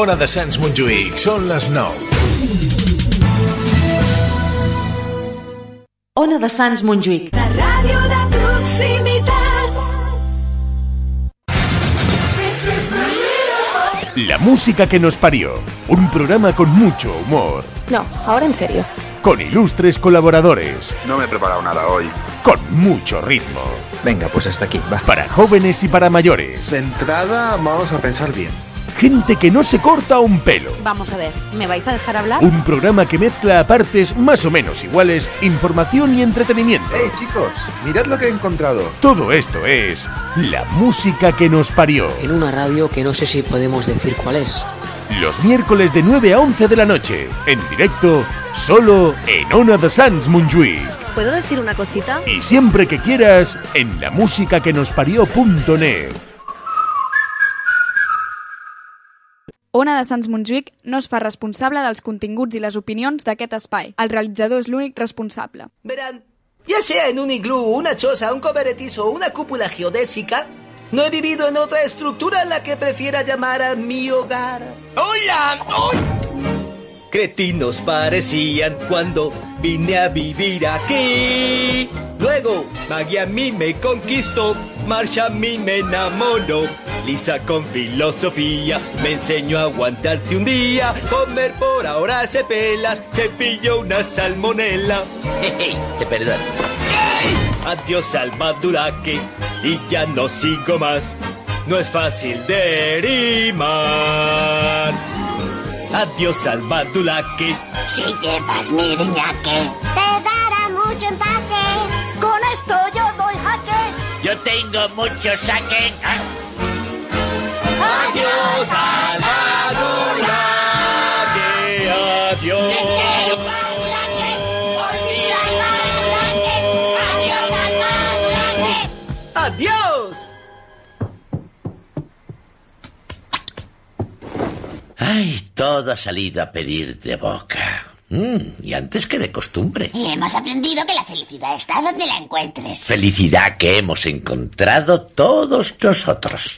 Ona de Sants Montjuïc, són les 9. Ona de Sants Montjuïc. La ràdio de proximitat. La música que nos parió. Un programa con mucho humor. No, ahora en serio. Con ilustres colaboradores. No me he preparado nada hoy. Con mucho ritmo. Venga, pues hasta aquí, va. Para jóvenes y para mayores. De entrada, vamos a pensar bien. Gente que no se corta un pelo. Vamos a ver, ¿me vais a dejar hablar? Un programa que mezcla a partes más o menos iguales información y entretenimiento. ¡Hey, chicos! Mirad lo que he encontrado. Todo esto es la música que nos parió. En una radio que no sé si podemos decir cuál es. Los miércoles de 9 a 11 de la noche. En directo, solo en Ona de Sants Montjuïc. ¿Puedo decir una cosita? Y siempre que quieras, en lamusicaquenosparió.net. Ona de Sants Montjuïc no es fa responsable dels continguts i les opinions d'aquest espai. El realitzador és l'únic responsable. Verán, ya sea en un iglú, una choza, un cobertizo o una cúpula geodésica, no he vivido en otra estructura a la que prefiera llamar a mi hogar. ¡Hola! ¡Uy! Cretinos parecían cuando vine a vivir aquí. Luego, Maggie a mí me conquistó, Marsha a mí me enamoró. Lisa con filosofía me enseñó a aguantarte un día. Comer por ahora se pelas, cepillo una salmonela. Hey, te perdono. Adiós al Badulaque y ya no sigo más. No es fácil de rimar. Adiós al Badulaque. Si llevas mi riñaque, te dará mucho empaque. Con esto yo doy jaque. Yo tengo mucho saque. Adiós al Badulaque. Adiós. ¡Adiós! Ay, todo ha salido a pedir de boca. Y antes que de costumbre. Y hemos aprendido que la felicidad está donde la encuentres. Felicidad que hemos encontrado todos nosotros.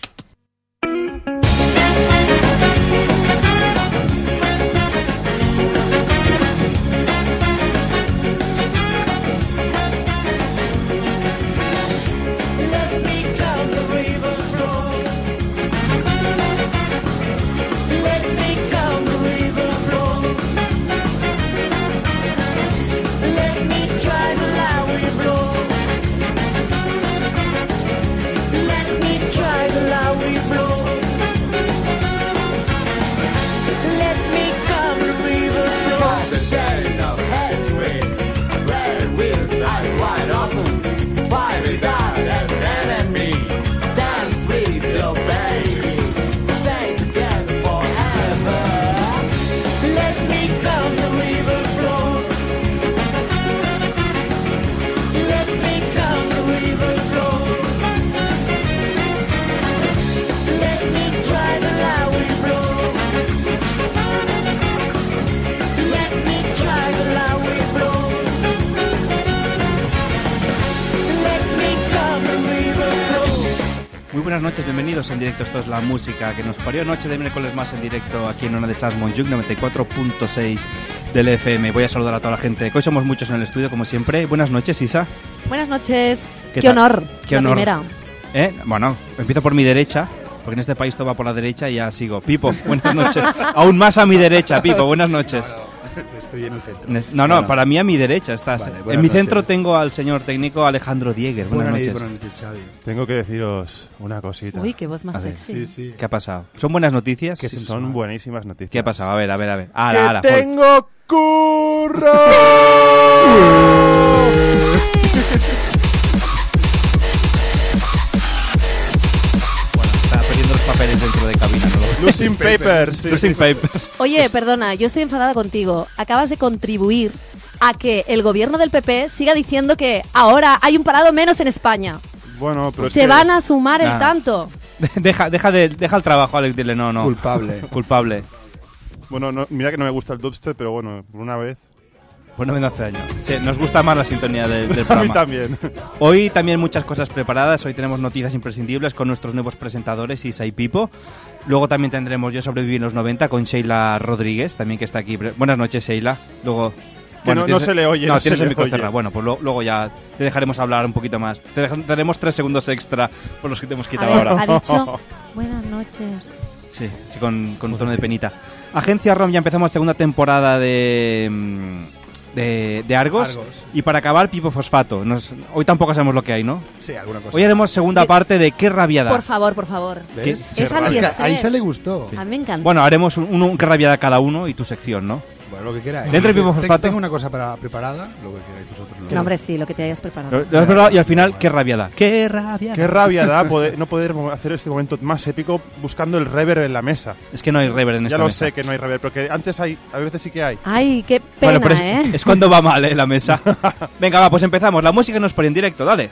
Buenas noches, bienvenidos en directo. Esto es la música que nos parió. Noche de miércoles más en directo aquí en Ona de Sants Montjuïc, 94.6 del FM. Voy a saludar a toda la gente. Hoy somos muchos en el estudio, como siempre. Buenas noches, Isa. Buenas noches. Qué honor. Qué la honor. Primera. Bueno, empiezo por mi derecha, porque en este país todo va por la derecha y ya sigo. Pipo, buenas noches. Aún más a mi derecha, Pipo, buenas noches. Estoy en el centro. No, para mí a mi derecha estás. Vale, en mi centro tengo al señor técnico Alejandro Diegues. Buenas noches. Buenas noches, Xavi. Tengo que deciros una cosita. Uy, qué voz más sexy. Sí. ¿Qué ha pasado? ¿Son buenas noticias? Que son buenísimas noticias. ¿Qué ha pasado? A ver. ¡Que tengo curro! Perdiendo los papeles dentro de cabina, ¿no? Losing papers. Losing papers. Oye, perdona, yo estoy enfadada contigo. Acabas de contribuir a que el gobierno del PP siga diciendo que ahora hay un parado menos en España. Bueno, pero se van a sumar el tanto. Deja el trabajo, Alex, dile no. Culpable. Culpable. Bueno, mira que no me gusta el dubstep, pero bueno, por una vez. Pues no me hace daño. Sí, nos gusta más la sintonía del programa. A mí también. Hoy también muchas cosas preparadas. Hoy tenemos noticias imprescindibles con nuestros nuevos presentadores, Isa y Pipo. Luego también tendremos Yo sobreviví en los 90 con Sheila Rodríguez, también que está aquí. Buenas noches, Sheila. Luego... Bueno, no se le oye. No, no tienes se el le micro oye. cerrado. Bueno, pues luego ya te dejaremos hablar un poquito más. Tenemos 3 segundos extra por los que te hemos quitado A ver, ahora. ha dicho buenas noches. Sí, con un tono de penita. Agencia ROM, ya empezamos segunda temporada de Argos. Y para acabar, Pipo Fosfato. Hoy tampoco sabemos lo que hay, ¿no? Sí, alguna cosa. Hoy haremos segunda parte de Qué rabiada. Por favor. ¿Ves? Es antiestrés. A Isa le gustó. A mí me encanta. Bueno, haremos un Qué rabiada cada uno y tu sección, ¿no? Bueno, lo que queráis. Dentro de Pipo Fosfato. Tengo una cosa preparada, lo que queráis vosotros. No, hombre, sí, lo que te hayas preparado. Lo has preparado y al final, Qué rabiada. Qué rabiada. Qué rabia da no poder hacer este momento más épico buscando el reverb en la mesa. Es que no hay reverb en esta Ya lo mesa. sé que no hay reverb, porque antes a veces sí que hay. Ay, qué pena, Bueno, pero es cuando va mal, la mesa. Venga, va, pues empezamos. La música nos pone en directo, dale.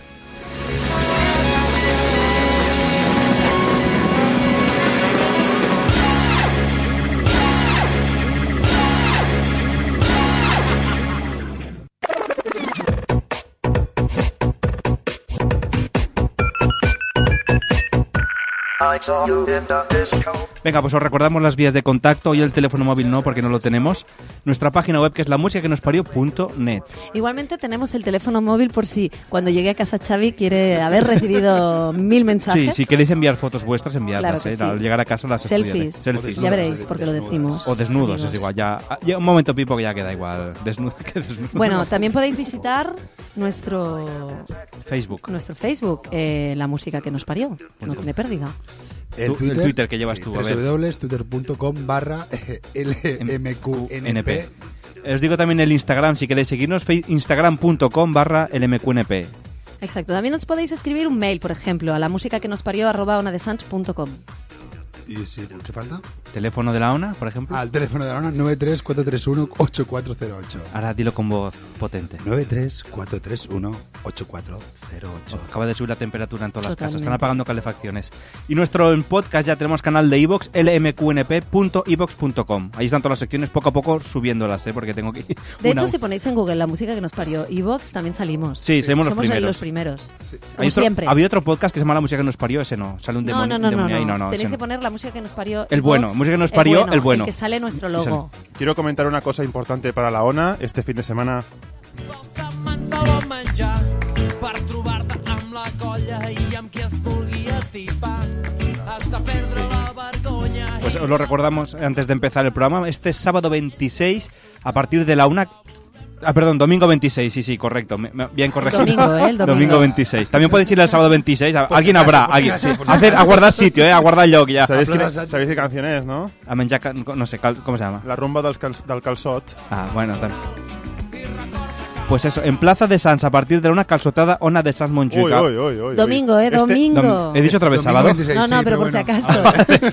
Venga, pues os recordamos las vías de contacto. Hoy el teléfono móvil no, porque no lo tenemos. Nuestra página web, que es lamusicaquenosparió.net. Igualmente tenemos el teléfono móvil por si cuando llegue a casa Xavi quiere haber recibido 1000 mensajes. Sí, si queréis enviar fotos vuestras, enviadlas. Claro que sí. Al llegar a casa las Selfies. estudiaré. Ya veréis, porque lo decimos. O desnudos, amigos. es igual. Ya un momento, Pipo, que ya queda igual. Desnudo que desnudo. Bueno, también podéis visitar nuestro Facebook. La música que nos parió. No tiene pérdida. El Twitter que llevas tú, a ver. www.twitter.com/LMQNP. Os digo también el Instagram, si queréis seguirnos, instagram.com/LMQNP. Exacto. También os podéis escribir un mail, por ejemplo, a la música que nos parió @onadesans.com. ¿Y sí, qué falta? ¿Teléfono de la ONA, por ejemplo? El teléfono de la ONA, 93431-8408. Ahora dilo con voz potente. 93431-8408. Acaba de subir la temperatura en todas las casas. Totalmente. Están apagando calefacciones. Y nuestro en podcast ya tenemos canal de iVoox, lmqnp.ivox.com. Ahí están todas las secciones, poco a poco subiéndolas, porque tengo que... De hecho, si ponéis en Google la música que nos parió iVoox, también salimos. Sí, salimos Somos los primeros. primeros. Sí. Como siempre. Había otro podcast que se llama La música que nos parió, ese no. Sale un demonio. No. Ese Tenéis que no. poner la música que nos parió El iVoox, bueno, música que nos parió, el bueno. El que sale nuestro logo. Quiero comentar una cosa importante para la ONA. Este fin de semana Pues os lo recordamos antes de empezar el programa. Este sábado 26, a partir de la 1... domingo 26, sí, correcto. Bien corregido. El domingo. Domingo 26. También podéis ir el sábado 26. Alguien habrá. A guardar sitio, a guardar lloc ya. ¿Sabéis qué canción es, no? A menjar, no sé, ¿cómo se llama? La rumba del calçot. Ah, bueno, también. Pues eso, en Plaza de Sants, a partir de una calçotada Ona de Sants Montjuïc. Domingo, domingo. ¿He dicho otra vez sábado? 26, No, sí, pero por si acaso.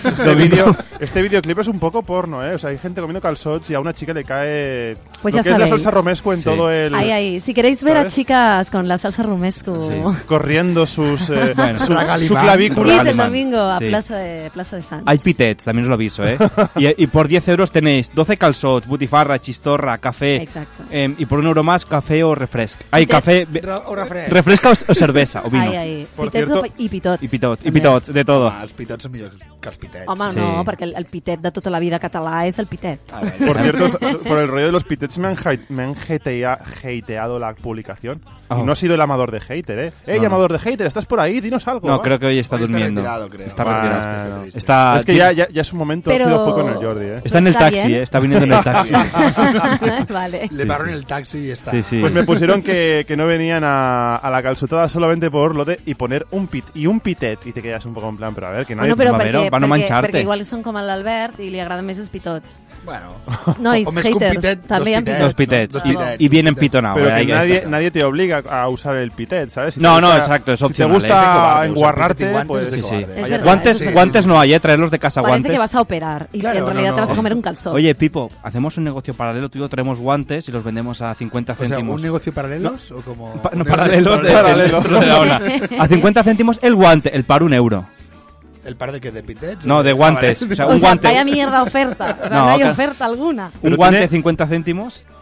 Este videoclip es un poco porno, ¿eh? O sea, hay gente comiendo calçots y a una chica le cae... Pues lo ya que es la sabéis. salsa romesco en todo el... Ahí. Si queréis ver ¿sabes? a chicas con la salsa romesco... Corriendo su Ragalibán. clavícula. Id el domingo a Sí. Plaza de Sants. Hay pitets, también os lo aviso, ¿eh? y por 10 euros tenéis 12 calçots, butifarra, chistorra, café. Exacto. Y por €1 más, café o refresco. Hay Pitets. café... O refresco. Refresca o cervesa, o vino. Ahí. Por Pitets cierto- i pitots. I pitots, de todo. Els pitots són millors que els pitets. Home, Sí. no, perquè el pitet de tota la vida català és el pitet. Por cierto, por el rollo de los pitets me han hateado la publicación. Oh. Y no ha sido el amador de hater, ¿eh? ¡Ey, No. amador de hater! ¿Estás por ahí? Dinos algo. No, ¿va? creo que hoy está Hoy está durmiendo. retirado, creo. Está Bueno, retirado. triste. Está, Es que ya es un momento Pero- ácido fue con el Jordi, ¿eh? está en el ¿Está taxi, bien? está viniendo en el taxi. Vale. Le paro en el taxi y está. Sí, sí. Pues me pusieron que no venían a la calçotada solamente por lo de y poner un pitet. Y te quedas un poco en plan, pero a ver, que nadie... Bueno, però Mamero, perquè, va no perquè, manxar-te. perquè igual són com l'Albert i li agraden més els pitots. Bueno. Nois, o més que un haters, pitet, també hi ha Dos pitets. Dos Y, pitets. y bien empitonado. Pero que ahí nadie te obliga a usar el pitet, ¿sabes? Si te No, gusta- exacto, es Si te opcional, gusta cobarde, enguarrarte, usar pitet y pues... guantes, Sí, sí. Es allá verdad, Guantes, es guantes no hay, traerlos de casa Parece guantes. que vas a operar y Claro, en realidad no, te vas a no. comer un calzón. Oye, Pipo, hacemos un negocio paralelo. Tú y yo traemos guantes y los vendemos a 50 O sea, céntimos. ¿un negocio paralelos o como...? No, un paralelos negocio dentro de la ONA. A 50 céntimos el guante, el par €1. ¿El par de qué? ¿De pitets? No, de guantes. Ah, vale. O sea, o un sea, guante. vaya mierda oferta. O sea, No, no hay que- oferta alguna. Un Pero guante tiene- 50 céntimos.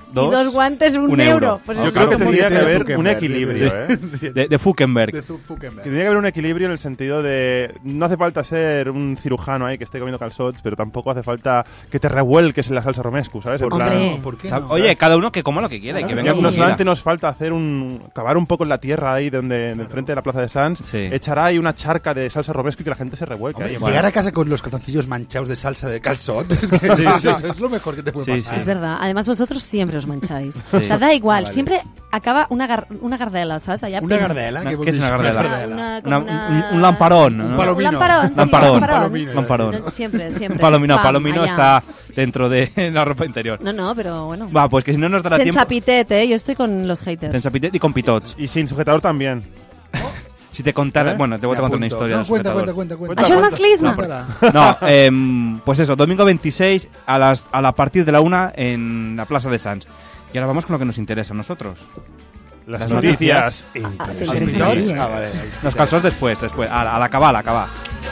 2. Y 2 guantes, un euro. Pues yo creo que tendría que haber un equilibrio, ¿eh? De Fuckenberg. Tendría que haber un equilibrio en el sentido de... No hace falta ser un cirujano ahí que esté comiendo calzots, pero tampoco hace falta que te revuelques en la salsa romescu, ¿sabes? En plan, ¿por qué no? Oye, cada uno que coma lo que quiera. Y que venga no solamente nos falta hacer cavar un poco en la tierra ahí en el frente de la Plaza de Sants, echar ahí una charca de salsa romescu y que la gente se revuelque. Hombre, llegar a casa con los calzoncillos manchados de salsa de calzot es lo mejor que te puede pasar. Es verdad. Además, vosotros siempre os mancháis. O sea, da igual. Siempre acaba una gardela, ¿sabes? Allá ¿Una gardela? ¿Qué es una gardela? Un lamparón. Un palomino. Lamparón. Siempre. Palomino está dentro de la ropa interior. No, pero bueno. Va, pues que si no nos dará tiempo... Sensapitet, yo estoy con los haters. Sensapitet y con pitots. Y sin sujetador también. Si te contara... Bueno, te voy a contar una historia. No, cuenta. ¿Això es masclismo? No, pues eso, domingo 26 a partir de la 1 en la Plaza de Sants. Y ahora vamos con lo que nos interesa a nosotros. Las noticias. Vale. Los calzos después. A la cabal.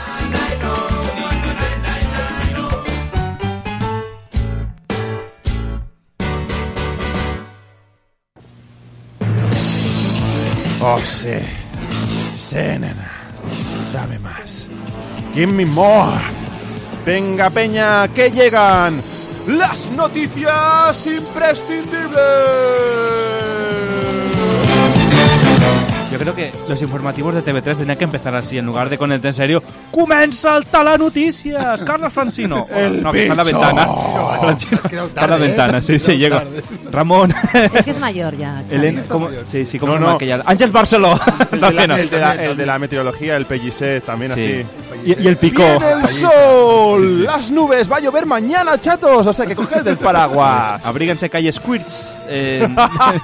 Oh, sí. Sí, nena. Dame más. Give me more. Venga, peña, que llegan las noticias imprescindibles. Yo creo que los informativos de TV3 tenían que empezar así, en lugar de con el en serio. ¡Comença el Talanoticias! Carlos Francino. No, que está en la ventana. Francino. Está en la ventana, sí, llega. Ramón. Es que es mayor ya. Sí, como maquillado. Ángel Barceló. El de la meteorología, el Pellicé, también así. Y el Picó. ¡Viene el sol! ¡Las nubes! ¡Va a llover mañana, chatos! O sea, que coged el paraguas. Abríganse que hay squirts en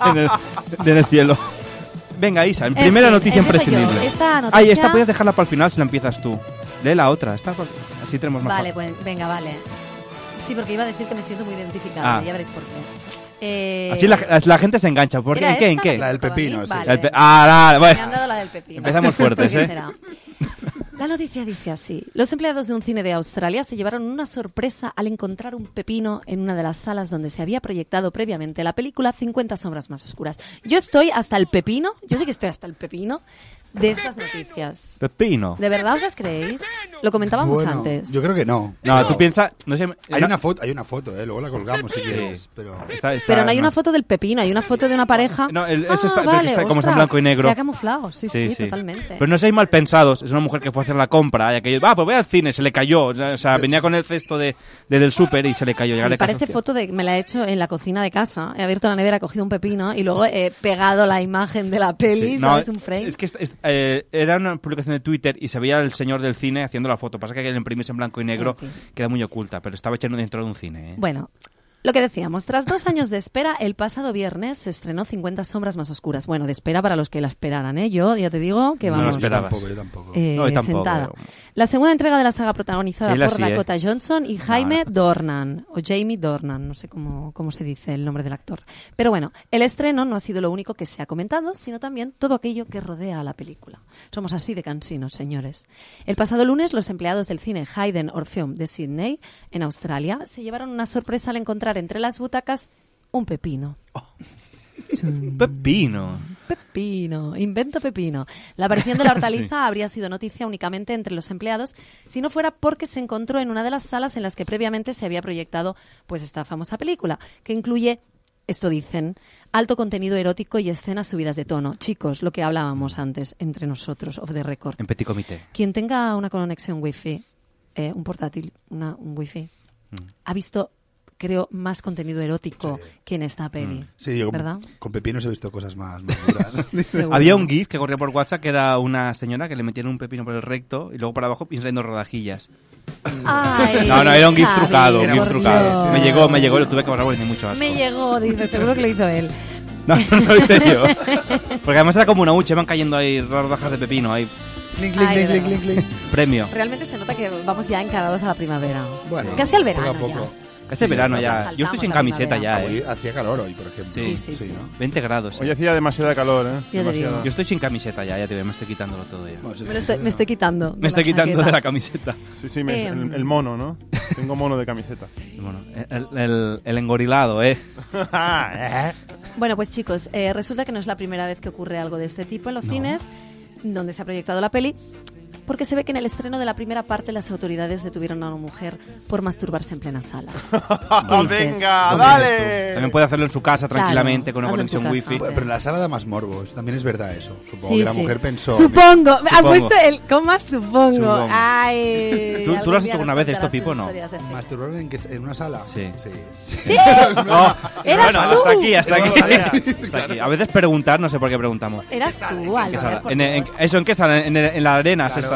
el cielo. Venga, Isa, primera noticia imprescindible. Esta puedes dejarla para el final si la empiezas tú. Lee la otra, así tenemos más. Vale, pues venga, vale. Sí, porque iba a decir que me siento muy identificada, ya veréis por qué. Así la gente se engancha. ¿En qué? La del pepino, sí. Vale. Bueno. Me han dado la del pepino. Empezamos fuertes, ¿eh? Será? La noticia dice así. Los empleados de un cine de Australia se llevaron una sorpresa al encontrar un pepino en una de las salas donde se había proyectado previamente la película 50 sombras más oscuras. Yo sí que estoy hasta el pepino de estas noticias. Pepino. ¿De verdad os las creéis? Lo comentábamos antes. Yo creo que no. No, tú piensas... No sé, hay una foto, luego la colgamos si quieres. Pero no hay una foto del pepino, hay una foto de una pareja. No, como está en blanco y negro. Se ha camuflado, sí, totalmente. Pero no seáis mal pensados, es una mujer que fue a hacer la compra y aquello, pues voy al cine, se le cayó. O sea, venía con el cesto del súper y se le cayó. Me parece foto me la he hecho en la cocina de casa. He abierto la nevera, he cogido un pepino y luego he pegado la imagen de la peli, ¿sabes? Un frame. Es que era una publicación de Twitter y se veía el señor del cine haciendo la foto. Pasa que al imprimirse en blanco y negro queda muy oculta, pero estaba echando dentro de un cine. Bueno, lo que decíamos, tras 2 años de espera, el pasado viernes se estrenó 50 sombras más oscuras. Bueno, de espera para los que la esperaran, ¿eh? Yo ya te digo que vamos... No lo esperabas. Yo tampoco. Sentada. La segunda entrega de la saga protagonizada por Dakota Johnson y Jamie Dornan, o Jamie Dornan, no sé cómo se dice el nombre del actor. Pero bueno, el estreno no ha sido lo único que se ha comentado, sino también todo aquello que rodea a la película. Somos así de cansinos, señores. El pasado lunes, los empleados del cine Hayden Orpheum de Sydney, en Australia, se llevaron una sorpresa al encontrar entre las butacas un pepino. Pepino, invento pepino. La aparición de la hortaliza habría sido noticia únicamente entre los empleados si no fuera porque se encontró en una de las salas en las que previamente se había proyectado pues esta famosa película, que incluye, esto dicen, alto contenido erótico y escenas subidas de tono. Chicos, lo que hablábamos antes entre nosotros, off the record. En petit comité. Quien tenga una conexión wifi, un portátil, un wifi, ha visto, creo, más contenido erótico que en esta peli. Sí, yo ¿verdad? Con pepinos he visto cosas más duras. Había un GIF que corría por WhatsApp que era una señora que le metían un pepino por el recto y luego para abajo saliendo rodajillas. Ay, no, era un GIF trucado. Me llegó, lo tuve que borrar porque tenía mucho asco. Me llegó, dice, seguro que lo hizo él. No lo hice yo. Porque además era como una hucha, iban cayendo ahí rodajas de pepino ahí. Clink, clink, clink, clink, clink. Premio. Realmente se nota que vamos ya encarados a la primavera. Bueno, casi al verano poco a poco. ya. Hace verano ya. Yo estoy sin camiseta ya, Hoy hacía calor hoy, por ejemplo. Sí. ¿no? 20 grados. Hoy hacía demasiada calor, Yo te digo. Yo estoy sin camiseta ya te veo, me estoy quitándolo todo ya. Me estoy quitando. Me estoy quitando de la camiseta. Sí, el mono, ¿no? Tengo mono de camiseta. El engorilado, Bueno, pues chicos, resulta que no es la primera vez que ocurre algo de este tipo en los cines, donde se ha proyectado la peli, porque se ve que en el estreno de la primera parte las autoridades detuvieron a una mujer por masturbarse en plena sala. ¡Venga, dale! También puede hacerlo en su casa tranquilamente con una conexión wifi. Pero en la sala da más morbos, también es verdad eso. Supongo que la mujer pensó... Supongo. Ha puesto el coma supongo. Ay, ¿Tú lo has hecho alguna vez esto, Pipo, no? ¿Masturbarme en una sala? Sí. ¿Sí? No. ¿Eras bueno, tú? hasta aquí. A veces preguntar, no sé por qué preguntamos. Eras tú, Álvaro. ¿En qué sala? En la arena, claro.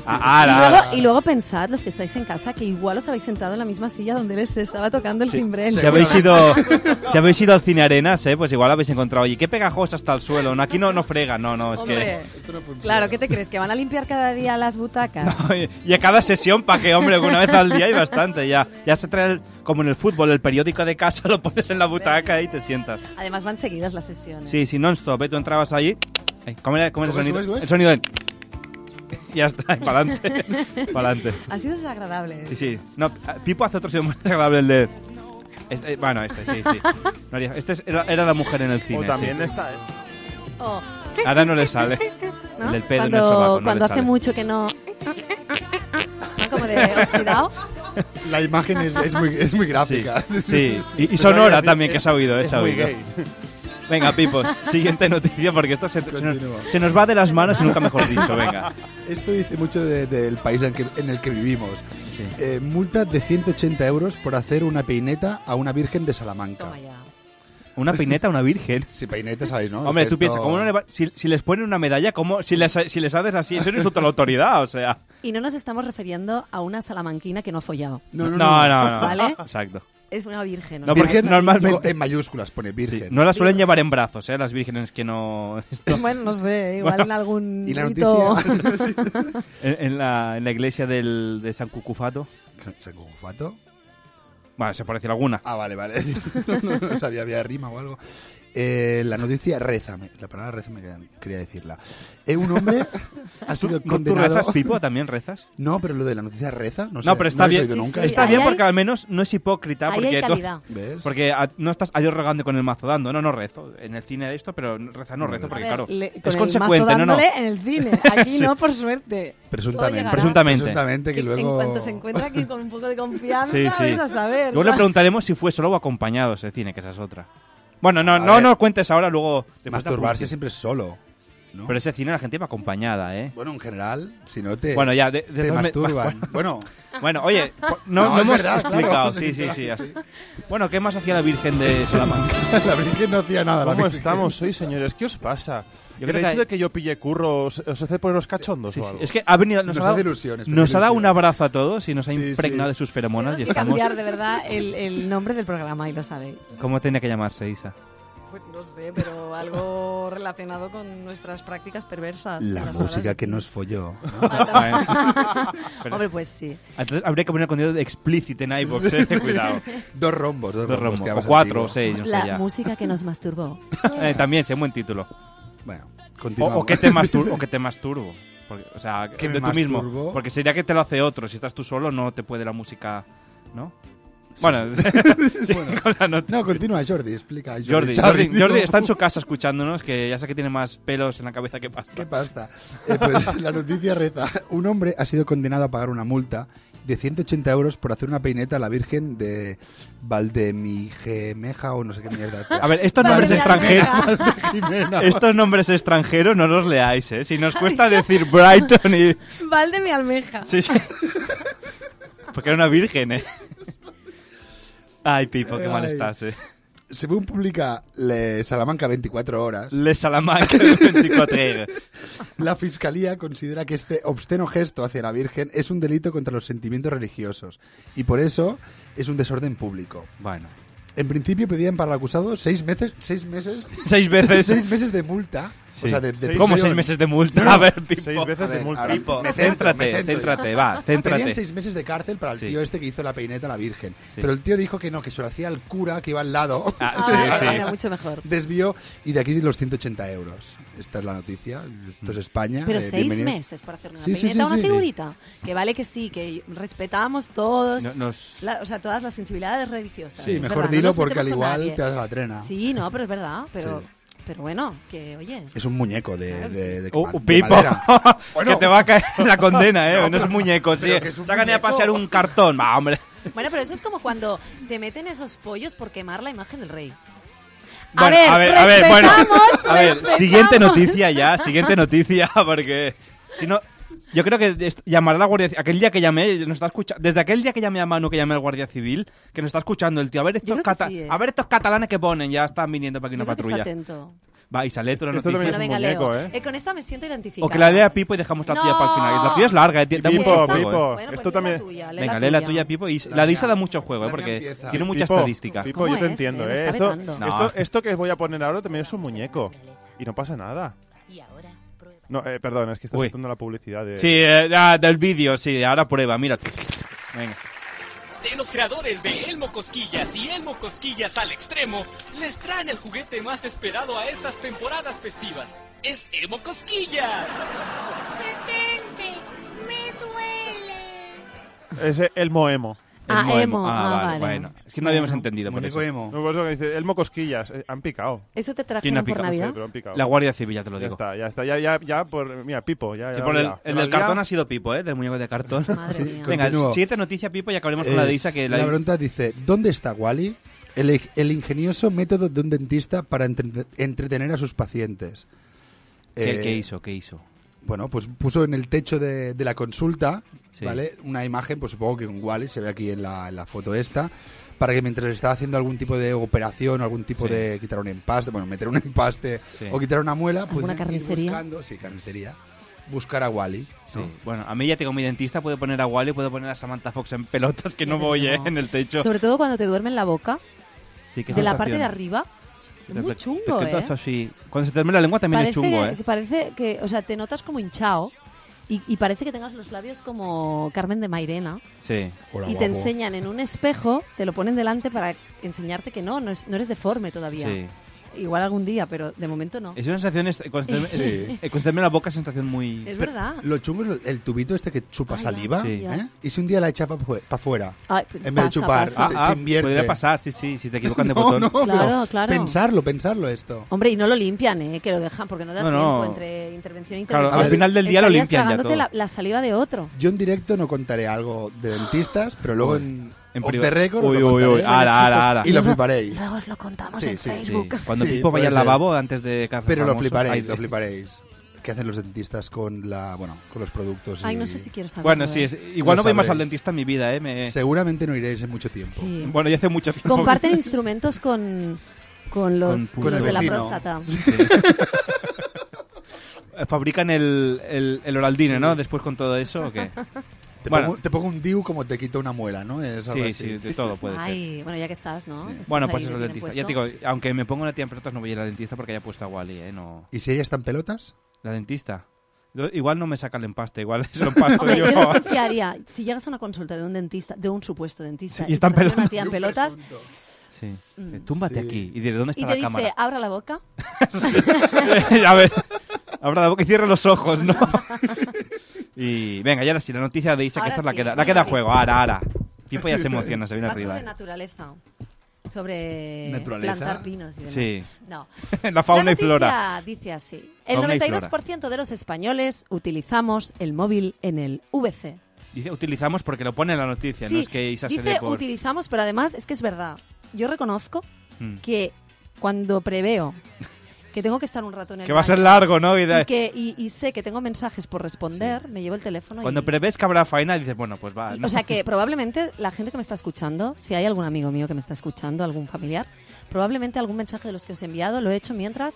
Y luego pensad, los que estáis en casa, que igual os habéis sentado en la misma silla donde él se estaba tocando el timbre. Si habéis ido al Cine Arenas, pues igual habéis encontrado, oye, qué pegajosa está el suelo. No, aquí no frega, no, es hombre, que... Claro, ¿qué te crees? ¿Que van a limpiar cada día las butacas? No, y a cada sesión, ¿para qué, hombre? Una vez al día hay bastante, ya se trae, como en el fútbol, el periódico de casa, lo pones en la butaca y te sientas. Además van seguidas las sesiones. Sí, non-stop, tú entrabas allí, ¿cómo era el sonido? El sonido de... Ya está, para adelante. Ha sido desagradable. Sí. No, Pipo hace otro sonido muy desagradable, el de... sí. Era la mujer en el cine. O también está... Ahora no le sale. ¿No? El del pedo en el sobaco. Cuando hace mucho que no... Como de oxidado. La imagen es muy gráfica. Sí. Y sonora también, que se ha oído. Venga, Pipos, siguiente noticia, porque esto se nos va de las manos y nunca mejor dicho, venga. Esto dice mucho del país en el que vivimos. Sí. Multa de 180 euros por hacer una peineta a una virgen de Salamanca. Toma ya. ¿Una peineta a una virgen? Sí, peineta, ¿sabéis, no? Hombre, tú piensas, si les ponen una medalla, ¿cómo? Si les haces así, eso no insulta a la autoridad, o sea... Y no nos estamos refiriendo a una salamanquina que no ha follado. No. ¿Vale? Exacto. Es una virgen. No, virgen normalmente... En mayúsculas pone virgen. Sí, no la suelen llevar en brazos, las vírgenes que no... Bueno, no sé, igual en algún ¿y la rito... en la iglesia de San Cucufato. ¿San Cucufato? Bueno, se puede decir alguna. Ah, vale. No sabía, había rima o algo. La noticia rézame. La palabra rézame quería decirla. Un hombre ha sido condenado... ¿Tú rezas, Pipo? ¿También rezas? No, pero lo de la noticia reza... No, pero está bien. Nunca. Está bien porque al menos no es hipócrita. Ahí hay calidad. ¿Ves? Porque no estás a Dios regando con el mazo dando. No rezo. En el cine de esto, pero rezo porque, claro, es consecuente. No. En el cine. Aquí sí. No, por suerte. Presuntamente. Que luego... En cuanto se encuentra aquí con un poco de confianza, sí. vais a saber. Luego le preguntaremos si fue solo o acompañado ese cine, que esa es otra. Bueno, no cuentes ahora, luego... Masturbarse siempre es solo, ¿no? Pero ese cine la gente va acompañada, ¿eh? Bueno, en general, si no te... Bueno, ya... te masturban. Bueno, oye, no hemos verdad, explicado. Claro. Sí. Bueno, ¿qué más hacía la Virgen de Salamanca? La Virgen no hacía nada. ¿Cómo estamos hoy, señores? ¿Qué os pasa? El hecho de que yo pille curro os hace poneros cachondos o algo. Es que ha venido, nos ha dado un abrazo a todos y nos ha impregnado de sus feromonas. Tenemos que cambiar de verdad el nombre del programa y lo sabéis. ¿Cómo tenía que llamarse, Isa? Pues no sé, pero algo relacionado con nuestras prácticas perversas. La música que nos folló, ¿no? Hombre, pues sí. Entonces habría que poner contenido explícito en iVoox, cuidado. Dos rombos. O 4 o 6, no sé ya. La música que nos masturbó. También, sí, un buen título. Bueno, continuamos. O que te masturbo. Porque, o sea, que de tú mismo. Porque sería que te lo hace otro. Si estás tú solo, no te puede la música, ¿no? Sí. Bueno, con la nota. No, continúa, Jordi, explica. Jordi está en su casa escuchándonos, que ya sé que tiene más pelos en la cabeza que pasta. ¿Qué pasta? Pues la noticia reza. Un hombre ha sido condenado a pagar una multa de 180 euros por hacer una peineta a la Virgen de Valdemigemeja o no sé qué mierda. A ver, estos nombres extranjeros, estos nombres extranjeros no los leáis, ¿eh? Si nos cuesta decir Brighton y... Valdemialmeja. Sí. Porque era una virgen, ¿eh? Ay, Pipo, qué mal estás, ¿eh? Según publica Le Salamanca 24 horas... Le Salamanca 24 horas. La Fiscalía considera que este obsceno gesto hacia la Virgen es un delito contra los sentimientos religiosos y por eso es un desorden público. Bueno. En principio pedían para el acusado 6 meses... 6 veces. 6 meses de multa Sí. O sea, ¿Cómo 6 meses de multa? No, a ver, Pipo. 6 veces de multa. Pipo, me centro, céntrate, va, céntrate. Pedían 6 meses de cárcel para el tío este que hizo la peineta a la Virgen. Pero el tío dijo que no, que se lo hacía al cura que iba al lado. Era mucho mejor. Desvió y de aquí los 180 euros. Esta es la noticia. Esto es España. Pero 6 meses para hacer una peineta, una figurita. Que vale que sí, que respetamos todos, o sea, todas las sensibilidades religiosas. Sí, mejor dilo porque al igual te das la trena. Sí, no, pero es verdad. Pero bueno, que oye. Es un muñeco de Pipo, madera. Bueno, que te va a caer la condena, no es un muñeco, sí. Sácame a pasear un cartón, va, hombre. Bueno, pero eso es como cuando te meten esos pollos por quemar la imagen del rey. Bueno, a ver, siguiente noticia, porque si no, yo creo que llamar a la Guardia Civil. Aquel día que llamé, nos está escuchando, desde aquel día que llamé a Manu, que llamé al Guardia Civil, que nos está escuchando el tío, a ver estos catalanes que ponen, ya están viniendo para aquí una patrulla. Va, y sale toda la noticia. Esto también es un muñeco, con esta me siento identificada. O que la lea Pipo y dejamos la tuya para el final. La tuya es larga, da mucho juego. Bueno, esto también. Venga, lee la tuya, Pipo. Y la Disa da mucho juego, porque tiene mucha estadística. Pipo, yo te entiendo, Esto que voy a poner ahora también es un muñeco. Y no pasa nada. Y ahora prueba. No, perdón, es que estás saltando la publicidad de... Sí, del vídeo, sí, ahora prueba, mira. Venga. De los creadores de Elmo Cosquillas y Elmo Cosquillas al Extremo, les traen el juguete más esperado a estas temporadas festivas. ¡Es Elmo Cosquillas! Detente, me duele. Es Elmo Emo. Emo. Vale. Bueno, es que no habíamos entendido por eso. Emo. No, por eso que dice Elmo Cosquillas. Han picado. ¿Eso te trajeron por Navidad? No sé, pero han picado. La Guardia Civil, ya te lo digo. Ya está. Ya por... Mira, Pipo. El del cartón ha sido Pipo, del muñeco de cartón. Madre mía. Venga, siguiente noticia, Pipo, y acabaremos con la de Isa. La pregunta dice, ¿dónde está Wally? El ingenioso método de un dentista para entretener a sus pacientes. ¿Qué hizo? Bueno, pues puso en el techo de la consulta, ¿vale? Una imagen, pues supongo que con Wally, se ve aquí en la foto esta, para que mientras estaba haciendo algún tipo de operación, algún tipo de quitar un empaste, meter un empaste o quitar una muela, pues ¿alguna carnicería? Carnicería, buscar a Wally. Sí. Bueno, a mí ya tengo mi dentista, puedo poner a Wally, puedo poner a Samantha Fox en pelotas, que no voy en el techo. Sobre todo cuando te duermen la boca, de la parte de arriba. Es muy chungo, así. Cuando se te duerme la lengua también es chungo, Parece que, o sea, te notas como hinchado y parece que tengas los labios como Carmen de Mairena. Sí. Hola, y te enseñan en un espejo, te lo ponen delante para enseñarte que no eres deforme todavía. Sí. Igual algún día, pero de momento no. Es una sensación, cuando se te la boca es una sensación muy... Es verdad. Lo chungo es el tubito este que chupa saliva, sí. Y si un día la echa para afuera, en vez de chupar, se invierte. Podría pasar, sí, si te equivocan de botón. No, claro. Pensarlo esto. Hombre, y no lo limpian, que lo dejan, porque no da tiempo entre intervención y intervención. Claro, al final del día lo limpian ya todo. La saliva de otro. Yo en directo no contaré algo de dentistas, pero luego en privado. Record y lo fliparéis. Luego os lo contamos en Facebook. Sí. Cuando Pipo vaya al lavabo antes de cazar pero lo fliparéis. ¿Qué hacen los dentistas con los productos? Ay, no sé si quiero saber. Bueno, sí, igual no voy más al dentista en mi vida, Seguramente no iréis en mucho tiempo. Sí. Bueno, ya hace mucho tiempo. Comparten instrumentos con los de la próstata. Sí. ¿Fabrican el Oraldine, no? Después con todo eso, ¿o qué? Te pongo un DIU como te quito una muela, ¿no? Sí, de todo puede ser. Bueno, ya que estás, ¿no? Sí. Bueno, pues eso es el dentista. Ya te digo, aunque me ponga una tía en pelotas, no voy a ir al dentista porque haya puesto a Wally, No. ¿Y si ella está en pelotas? La dentista. Igual no me saca el empaste, igual se lo empasto. Hombre, yo desconfiaría. Si llegas a una consulta de un dentista, de un supuesto dentista, y está en pelotas. Una tía en pelotas... Sí. Túmbate aquí y diré, ¿dónde está la cámara? Y te dice, abra la boca. A ver, abra la boca y cierra los ojos, ¿no? Y venga, ya ahora sí, la noticia de Isa, que esta la queda a juego. Ahora. Pipo ya se emociona, se viene arriba. Sobre naturaleza. Sobre plantar pinos y demás. Sí. No. La fauna y flora. Dice así. El 92% de los españoles utilizamos el móvil en el VC. Dice utilizamos porque lo pone en la noticia, no es que Isa se dé dice por... utilizamos, pero además es que es verdad. Yo reconozco que cuando preveo que tengo que estar un rato en el que va a ser largo, ¿no? Y sé que tengo mensajes por responder, me llevo el teléfono. Cuando prevés que habrá faena, dices, bueno, pues va. ¿no? O sea que probablemente la gente que me está escuchando, si hay algún amigo mío que me está escuchando, algún familiar, probablemente algún mensaje de los que os he enviado lo he hecho mientras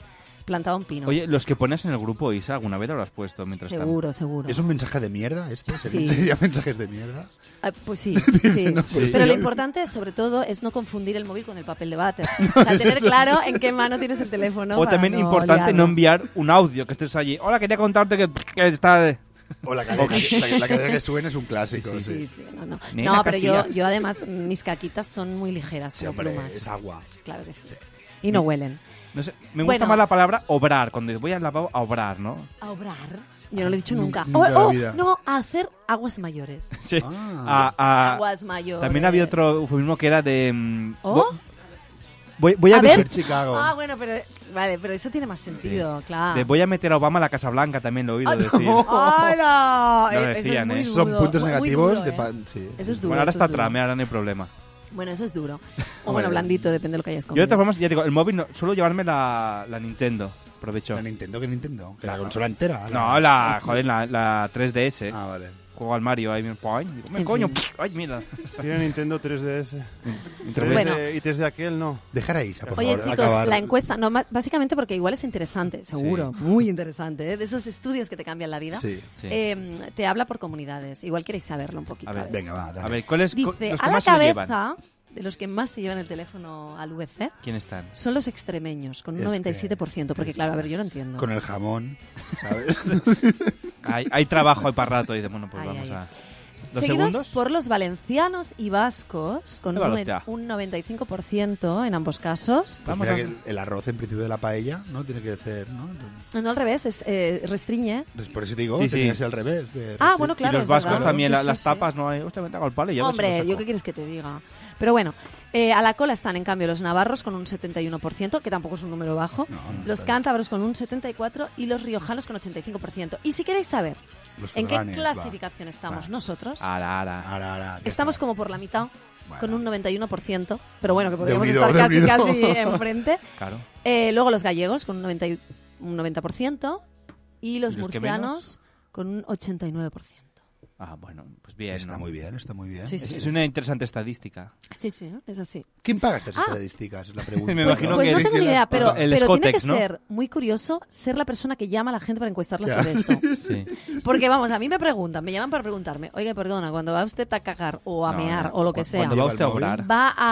plantaba un pino. Oye, los que pones en el grupo, Isa, ¿alguna vez lo habrás puesto mientras Seguro. ¿Es un mensaje de mierda este? Sí. ¿Serían mensajes de mierda? Pues sí. Pero lo importante, sobre todo, es no confundir el móvil con el papel de váter. O sea, tener claro en qué mano tienes el teléfono. O también importante no enviar un audio, que estés allí. Hola, quería contarte que está... O la cadena que suena es un clásico. Sí. No, pero yo además, mis caquitas son muy ligeras, como hombre, plumas. es agua. Claro que sí. Y no huelen. No sé, me gusta más la palabra obrar, cuando voy al lavabo a obrar, ¿no? ¿A obrar? Yo no lo he dicho nunca. No, a hacer aguas mayores. Sí. Aguas mayores. También había otro eufemismo que era de... Voy a ver Chicago. Bueno, pero eso tiene más sentido, claro. Voy a meter a Obama a la Casa Blanca, también lo he oído decir. ¡Hala! No lo decían, eso es muy Son puntos negativos. duro, sí. Eso es duro. Bueno, ahora está Trump, ahora no hay problema. Bueno, eso es duro. O bueno, blandito, depende de lo que hayas comido. Yo de todas formas, ya digo, el móvil suelo llevarme la Nintendo. Aprovecho. ¿La Nintendo? ¿Qué Nintendo? ¿La consola entera? No, la 3DS. Ah, vale. Juego al Mario ahí, me coño, ay, mira. Tiene Nintendo 3DS. Bueno. Y 3D aquel, no. Dejar ahí, por favor. Oye, chicos, la encuesta, no, básicamente porque igual es interesante, seguro, muy interesante, de esos estudios que te cambian la vida. Sí. Te habla por comunidades. Igual queréis saberlo un poquito. A ver, venga, va, dale. A ver, ¿cuál es Dice, los que a la más se lo cabeza llevan? de los que más se llevan el teléfono al VC. ¿Quién están? Son los extremeños, con un 97%, porque claro, a ver, yo no entiendo. Con el jamón, ¿sabes? hay trabajo ahí para rato y de bueno, pues vamos a... ¿Los Seguidos segundos? por los valencianos y vascos, con un 95% en ambos casos. Pues mira que el arroz en principio de la paella, ¿no? Tiene que ser, ¿no? No, al revés, es restringe. Por eso digo, tiene que ser al revés. Bueno, claro. Y los vascos verdad. también, Sí, las tapas, no hay... Hostia, me cago el palo y ya. Hombre, ¿yo qué quieres que te diga? Pero bueno, a la cola están, en cambio, los navarros con un 71%, que tampoco es un número bajo, los cántabros con un 74% y los riojanos con 85%. Y si queréis saber en qué clasificación estamos nosotros, estamos como por la mitad, con un 91%, pero bueno, que podríamos estar casi enfrente. Claro. Luego los gallegos con un 90% y los murcianos con un 89%. Ah, bueno, pues bien. Está muy bien, está muy bien. Sí, sí, es una interesante estadística. Sí, es así. ¿Quién paga estas estadísticas? Es la pregunta. Me imagino pues que no tengo ni idea, pero tiene que ¿no? ser muy curioso ser la persona que llama a la gente para encuestarla sobre esto. Sí. Porque vamos, a mí me llaman para preguntarme, oiga, perdona, cuando va usted a cagar o a mear o lo que sea, cuando va usted a obrar,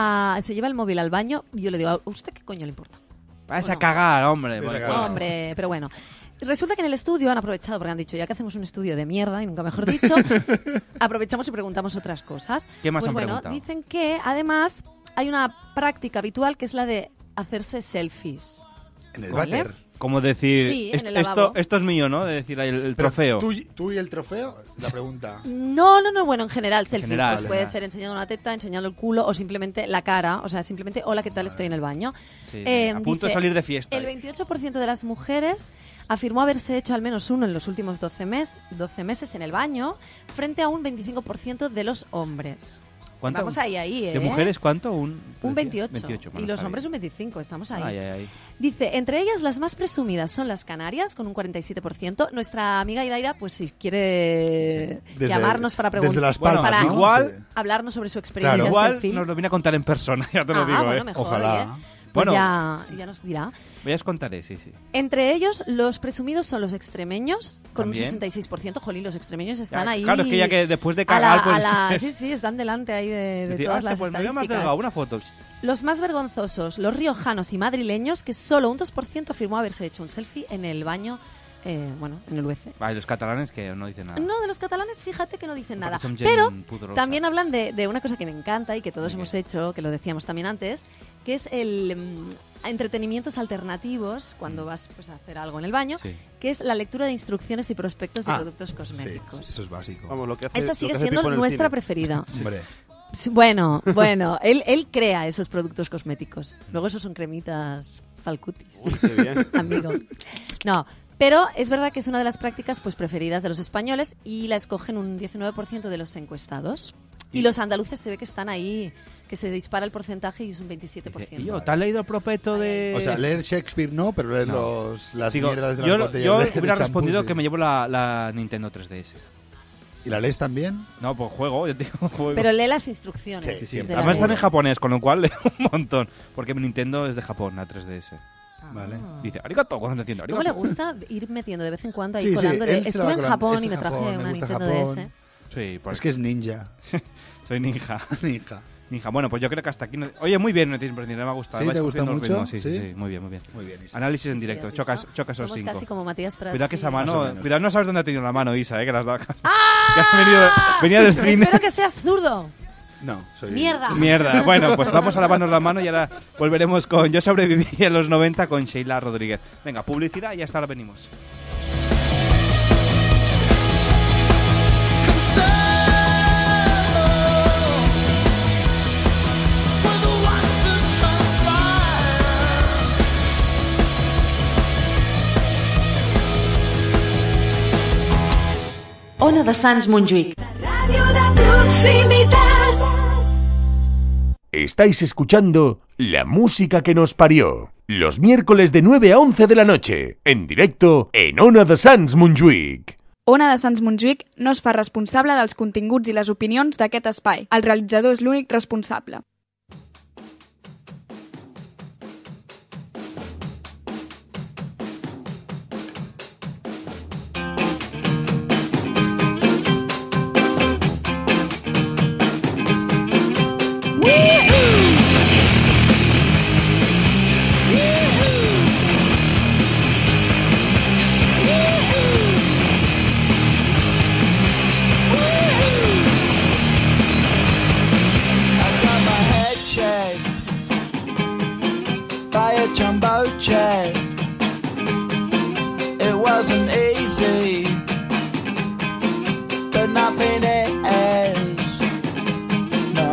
se lleva el móvil al baño y yo le digo, ¿a usted qué coño le importa? Vas a cagar, hombre. Hombre, pero bueno. Resulta que en el estudio han aprovechado, porque han dicho, ya que hacemos un estudio de mierda, y nunca mejor dicho, aprovechamos y preguntamos otras cosas. ¿Qué más pues han bueno, preguntado? dicen que además hay una práctica habitual que es la de hacerse selfies. En el váter. Como decir, Sí, en el lavabo. esto es mío, ¿no? De decir, el trofeo. ¿Tú y el trofeo? La pregunta. No, bueno, en general, selfies. General, pues puede ser enseñando una teta, enseñando el culo o simplemente la cara. O sea, simplemente, hola, ¿qué tal? Estoy en el baño. Sí, a punto de salir de fiesta. El 28% de las mujeres afirmó haberse hecho al menos uno en los últimos 12 meses en el baño, frente a un 25% de los hombres. ¿Cuánto? Vamos ahí, ¿eh? ¿De mujeres cuánto? Un 28. Bueno, y los hombres un 25, estamos ahí. Ay. Dice, entre ellas las más presumidas son las Canarias, con un 47%. Nuestra amiga Idaira, pues si quiere llamarnos para preguntar, desde las palmas, para igual, hablarnos sobre su experiencia. Claro, igual selfie. nos lo viene a contar en persona, ya te lo digo. Bueno, mejor, ojalá. Pues bueno, ya nos dirá. Ya os contaré, sí. Entre ellos, los presumidos son los extremeños, con ¿también? un 66%. Jolín, los extremeños están ahí. Claro, es que ya que después de cagar, Sí, están delante ahí de decir, todas las pues me veo más estadísticas. delgado, una foto. Los más vergonzosos, los riojanos y madrileños, que solo un 2% afirmó haberse hecho un selfie en el baño, en el VC. Vale, los catalanes que no dicen nada. No, de los catalanes, fíjate que no dicen Porque nada. son Pero pudorosa. también hablan de una cosa que me encanta y que todos hemos hecho, que lo decíamos también antes, que es el entretenimientos alternativos cuando vas pues, a hacer algo en el baño, que es la lectura de instrucciones y prospectos de productos cosméticos. Sí, eso es básico. Vamos, lo que hace, esta sigue siendo nuestra preferida. Hombre. Bueno, él crea esos productos cosméticos. Luego esos son cremitas Falcutis. Qué bien. Amigo. No, pero es verdad que es una de las prácticas pues preferidas de los españoles y la escogen un 19% de los encuestados. Y los andaluces se ve que están ahí, que se dispara el porcentaje y es un 27%. ¿Y yo, ¿te has leído el propeto de...? O sea, leer Shakespeare no, pero leer las mierdas de las botellas yo de hubiera champú, respondido sí. que me llevo la Nintendo 3DS. ¿Y la lees también? No, pues juego, yo digo juego. Pero lee las instrucciones. Sí, de además la están en ley. japonés, con lo cual leo un montón. Porque mi Nintendo es de Japón, la 3DS. ¿Vale? Dice, arigato, cuando no entiendo, arigato. ¿Cómo le gusta ir metiendo de vez en cuando ahí Sí, colándole? él se Estuve va en colando. Japón Es y me de traje Japón, me una gusta Nintendo Japón. DS. Sí, Es que es ninja. Soy ninja. Ninja. Ninja. Bueno, pues yo creo que hasta aquí... Oye, muy bien, me ha gustado. ¿Sí? Vais ¿Te gusta cogiendo el mucho? ritmo. Sí, muy bien, muy bien. Muy bien, Isa. Análisis en Sí, directo, ¿has chocas visto? esos Somos 5. casi como Matías Prats. Cuidado que esa Más o mano... menos. Cuidado, no sabes dónde ha tenido la mano, Isa, que las da... Que has venía del cine. Espero que seas zurdo. No, soy... Mierda. Bueno, pues vamos a lavarnos la mano y ahora volveremos con Yo sobreviví en los 90 con Sheila Rodríguez. Venga, publicidad y hasta ahora venimos. Ona de Sants Montjuïc. Radio de proximitat. Estáis escuchando La Música que nos parió. Los miércoles de 9 a 11 de la noche. En directo en Ona de Sants Montjuïc. Ona de Sants Montjuïc no es fa responsable dels continguts i les opinions d'aquest espai. El realitzador és l'únic responsable. Jumbo jet. It wasn't easy, but nothing is. No.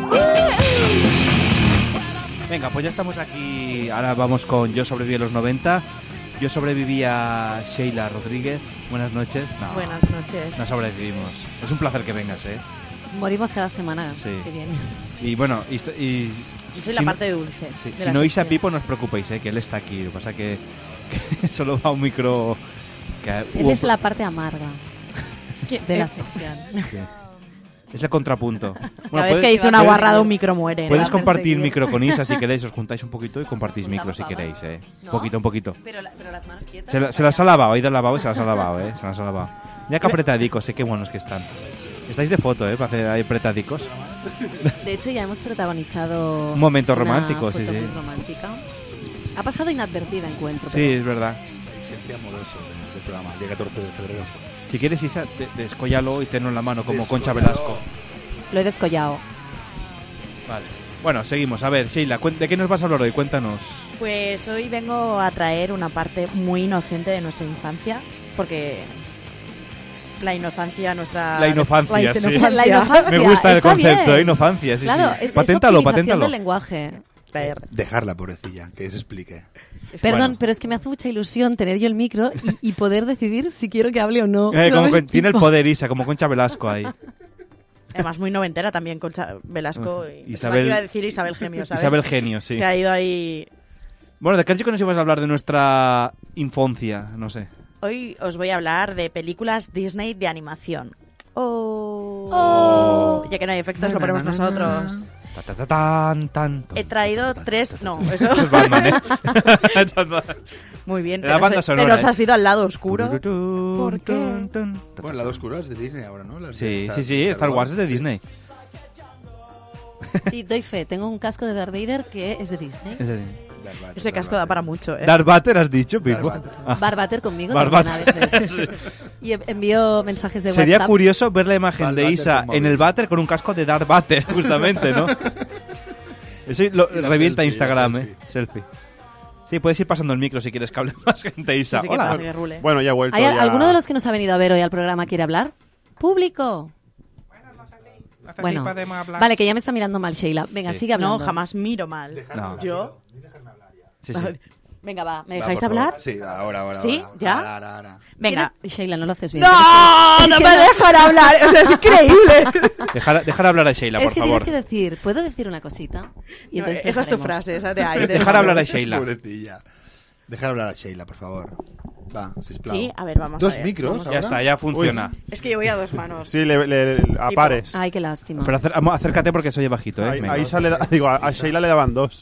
Venga, pues ya estamos aquí. Ahora vamos con Yo sobreviví a los 90. Yo sobreviví a Sheila Rodríguez. Buenas noches. No, Buenas noches. no sobrevivimos. Es un placer que vengas, ¿eh? Morimos cada semana Sí. que viene. Y bueno, y Yo soy la parte dulce. Sí, de si la no oís a sección. Pipo, no os preocupéis, que él está aquí. Lo que pasa que solo va un micro... Él es la parte amarga de la sección. Sí. Es el contrapunto. Cada vez que dice una guarrada, un micro muere. Puedes Va a compartir perseguir. micro con Isa si queréis, os juntáis un poquito y compartís micro si queréis, ¿No? Un poquito. Pero las manos quietas. Se las ha lavado, ha ido al lavabo y se las ha lavado, Se las ha lavado. Mira que apretadicos, qué buenos que están. Estáis de foto, para hacer ahí apretadicos. De hecho, ya hemos protagonizado Un momento una romántico, foto sí. muy romántica. Ha pasado inadvertida, encuentro. Sí, es verdad. Siempre amoroso del programa, el día 14 de febrero. Si quieres, Isa, descóllalo y tenlo en la mano como Descóllalo. Concha Velasco. Lo he descollado. Vale. Bueno, seguimos. A ver, Sheila, ¿de qué nos vas a hablar hoy? Cuéntanos. Pues hoy vengo a traer una parte muy inocente de nuestra infancia, porque la inofancia, nuestra... La inofancia, sí. La inofancia. Me gusta el Está concepto, bien. inofancia, sí, Claro, sí. es Paténtalo, optimización paténtalo. del lenguaje. Dejarla, pobrecilla, que se explique. Perdón, Bueno. pero es que me hace mucha ilusión tener yo el micro y poder decidir si quiero que hable o no. Como ¿Sabes? que tiene el Tipo- poder Isa, como Concha Velasco ahí. Además, muy noventera también, Concha Velasco. Y Isabel- iba a decir Isabel Genio, ¿sabes? Isabel Genio, sí. Se ha ido ahí... Bueno, ¿de qué que nos ibas a hablar de nuestra infancia? No sé. Hoy os voy a hablar de películas Disney de animación. Ya que no hay efectos, lo ponemos nosotros. Tan. He traído tres... No, eso... Eso es Batman, ¿eh? Muy bien, La banda sonora, te nos ¿eh? has ido al lado oscuro. ¿Por qué? Bueno, el lado oscuro es de Disney ahora, ¿no? Sí, Star Wars es de Disney. Sí, doy fe. Tengo un casco de Darth Vader que es de Disney. Es de Disney. Ese casco da para mucho, ¿eh? Darth Vader has dicho, Pisbo. Ah. Barbater conmigo Barbater. también a veces. Y envío mensajes de Sería WhatsApp. curioso ver la imagen de Vader Isa con en móvil. el váter con un casco de Darth Vader, justamente, ¿no? Eso lo Y la revienta selfie, Instagram, la selfie. Sí, puedes ir pasando el micro si quieres que hable más gente, Isa. Sí, que Hola. pase, que rule. Bueno, ya he vuelto. ¿Hay ya... alguno de los que nos ha venido a ver hoy al programa quiere hablar? ¡Público! Bueno, vale, que ya me está mirando mal Sheila. Venga, Sí. sigue hablando. No, jamás miro mal. No. Yo... Sí, sí. Venga, va, ¿me Va, dejáis por favor. hablar? Sí, ahora. ¿Sí? ahora. ¿Ya? Ahora. Venga. Sheila, no lo haces bien. ¡No! Es ¡No que me dejan hablar! O sea, es increíble. Dejar hablar a Sheila, Es por que favor. tienes que decir, ¿puedo decir una cosita? Y entonces Esa es tu dejaremos. frase, esa de ahí. Dejar hablar a Sheila. Pobrecilla. Dejar hablar a Sheila, por favor. Va, sisplau. Sí, a ver, vamos a ver. ¿Dos micros Vamos. ahora? Ya está, ya funciona. Es que yo voy a dos manos. Sí, a pares. Ay, qué lástima. Pero acércate porque soy bajito, ¿eh? Ahí sale, digo, a Sheila le daban 2.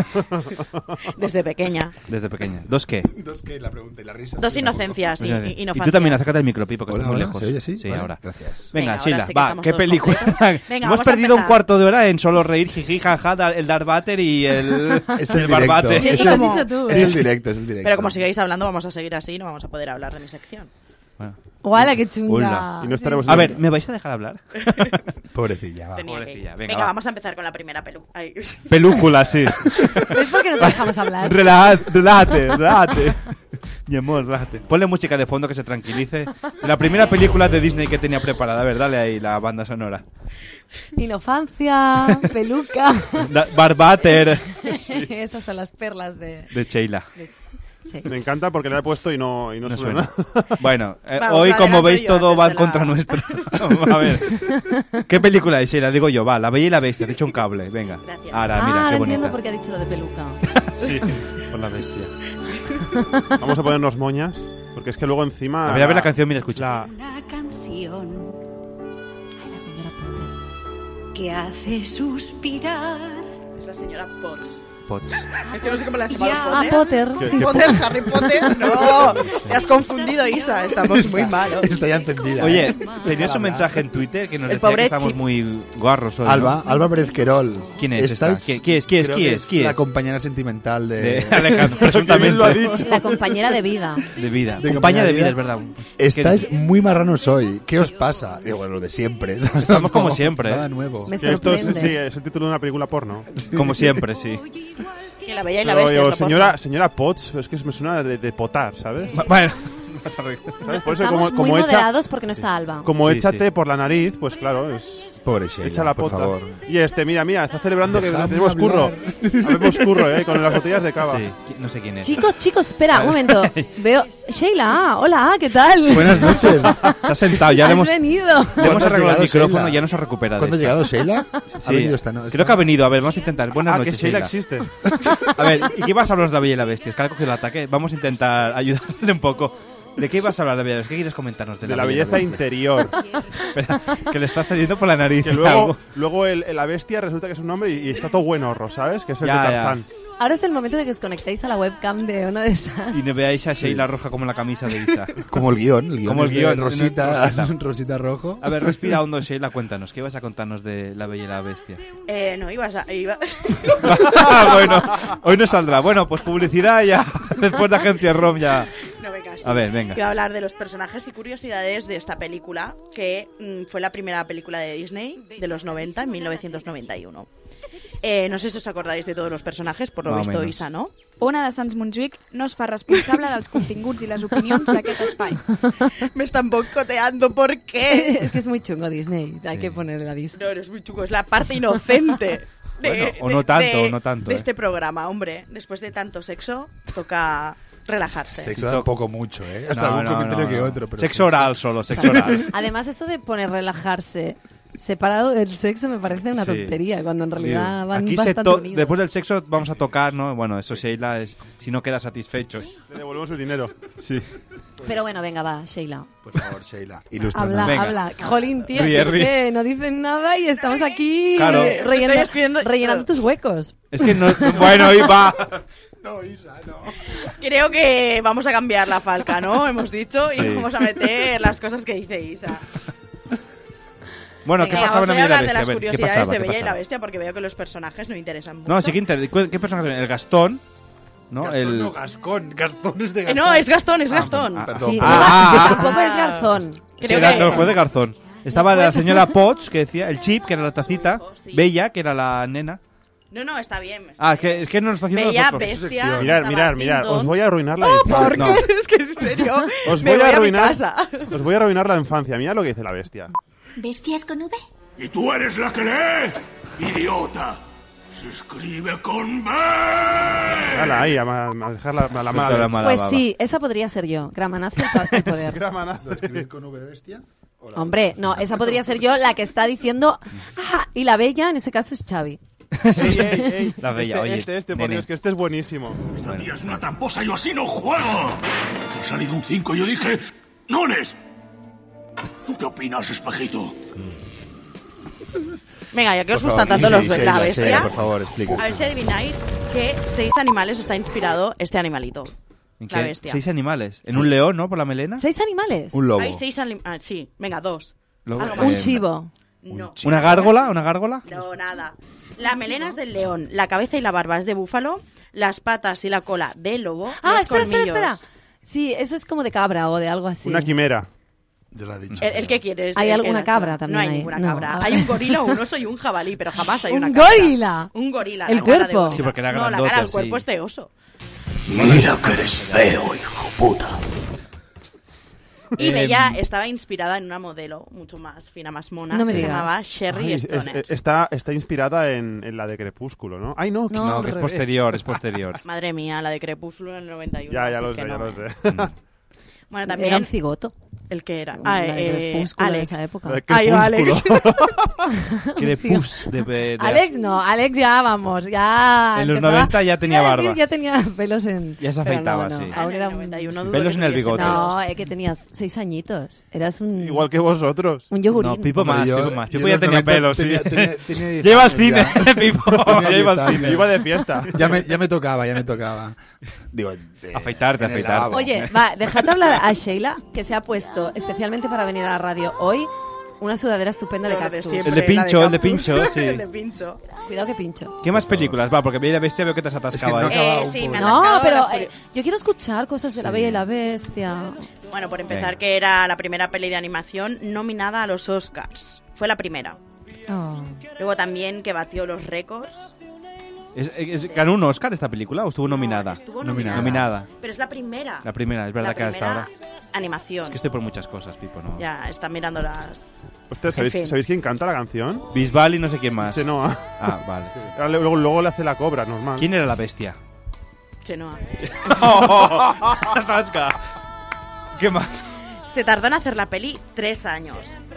Desde pequeña. Desde pequeña. ¿Dos qué? ¿Dos qué? La pregunta y la risa. Dos inocencias. Y tú también acércate al micro, Pipo, que Hola, estás muy hola, lejos. ¿se oye así? Sí, Vale, ahora. gracias. Venga, Ahora Sheila, sí que va, estamos ¿qué todos película? completos. Venga, Hemos vamos a perdido un empezar. cuarto de hora en solo reír, jiji, jaja, el Darth Vader y el barbate. Sí, eso lo has dicho tú. Es el directo, es el directo. Pero como sigáis hablando, vamos a seguir así y no vamos a poder hablar de mi sección. ¡Hola, qué chunga! Hola. Y no estaremos A ver, ¿me vais a dejar hablar? Pobrecilla, va. Pobrecilla, Venga, va. vamos a empezar con la primera Película, sí. ¿Ves por qué no te dejamos hablar? Relájate. Mi amor, relájate. Ponle música de fondo que se tranquilice. La primera película de Disney que tenía preparada. A ver, dale ahí la banda sonora. Inofancia, peluca. Barbater. Sí. Esas son las perlas de Sheila. Sí. Me encanta porque la he puesto y no suena. Bueno, Vamos, hoy vale, como veis yo todo antes va de en contra nuestro. A ver. ¿Qué película es, Sheila? Digo yo, va, La Bella y la Bestia. Te he hecho un cable, venga. Gracias. Ahora, mira, qué entiendo bonita. por qué ha dicho lo de peluca. Sí, por la bestia. Vamos a ponernos moñas, porque es que luego encima... A ver la canción, mira, escucha. Una canción Ay, la señora Potter. que hace suspirar. Es la señora Potts. Potts. Es que no sé cómo la has Ya. llamado. Potter. Sí, Potter, Harry Potter. No, te has confundido, Isa. Estamos muy malos. Está ya encendida. Oye, tenías un mensaje en Twitter que nos El decía pobre que estamos muy guarros hoy, ¿no? Alba Pérez Querol. ¿Quién es esta? Esta ¿Quién es? ¿Quién es? creo ¿Quién que es? ¿Quién La es? compañera sentimental De de... Alejandro, Bien presuntamente. lo ha dicho. La compañera de vida. De vida. De Compañía de vida. vida, es verdad. Estáis muy marranos hoy. ¿Qué os pasa? Digo, lo de siempre. Estamos como siempre, Nada ¿eh? nuevo. Me Esto es, sorprende. sí, es el título de una película porno. Como siempre, sí. Y la Bella y la Pero Bestia. digo, es lo porno. señora Potts, es que me suena de potar, ¿sabes? Bueno, ¿Sabes? Por eso Estamos muy echa, moderados porque no está Alba. como Sí, échate sí. por la nariz, pues claro, es... Pobre Sheila, Echa la por pota. favor. Y mira, está celebrando Dejadme que tenemos curro. hablar. Habemos curro, con las botellas de cava. sí. No sé quién es. Chicos, espera, un momento. Veo... Sheila, hola, ¿qué tal? Buenas noches. Se ha sentado, ya le Has hemos, venido. le hemos ¿Cuándo has arreglado el llegado, micrófono, Sheila? ya nos ha recuperado. ¿Cuándo ha esta. llegado Sheila? Sí. Ha venido esta noche. Creo que ha venido. A ver, vamos a intentar. Buenas Que noches, Sheila Sheila. existe. A ver, ¿y qué vas a hablar de La Bella y la Bestia? Es que ha cogido el ataque. Vamos a intentar ayudarle un poco. ¿De qué ibas a hablar de La Bella y la Bestia? ¿Qué quieres comentarnos de De La la Bella y belleza Bestia? interior. Espera, que le está saliendo por la nariz. Que luego la bestia resulta que es un hombre y está todo buenorro, ¿sabes? Que es el Ya, de ya. Tarzán. Ahora es el momento de que os conectéis a la webcam de una de esas. Y no veáis a Sheila roja como la camisa de Isa. Como el guión. Como el es de guión, Rosita, Rosita. Rosita Rojo. A ver, respira hondo, Sheila, cuéntanos. ¿Qué vas a contarnos de La Bella y la Bestia? No, iba... Bueno, hoy no saldrá. Bueno, pues publicidad ya. Después de Agencia ROM ya. No, venga, sí. A ver, venga. Quiero hablar de los personajes y curiosidades de esta película, que fue la primera película de Disney de los 90, en 1991. No sé si os acordáis de todos los personajes, por lo Más o visto menos. Isa, ¿no? Ona de Sants Montjuïc no es fa responsable dels continguts i les opinions d'aquest espai. Me están boicoteando, ¿por qué? Es que es muy chungo Disney, hay que ponerle la aviso. No, eres muy chuco, es la parte inocente. Bueno, o no tanto, o no tanto, de ¿eh? este programa, hombre. Después de tanto sexo, toca relajarse. Sexo da un poco mucho, ¿eh? Hasta algún comentario que otro. Pero Sexo oral solo, sexo oral. Además, eso de poner relajarse separado del sexo me parece una Sí. tontería, cuando en realidad van Aquí bastante unidos. después del sexo vamos a tocar, ¿no? Bueno, eso Sheila es si no queda satisfecho. Le devolvemos el dinero. Sí. Pero bueno, venga, va, Sheila. Por favor, Sheila, ilústranos. Habla. Jolín, tío, Ríe, que ríe. no dicen nada y estamos aquí Claro. rellenando tus huecos. Es que no... Bueno, Iba. No, Isa, no. Creo que vamos a cambiar la falca, ¿no? Hemos dicho, Sí. y vamos a meter las cosas que dice Isa. Bueno, Venga, ¿qué pasaba vamos en La a Bella y la hablar de Bestia? las A ver, ¿qué curiosidades pasaba? de ¿Qué Bella y la pasaba? Bestia, porque veo que los personajes no interesan mucho. No, sí que ¿qué personaje? El Gastón, ¿no? Gastón, no, Gascón. Gastón es de Gastón. No, es Gastón, es Gastón. Perdón. Sí, Ah, tampoco es Garzón. Creo era que- el juez de Garzón. Estaba la señora Potts, que decía, el Chip, que era la tacita, Bella, que era la nena. No, está bien. Ah, es que no lo está haciendo Bella, nosotros. Bestia. Mirad, Dindon. os voy a arruinar la Oh, infancia. ¿por No. qué? Es que en serio. Os me voy voy a mi arruinar. casa. Os voy a arruinar la infancia. Mira lo que dice la bestia. ¿Bestias con V? ¿Y tú eres la que lee? ¡Idiota! Se escribe con B. Hala, ahí, a dejar la mala. La mala Pues baba. sí, esa podría ser yo. Gramanazo al poder. Gramanazo. ¿Escribir con V bestia? Hombre, no, esa podría ser yo la que está diciendo... Ah, y la bella, en ese caso, es Xavi. Ey. La bella, oye, Por nenes. Dios, que este es buenísimo. Esta tía es una tramposa, yo así no juego. ha salido un 5. Yo dije, ¡nones! ¿Tú qué opinas, espejito? Venga, ya que os gustan tanto los la bestia, por favor, explica. A ver si adivináis qué 6 animales está inspirado este animalito. ¿En la qué? bestia. 6 animales. ¿En un león, no? Por la melena. 6 animales. Un lobo. Hay 6 animales. Sí, venga, 2. Un chivo. No. ¿Una gárgola? ¿Una gárgola? No, nada. La melena es del león, la cabeza y la barba es de búfalo, las patas y la cola del lobo. Ah, espera. Sí, eso es como de cabra o de algo así. Una quimera. Yo lo he dicho. ¿El que quieres? ¿Hay alguna cabra también? No hay ninguna cabra. Hay un gorila, un oso y un jabalí, pero jamás hay una ¿Un cabra. gorila? Un gorila. ¿El la cara cuerpo? de gorila. Sí, porque era no, la grandote, cara del así. cuerpo es de oso. Mira que eres feo, hijo puta. Y Bella estaba inspirada en una modelo mucho más fina, más mona. No me se digas. llamaba Sherry Stoner. Está inspirada en la de Crepúsculo, ¿no? Ay, no, No, que es posterior, es posterior. Madre mía, la de Crepúsculo en el 91. Ya así lo que sé, no. ya lo sé. Bueno, también... Era un cigoto. ¿El que era? La de Crepúsculo de Alex. esa época. Ay, Alex. Crepús de Alex no, Alex ya, vamos, ya... En los empezaba- 90 ya tenía iba a decir, barba. Ya tenía pelos en... Ya se pero afeitaba, no, sí. Aún era un... 91 dudo Pelos que en el tuviese bigote. pelos. No, que tenías 6 añitos. Eras un... Igual que vosotros. Un yogurín. No, Pipo más, Yo- Pipo más. yo Pipo en ya los tenía 90 pelos, sí. tenía 10 Lleva al años cine, ya. Pipo. Tenía Ya iba 10 al cine. años. Iba de fiesta. Ya me tocaba. Digo, Afeitarte. en el lavabo. Oye, va, dejad hablar a Sheila, que se ha puesto especialmente para venir a la radio hoy una sudadera estupenda de Lo de Cactus. siempre, El de Pincho, la el de Pincho, sí. El de Pincho. Cuidado que pincho. ¿Qué más películas? Va, porque Bella y la Bestia veo que te has atascado no ahí. acaba un Sí, poco. me han No, atascado pero las yo quiero escuchar cosas de La Bella y la Bestia. Bueno, por empezar, Venga. que era la primera peli de animación nominada a los Oscars. Fue la primera. Oh. Luego también que batió los récords. ¿Ganó un Oscar esta película o estuvo nominada? Estuvo Nominada. Pero es la primera. La primera, es verdad La que hasta primera ahora. animación. Es que estoy por muchas cosas, Pipo, ¿no? Ya, está mirando las... Hostia, En fin. ¿sabéis quién canta la canción? Bisbal y no sé quién más. Chenoa. Ah, vale. Ahora luego le hace la cobra, normal. ¿Quién era la bestia? Chenoa. Zasca. ¿Qué más? Se tardó en hacer la peli 3 años.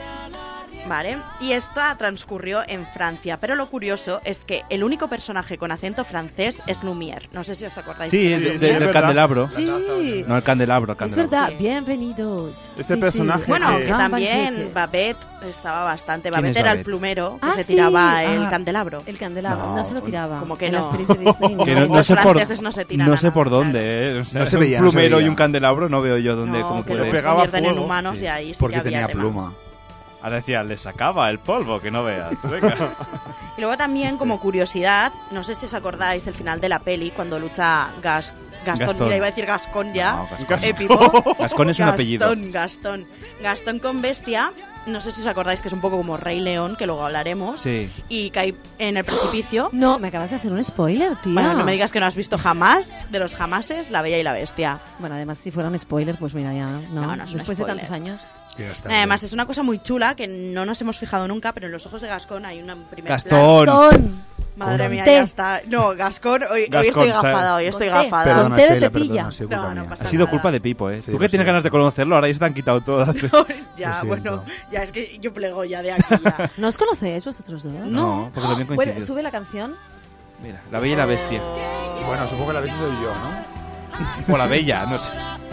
¿Vale? Y esta transcurrió en Francia. Pero lo curioso es que el único personaje con acento francés es Lumière. No sé si os acordáis. Sí, de es Lumière. del candelabro. Sí. No, el candelabro. Es verdad, Sí. bienvenidos. Ese personaje Bueno, que- que Gran también banquete. Babette estaba bastante. ¿Quién Babette es era el Babette? plumero que Ah, se sí. tiraba el Ah, candelabro. El candelabro, no, se lo tiraba. Como que en no. las pelis de Disney. Que no Los sé por, franceses no se tiran no a sé nada, por claro. dónde, O sea, No se veía, un no se plumero veía. y un candelabro no veo yo dónde, cómo que puede. los pegaba convierten en fuego. humanos Sí. y ahí sí Porque que había tenía tema. pluma. Ahora decía, le sacaba el polvo, que no veas. Venga. Y luego también, como curiosidad, no sé si os acordáis del final de la peli, cuando lucha Gastón. Gastón. Mira, iba a decir Gascón ya. No, Gascón. Épico. Gascón es un apellido. Gastón con bestia. No sé si os acordáis que es un poco como Rey León, que luego hablaremos. Sí. Y cae en el precipicio. No, me acabas de hacer un spoiler, tía. Bueno, no me digas que no has visto jamás, de los jamases, La Bella y la Bestia. Bueno, además, si fuera un spoiler, pues mira, ya. No, No es un después de spoiler. tantos años. Además, es una cosa muy chula que no nos hemos fijado nunca, pero en los ojos de Gascón hay una primer Gastón. Gastón. Madre Con mía, T. ya está. No, Gascón, hoy Gascón, estoy ¿sabes? gafada, hoy estoy Con T. gafada. Perdona, Con té de Sheila, tetilla. perdona, ha sido culpa No, no mía. pasa Ha sido culpa de Pipo, ¿eh? Sí, Tú lo que tienes siento. ganas de conocerlo, ahora ya se te han quitado todas. Ya, Lo bueno, siento. ya es que yo plego ya de aquí ya. ¿No os conocéis vosotros dos? No, porque también Bueno, coincidió. sube la canción. Mira, la bella y la bestia. Bueno, supongo que la vez soy yo, ¿no? O la bella, no sé.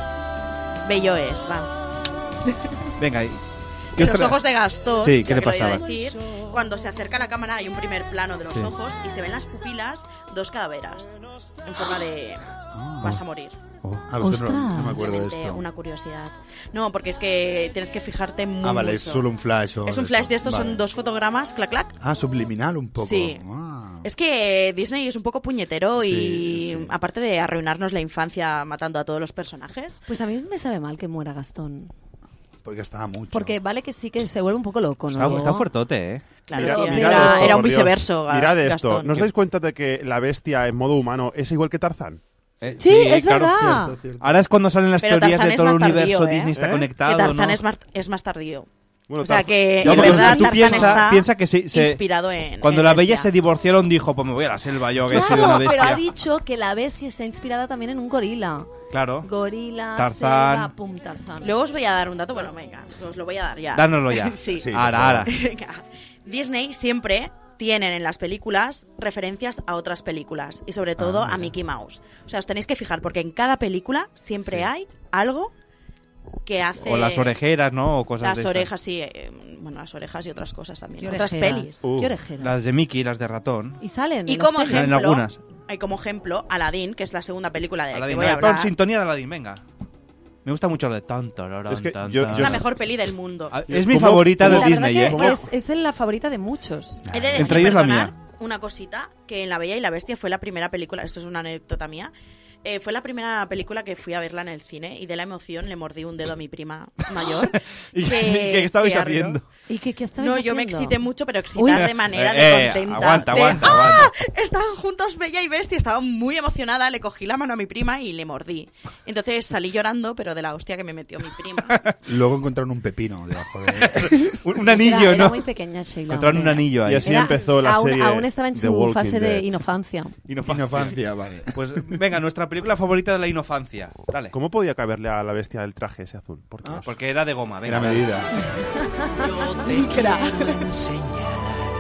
Bello es, va. Venga, En los ojos de Gastón, Sí, ¿qué ya le que lo iba a pasaba? decir, cuando se acerca a la cámara hay un primer plano de los Sí. ojos y se ven las pupilas, 2 calaveras en forma de vas a morir. Pues no me acuerdo de Simplemente esto. una curiosidad. No, porque es que tienes que fijarte mucho. Ah, vale, es solo un flash. Es un flash de estos, Vale. son 2 fotogramas, clac, clac. Ah, subliminal un poco. Sí. Ah. Es que Disney es un poco puñetero y Sí. aparte de arruinarnos la infancia matando a todos los personajes. Pues a mí me sabe mal que muera Gastón. Porque estaba mucho. Porque vale que sí que se vuelve un poco loco, ¿no? está fuertote, ¿eh? Claro, Mira- tío, mirad era, esto, era un por Dios. viceverso. Mirad esto. Gastón. ¿No os dais cuenta de que la bestia en modo humano es igual que Tarzán? Sí, es verdad. Cierto, cierto. Ahora es cuando salen las Pero teorías Tarzán de es todo el más universo tardío, ¿eh? Disney está ¿Eh? conectado, Que Tarzán ¿no? es más tardío. Bueno, O sea que No, en porque verdad tú Tarzán está piensa que se inspirado en cuando en la bella Bestia. se divorciaron dijo, pues me voy a la selva yo, que he sido una Claro, bestia. pero ha dicho que la bestia está inspirada también en un gorila. Claro. Gorila, Tarzán. selva, pum, Tarzán. Luego os voy a dar un dato, bueno, venga, os lo voy a dar ya. Dánoslo ya. Sí. Sí, Ahora. Disney siempre tienen en las películas referencias a otras películas y sobre todo a Mickey Mouse. O sea, os tenéis que fijar porque en cada película siempre hay algo que hace... O las orejeras, ¿no? O cosas las de orejas, sí. Bueno, las orejas y otras cosas también. ¿Qué Otras orejeras? pelis. ¿Qué orejeras? Las de Mickey, las de ratón. Y salen Y en las como pelis. ejemplo, En algunas. hay como ejemplo Aladdin, que es la segunda película de la que Aladdin, voy a pon hablar. sintonía de Aladdin, venga. Me gusta mucho lo de tan, tararán, Es que tan, yo- tan. Es la mejor peli del mundo. Es mi favorita de La Disney, verdad ¿eh? que es la favorita de muchos. He de decir, Entre ellos la perdonar, mía. una cosita, que en La Bella y la Bestia fue la primera película, esto es una anécdota mía, fue la primera película que fui a verla en el cine y de la emoción le mordí un dedo a mi prima mayor. ¿Y qué estabais ardió. haciendo? ¿Y qué estabais No, haciendo? yo me excité mucho, pero excitar de manera de contenta. Aguanta, de, aguanta, ¡ah! aguanta. Estaban juntos Bella y Bestia, estaba muy emocionada, le cogí la mano a mi prima y le mordí. Entonces salí llorando, pero de la hostia que me metió mi prima. Luego encontraron un pepino debajo de... un anillo, Era ¿no? muy pequeña Sheila. Encontraron un anillo ahí. Y así empezó la serie Aún estaba en The su Walking fase de Dead. inofancia. Inofancia, vale. Pues venga, nuestra película favorita de la infancia. Dale. ¿Cómo podía caberle a la bestia el traje ese azul? ¿Por qué? Porque era de goma, venga. Era medida. Yo te Licra. quiero enseñar.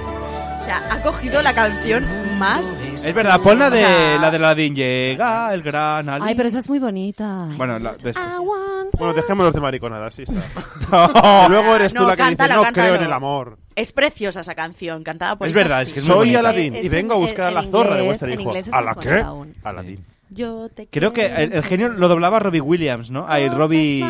O sea, ha cogido la canción más... Es verdad, pon la O sea- de Aladdin. Llega el gran Ali. Ay, pero esa es muy bonita. Bueno, después. Bueno, dejémonos de mariconadas, sí. No. Luego eres tú No, la que cántalo, dice, no cántalo. creo en el amor. Es preciosa esa canción, cantada por Es esa verdad, es sí. que es muy Soy bonita. Aladín y vengo a buscar a la zorra de vuestro en hijo. inglés es ¿A la más qué? bonita aún. Aladín. Yo te Creo que el genio lo doblaba Robbie Williams, ¿no? Ay, Robbie...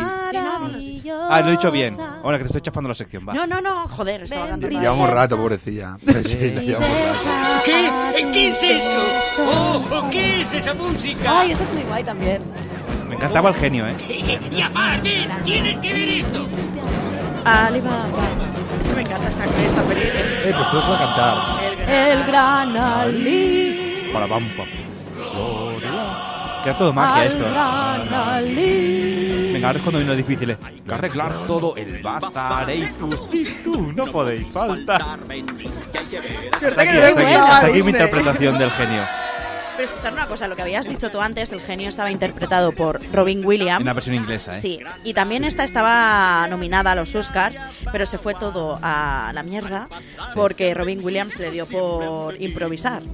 Ah, lo he dicho bien. Ahora que te estoy chafando la sección, va. No, joder, estaba cantando. Llevamos rato, pobrecilla. Sí, llevamos rato. ¿Qué es eso? ¡Oh, qué es esa música! Ay, esa es muy guay también. Me encantaba el genio, ¿eh? ¡Llamar! ¡Ven! ¡Tienes que ver esto! Alibaba. Es que me encanta esta peli. Pues tú vas a cantar. El gran Ali. Para pampa. Queda todo magia esto. Gran Ali. Venga, ahora es cuando viene lo difícil, ¿eh? Que arreglar todo el bazar y tú no podéis faltar. Suerte que Aquí, no lo hasta aquí, encuentro. hasta aquí mi interpretación del genio. Pero escuchar una cosa, lo que habías dicho tú antes, el genio estaba interpretado por Robin Williams. En la versión inglesa, ¿eh? Sí, y también esta estaba nominada a los Oscars, pero se fue todo a la mierda porque Robin Williams le dio por improvisar.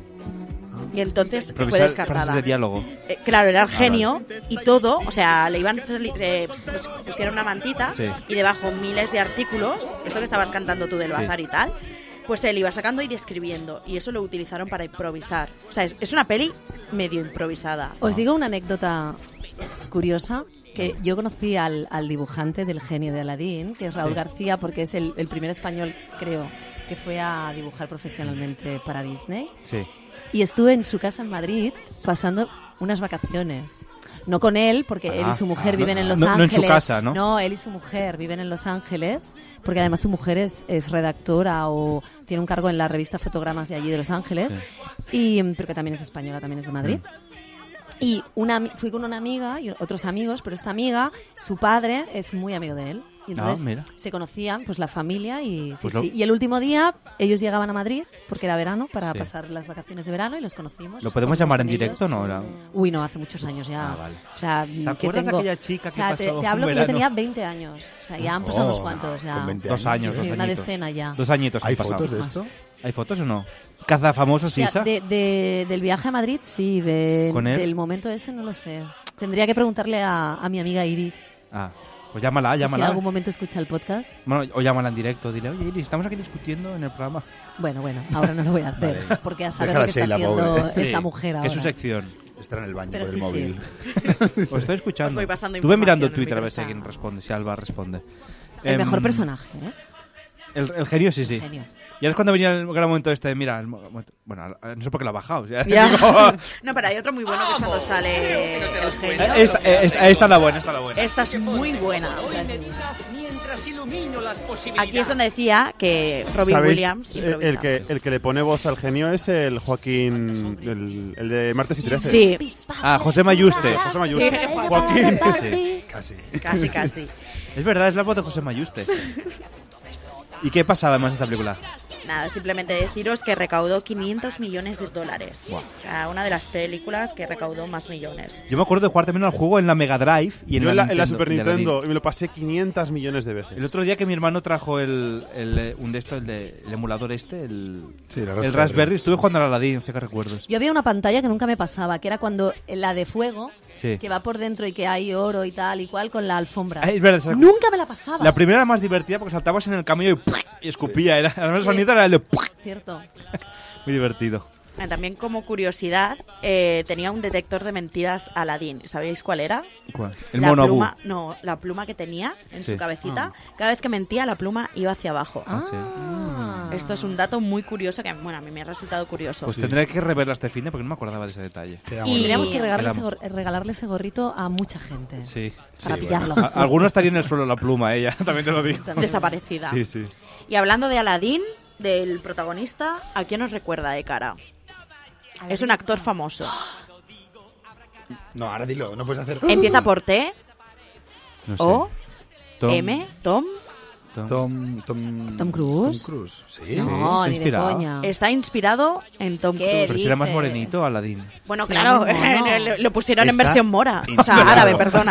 Y entonces fue Improvisar descartada. frases de diálogo. Claro, era el vale. genio y todo, o sea, le iban pues, pusieron una mantita Sí. y debajo miles de artículos, esto que estabas cantando tú del bazar y tal, pues él iba sacando y describiendo y eso lo utilizaron para improvisar. O sea, es una peli medio improvisada. Os digo una anécdota curiosa, que yo conocí al dibujante del genio de Aladín, que es Raúl García, porque es el primer español, creo, que fue a dibujar profesionalmente para Disney. Sí. Y estuve en su casa en Madrid pasando unas vacaciones. No con él, porque él y su mujer viven en Los no Ángeles. en su casa, ¿no? No, él y su mujer viven en Los Ángeles, porque además su mujer es redactora o tiene un cargo en la revista Fotogramas de allí de Los Ángeles, pero que también es española, también es de Madrid. Y fui con una amiga y otros amigos, pero esta amiga, su padre es muy amigo de él. Y entonces mira. se conocían, pues la familia y Pues y el último día ellos llegaban a Madrid porque era verano para pasar las vacaciones de verano y los conocimos. ¿Lo podemos comimos llamar en con ellos. directo no? Uy, no, hace muchos años ya. Vale. O sea, ¿Te acuerdas de aquella chica que pasó te hablo un que yo verano? tenía 20 años. O sea, ya han pasado unos cuantos. Ya. con 20 2 años, Sí, dos una añitos. decena ya. 2 añitos ¿Hay han pasado. fotos de esto? ¿Hay fotos o no? ¿Cazafamosos, O sea, Isa? del viaje a Madrid, sí. ¿Con él? Del momento ese no lo sé. Tendría que preguntarle a mi amiga Iris. Ah, pues llámala, Si en llámala. algún momento escucha el podcast. Bueno, o llámala en directo. Dile, oye, Iris, estamos aquí discutiendo en el programa. Bueno, ahora no lo voy a hacer. Vale. Porque a saber Déjala lo que está Sheila, haciendo pobre. esta Sí, mujer ahora. que es su sección. Estar en el baño Pero con sí, el móvil. Os estoy escuchando. Os voy pasando Estuve mirando información, Twitter a ver el si alguien micro responde, si Alba responde. El mejor personaje, ¿eh? El genio, sí, sí. Genio. Y ahora es cuando venía el gran momento este, mira, bueno, no sé por qué lo ha bajado. Ya. Ya. Digo, No, pero hay otro muy bueno que es cuando sale el genio. esta es la buena, esta es la buena. Esta es muy buena. O sea, Mientras ilumino las posibilidades. aquí es donde decía que Robin ¿Sabéis? Williams El que le pone voz al genio es el Joaquín, el de Martes y 13. Sí. Ah, José Mayuste. José Mayuste. Sí, Joaquín. Sí. Casi. Es verdad, es la voz de José Mayuste. ¿Y qué pasa además en esta película? Nada, simplemente deciros que recaudó $500 millones. Wow. O sea, una de las películas que recaudó más millones. Yo me acuerdo de jugar también al juego en la Mega Drive y en la Super Nintendo, y me lo pasé 500 millones de veces. El otro día que mi hermano trajo el emulador el Raspberry, estuve jugando al Aladdin, no sé qué recuerdos. Yo había una pantalla que nunca me pasaba, que era cuando la de fuego, que va por dentro y que hay oro y tal y cual con la alfombra. Es verdad, nunca me la pasaba. La primera era más divertida porque saltabas en el camello y escupía. Además el sonido era el de... Cierto. Muy divertido. También como curiosidad, tenía un detector de mentiras Aladdin. ¿Sabéis cuál era? ¿Cuál? El mono Abu. No, la pluma que tenía en su cabecita. Cada vez que mentía, la pluma iba hacia abajo. Esto es un dato muy curioso que, bueno, a mí me ha resultado curioso. Pues tendré que reverla este fin porque no me acordaba de ese detalle. Y tendríamos que regalarle ese gorrito a mucha gente. Sí. Para pillarlos. Algunos estarían en el suelo la pluma, ella, también te lo digo. Desaparecida. Sí. Y hablando de Aladdin, del protagonista, ¿a quién nos recuerda de cara? Es un actor famoso. No, ahora dilo, no puedes hacer... Empieza por T, no sé. O, Tom. M, Tom Cruise. Sí. No, ni de coña. Está inspirado en Tom Cruise. Pero si era más morenito, Aladdin. Bueno, sí, claro, lo pusieron en versión mora. O sea, árabe, perdona.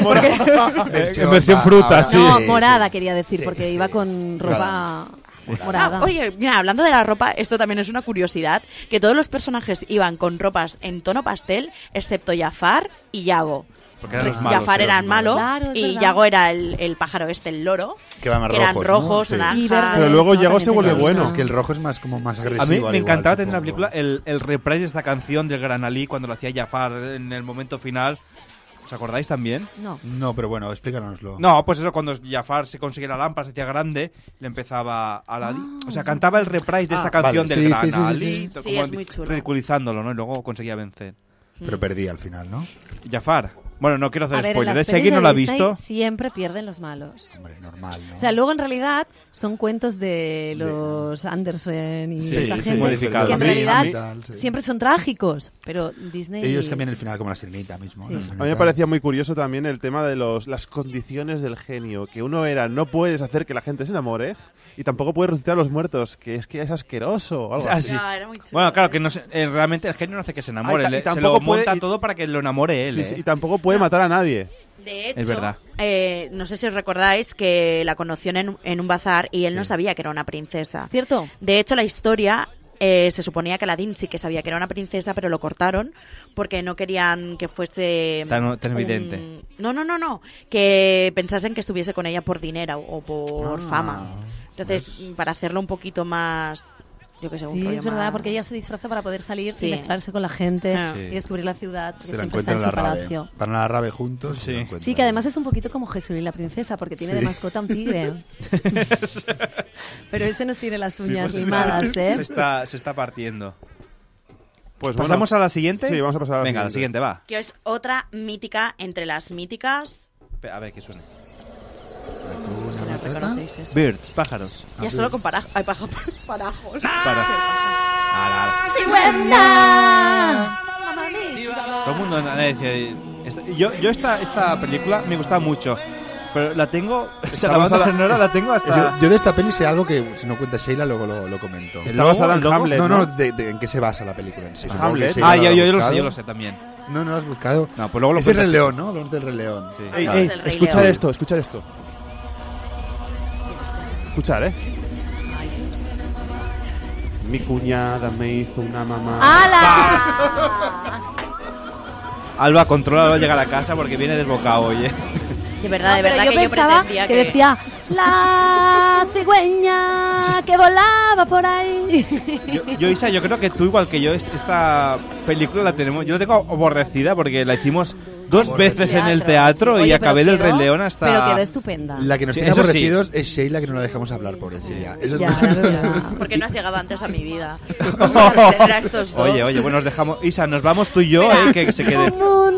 En versión fruta, sí. No, morada quería decir, porque iba con ropa... morada. Oye, mira, hablando de la ropa, esto también es una curiosidad, que todos los personajes iban con ropas en tono pastel, excepto Jafar y Yago. Porque eran los malos, Jafar era el malo, claro, y verdad. Yago era el pájaro el loro, que van eran rojos, ¿no? naranjas. Pero luego Yago se vuelve bueno. Es que el rojo es más como más agresivo. A mí me encantaba tener en la película el reprise de esta canción del Gran Ali cuando lo hacía Jafar en el momento final. ¿Os acordáis también? No, pero bueno, explícanoslo. No, pues eso, cuando Jafar se conseguía la lámpara, se hacía grande, le empezaba a la... O sea, cantaba el reprise de esta canción del Gran Ali, sí, es muy chulo. ridiculizándolo, ¿no? Y luego conseguía vencer. Pero perdía al final, ¿no? Jafar. Bueno, no quiero hacer spoilers. Si alguien alguien no lo ha visto... Siempre pierden los malos. Hombre, normal, ¿no? O sea, luego en realidad son cuentos de los Anderson y esta gente modificados. que en realidad siempre son trágicos, pero Disney... Ellos cambian el final como la Sirenita mismo. Sí. La Sirenita. A mí me parecía muy curioso también el tema de las condiciones del genio, que uno era, no puedes hacer que la gente se enamore y tampoco puedes resucitar a los muertos, que es asqueroso o algo así. No, era muy chulo. Bueno, claro, que no realmente el genio no hace que se enamore, se lo monta todo para que lo enamore él. Sí, y tampoco puede matar a nadie. De hecho, es verdad. No sé si os recordáis que la conoció en un bazar y él no sabía que era una princesa. ¿Cierto? De hecho, la historia se suponía que Aladdin sí que sabía que era una princesa, pero lo cortaron porque no querían que fuese tan evidente. No, que pensasen que estuviese con ella por dinero o por fama. Entonces, para hacerlo un poquito más... Yo que sé, sí, es verdad, porque ella se disfraza para poder salir y mezclarse con la gente y descubrir la ciudad, porque siempre está en su palacio. Van a la rave juntos. Sí, que además es un poquito como Jesús y la princesa, porque tiene de mascota un tigre. Pero ese nos tiene las uñas limadas, ¿eh? Se está partiendo. Pues ¿Pasamos a la siguiente? Sí, vamos a pasar a la Venga, siguiente. la siguiente, va. Que es otra mítica entre las míticas. A ver, que suene. ¿La reconocéis? Birds, pájaros. Ya solo con parajos. Parajos. Todo el mundo decía... Yo esta película me gustaba mucho, pero la tengo... la banda sonora la tengo hasta... Yo de esta peli sé algo que, si no cuenta Sheila, luego lo comento. Está basada en Hamlet, No, ¿en qué se basa la película en sí? Hamlet. Yo lo sé también. No lo has buscado. No, pues luego lo es el Rey León, ¿no? Hablamos del Rey León. Sí. Escuchad esto. Escuchar, Mi cuñada me hizo una mamá. ¡Hala! Alba, controla al llegar a casa porque viene desbocado hoy, De verdad, yo que pensaba yo que decía la cigüeña que volaba por ahí. Isa, yo creo que tú, igual que yo, esta película la tenemos... Yo la tengo aborrecida porque la hicimos 2 veces en el teatro y acabé del Rey León hasta... Pero quedó estupenda. La que nos tiene aborrecidos es Sheila, que no la dejamos hablar, pobrecilla. Porque no has llegado antes a mi vida. A estos dos. Oye, pues nos dejamos... Isa, nos vamos tú y yo, que se quede...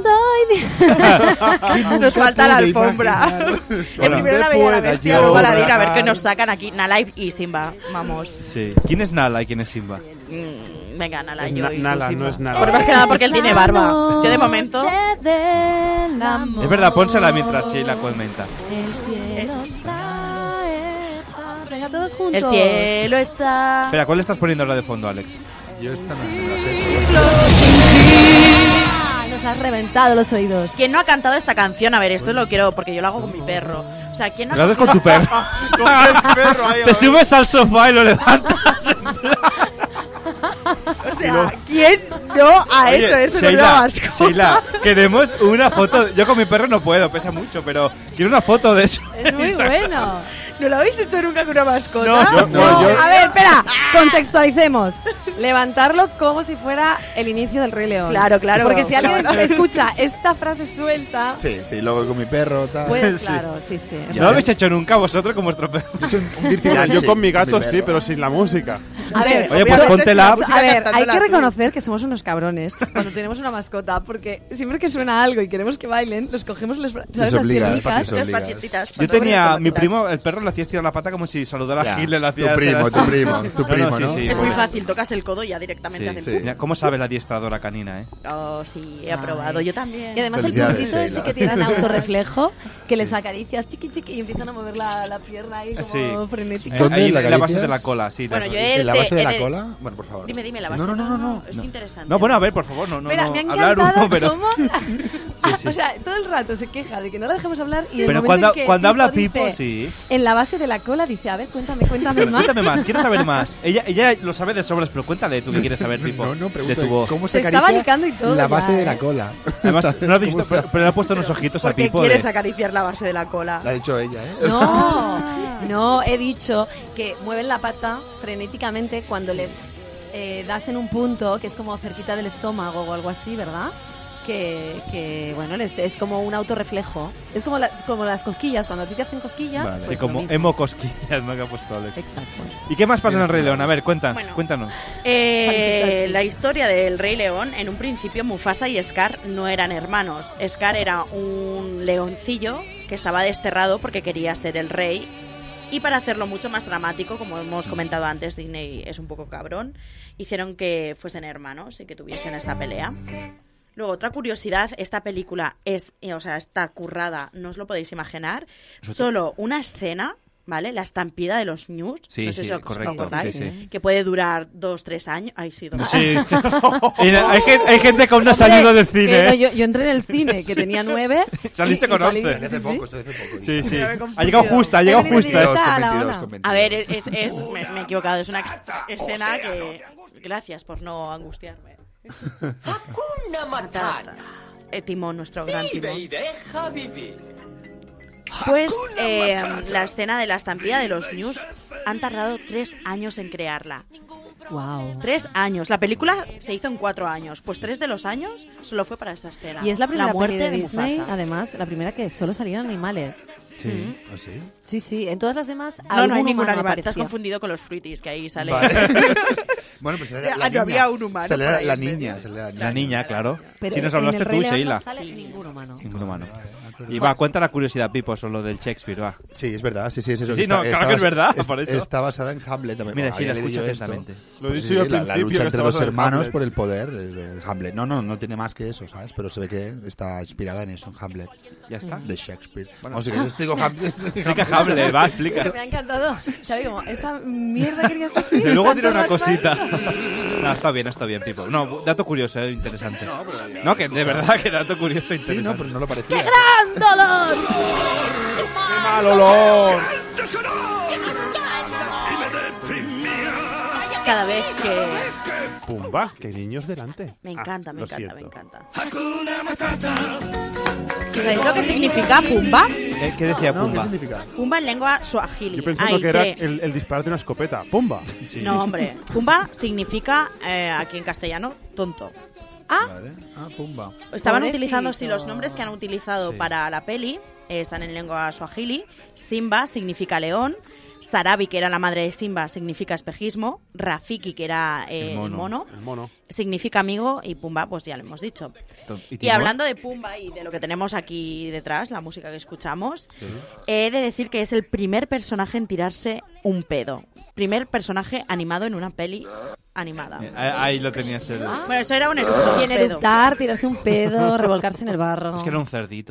Nos falta la alfombra. El primero la Bella y la Bestia, luego la Dina, a ver qué nos sacan aquí. Nala y Simba, vamos. Sí. ¿Quién es Nala y quién es Simba? Venga, Nala, yo y Nala, Simba. no es Nala. Por más que nada porque él tiene barba. Yo de momento... Es verdad, pónsela mientras Sheila comenta. todos juntos. El cielo está... Espera, ¿cuál le estás poniendo ahora de fondo, Alex? Yo esta no me la sé. Nos has reventado los oídos. ¿Quién no ha cantado esta canción? A ver, esto lo quiero porque yo lo hago con mi perro. O sea, ¿quién no ¿Lo haces con tu perro? Con el perro ahí. Te subes al sofá y lo levantas. O sea, ¿quién no ha hecho eso con una mascota? Sheila, queremos una foto. Yo con mi perro no puedo, pesa mucho, pero quiero una foto de eso. Es muy bueno. ¿No lo habéis hecho nunca con una mascota? No, A ver, espera, contextualicemos. Levantarlo como si fuera el inicio del Rey León. Claro. Porque si alguien escucha esta frase suelta... Sí, luego con mi perro, tal. Pues claro, sí. ¿No lo habéis hecho nunca vosotros con vuestro perro? Yo con mi gato sí, pero sin la música. A ver, oye, pues póntela. A ver, hay que reconocer que somos unos cabrones cuando tenemos una mascota, porque siempre que suena algo y queremos que bailen, los cogemos las piernitas. Yo tenía mi primo, el perro le hacía estirar la pata como si saludara a Hitler. Tu primo, ¿no? Es muy fácil, tocas el codo y ya directamente hacen... Mira, ¿cómo sabe la adiestradora canina, Oh, sí, he aprobado, yo también. Y además el puntito ese que tiran autorreflejo, que les acaricias chiqui y empiezan a mover la pierna ahí como frenética. ¿Dónde? En la base de la cola, sí. Bueno, yo ¿En la base de la cola? Bueno, por favor. Dime la base. No. Es interesante. No, bueno, a ver, por favor, no. Espera, me ha hablar encantado pero... cómo... O sea, todo el rato se queja de que no la dejemos hablar y pero cuando habla Pipo, sí. En la base de la cola dice, a ver, cuéntame más. Cuéntame más, quiero saber más. Ella lo sabe de sobras, pero cuéntale tú que quieres saber, Pipo. No, pregunto, de tu voz. ¿cómo se estaba acariciando y todo. La base de la cola. Además, no lo has visto, pero le ha puesto unos ojitos al Pipo. ¿Por qué quieres acariciar la base de la cola? La ha dicho ella, ¿eh? No, he dicho que mueven la pata frenéticamente cuando les das en un punto que es como cerquita del estómago o algo así, ¿verdad? Que bueno, es como un autorreflejo. Es como las cosquillas, cuando a ti te hacen cosquillas. Vale. Pues Sí, como emo cosquillas, ¿no? Que ha puesto Alex. Exacto. ¿Y qué más pasa en el Rey León? A ver, cuéntanos. La historia del Rey León, en un principio Mufasa y Scar no eran hermanos. Scar era un leoncillo que estaba desterrado porque quería ser el rey. Y para hacerlo mucho más dramático, como hemos comentado antes, Disney es un poco cabrón, hicieron que fuesen hermanos y que tuviesen esta pelea. Luego, otra curiosidad, esta película está currada, no os lo podéis imaginar. Solo una escena, ¿vale? La estampida de los News, sí, no sé si os acordáis, sí. que puede durar 2-3 años. Ay, sí, 2 Sí. hay gente que aún no ha salido del cine. No, yo entré en el cine, que tenía 9. Saliste con 11. Hace poco. Sí. Ha llegado justa, ha llegado justa. 22. A ver, me he equivocado, es una escena que... Gracias por no angustiarme. Hakuna Matata. Timón, nuestro gran Timón. Vive y deja vivir. Pues la escena de la estampida de los News han tardado 3 años en crearla. Wow. 3 años. La película se hizo en 4 años. Pues 3 de los años solo fue para esta escena. Y es la primera muerte peli de Disney, Mufasa. Además, la primera que solo salían animales. Sí. ¿Ah, sí? Sí. En todas las demás, No hay ningún humano animal. Te has aparecía. confundido con los Fruities, que ahí sale. Vale. Bueno, pues era la niña. Había un humano. Sale por ahí la en medio. niña. La niña, claro. Pero Si nos en hablaste el Rey tú, León Sheila. no sale ningún humano. Ningún humano. Y va, cuenta la curiosidad, Pipo, sobre lo del Shakespeare, va. Sí, es verdad, sí, es eso. Sí, no, claro que es verdad, por eso. Está basada en Hamlet también. Mira, sí, la había escucho leído esto. atentamente. Lo he Pues dicho sí, yo al la principio, lucha que entre está dos basada en hermanos Hamlet. por el poder de Hamlet. No tiene más que eso, ¿sabes? Pero se ve que está inspirada en eso, en Hamlet. Ya está. De Shakespeare. Bueno, si queréis explico Hamlet. Explica Hamlet, va, explica. Me ha encantado. ¿Sabes cómo? Esta mierda querías decir. Y luego tiene una Tanto cosita. rato. No, está bien, Pipo. No, dato curioso, interesante. No, que de verdad que dato curioso, interesante. Sí, no, pero no lo parecía. ¡Qué gran dolor! ¡Qué mal olor! Cada vez que... Pumba, que niños delante. Me encanta, me lo encanta, siento. me encanta. ¿Sabéis lo que significa Pumba? ¿Qué decía No, ¿qué Pumba? significa? Pumba en lengua suajili. Yo pensando que era el disparar de una escopeta. ¡Pumba! No, hombre. Pumba significa, aquí en castellano, tonto. Vale. Pumba. Estaban Pobrecito. utilizando, si los nombres que han utilizado para la peli están en lengua suajili. Simba significa león. Sarabi, que era la madre de Simba, significa espejismo. Rafiki, que era el mono, El mono. significa amigo. Y Pumba, pues ya lo hemos dicho. Y Timón? hablando de Pumba y de lo que tenemos aquí detrás, la música que escuchamos, he de decir que es el primer personaje en tirarse un pedo. Primer personaje animado en una peli animada. Ahí lo tenías. Bueno, eso era un eructo. Y en pedo. eructar, tirarse un pedo, revolcarse en el barro. Es que era un cerdito, ¿eh?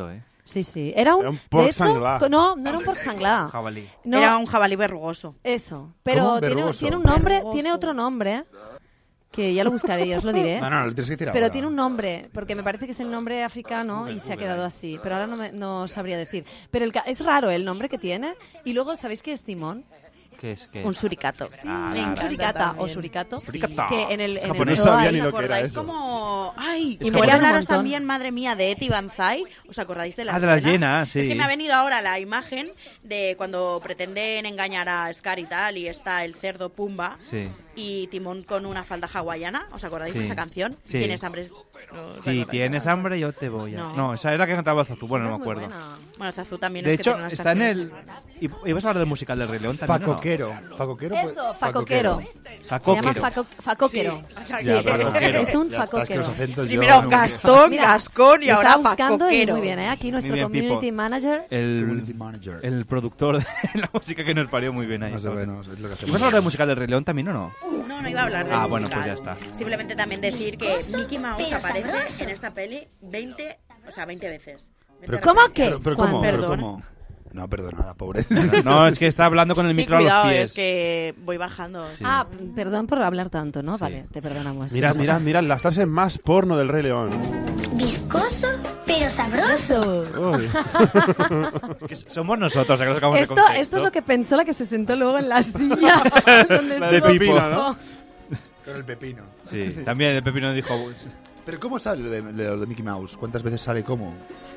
Sí, sí. Era un porc senglar. No era un porc senglar. Jabalí. No, Era un jabalí verrugoso. Eso. Pero tiene un nombre, Verrugoso. tiene otro nombre, que ya lo buscaré, ya os lo diré. No, lo tienes que decir Pero ahora. tiene un nombre, porque me parece que es el nombre africano y se ha quedado así. Pero ahora no sabría decir. Pero es raro el nombre que tiene. Y luego, ¿sabéis qué es timón? ¿Qué es? Un suricato. Un suricata o suricato. Suricata. Que en el Japonés zoo sabía hay- ni ¿Os lo que era acordáis eso. como... Ay, Es y que quería molan un hablaros montón. también, madre mía, de Eti Banzai. ¿Os acordáis de las Ah, de las escenas? llenas, sí. Es que me ha venido ahora la imagen de cuando pretenden engañar a Scar y tal, y está el cerdo Pumba Sí. y Timón con una falda hawaiana. ¿Os acordáis de Sí. esa canción? Sí. ¿Tienes hambre? No, ¿os Si acordáis? tienes hambre, yo te voy a... No. No, esa es la que cantaba Zazú. Bueno, no Esa me es muy acuerdo. buena. Bueno, Zazú también De es que hecho, tiene unas está en canciones el... ¿Ibas a hablar del musical del Rey León también, o no? Facoquero. Esto, facoquero. Se llama Facoquero. facoquero. Sí. Sí, es un Ya está, es que facoquero. los acentos Primero yo... Gastón, Mira, Gascón y lo ahora estaba buscando y facoquero. muy bien, ¿eh? Aquí nuestro Muy bien, community Pipo. manager. Community manager. El productor de la música que nos parió muy bien ahí. Más o menos, es lo que hacemos. ¿Ibas a hablar del musical del Rey León también o no? No iba a hablar de Bueno, pues ya está. Simplemente también decir que Mickey Mouse pero aparece sabroso. en esta peli 20 veces. Pero- ¿Cómo que? Pero ¿Cuándo? ¿cómo? Perdón. ¿Cómo? No, perdona, pobre. No, es que está hablando con el Sí, micro cuidado, a los pies. es que voy bajando. Ah, perdón por hablar tanto, ¿no? Vale, te perdonamos. Mira, las frases más porno del Rey León. Viscoso, pero sabroso. Uy. Que somos nosotros, que nos sacamos de Esto contexto. es lo que pensó la que se sentó luego en la silla. donde La de estuvo Pepino, Pipo. ¿no? Con el pepino. Sí, también el Pepino dijo... Pero ¿cómo sale lo de Mickey Mouse? ¿Cuántas veces sale cómo?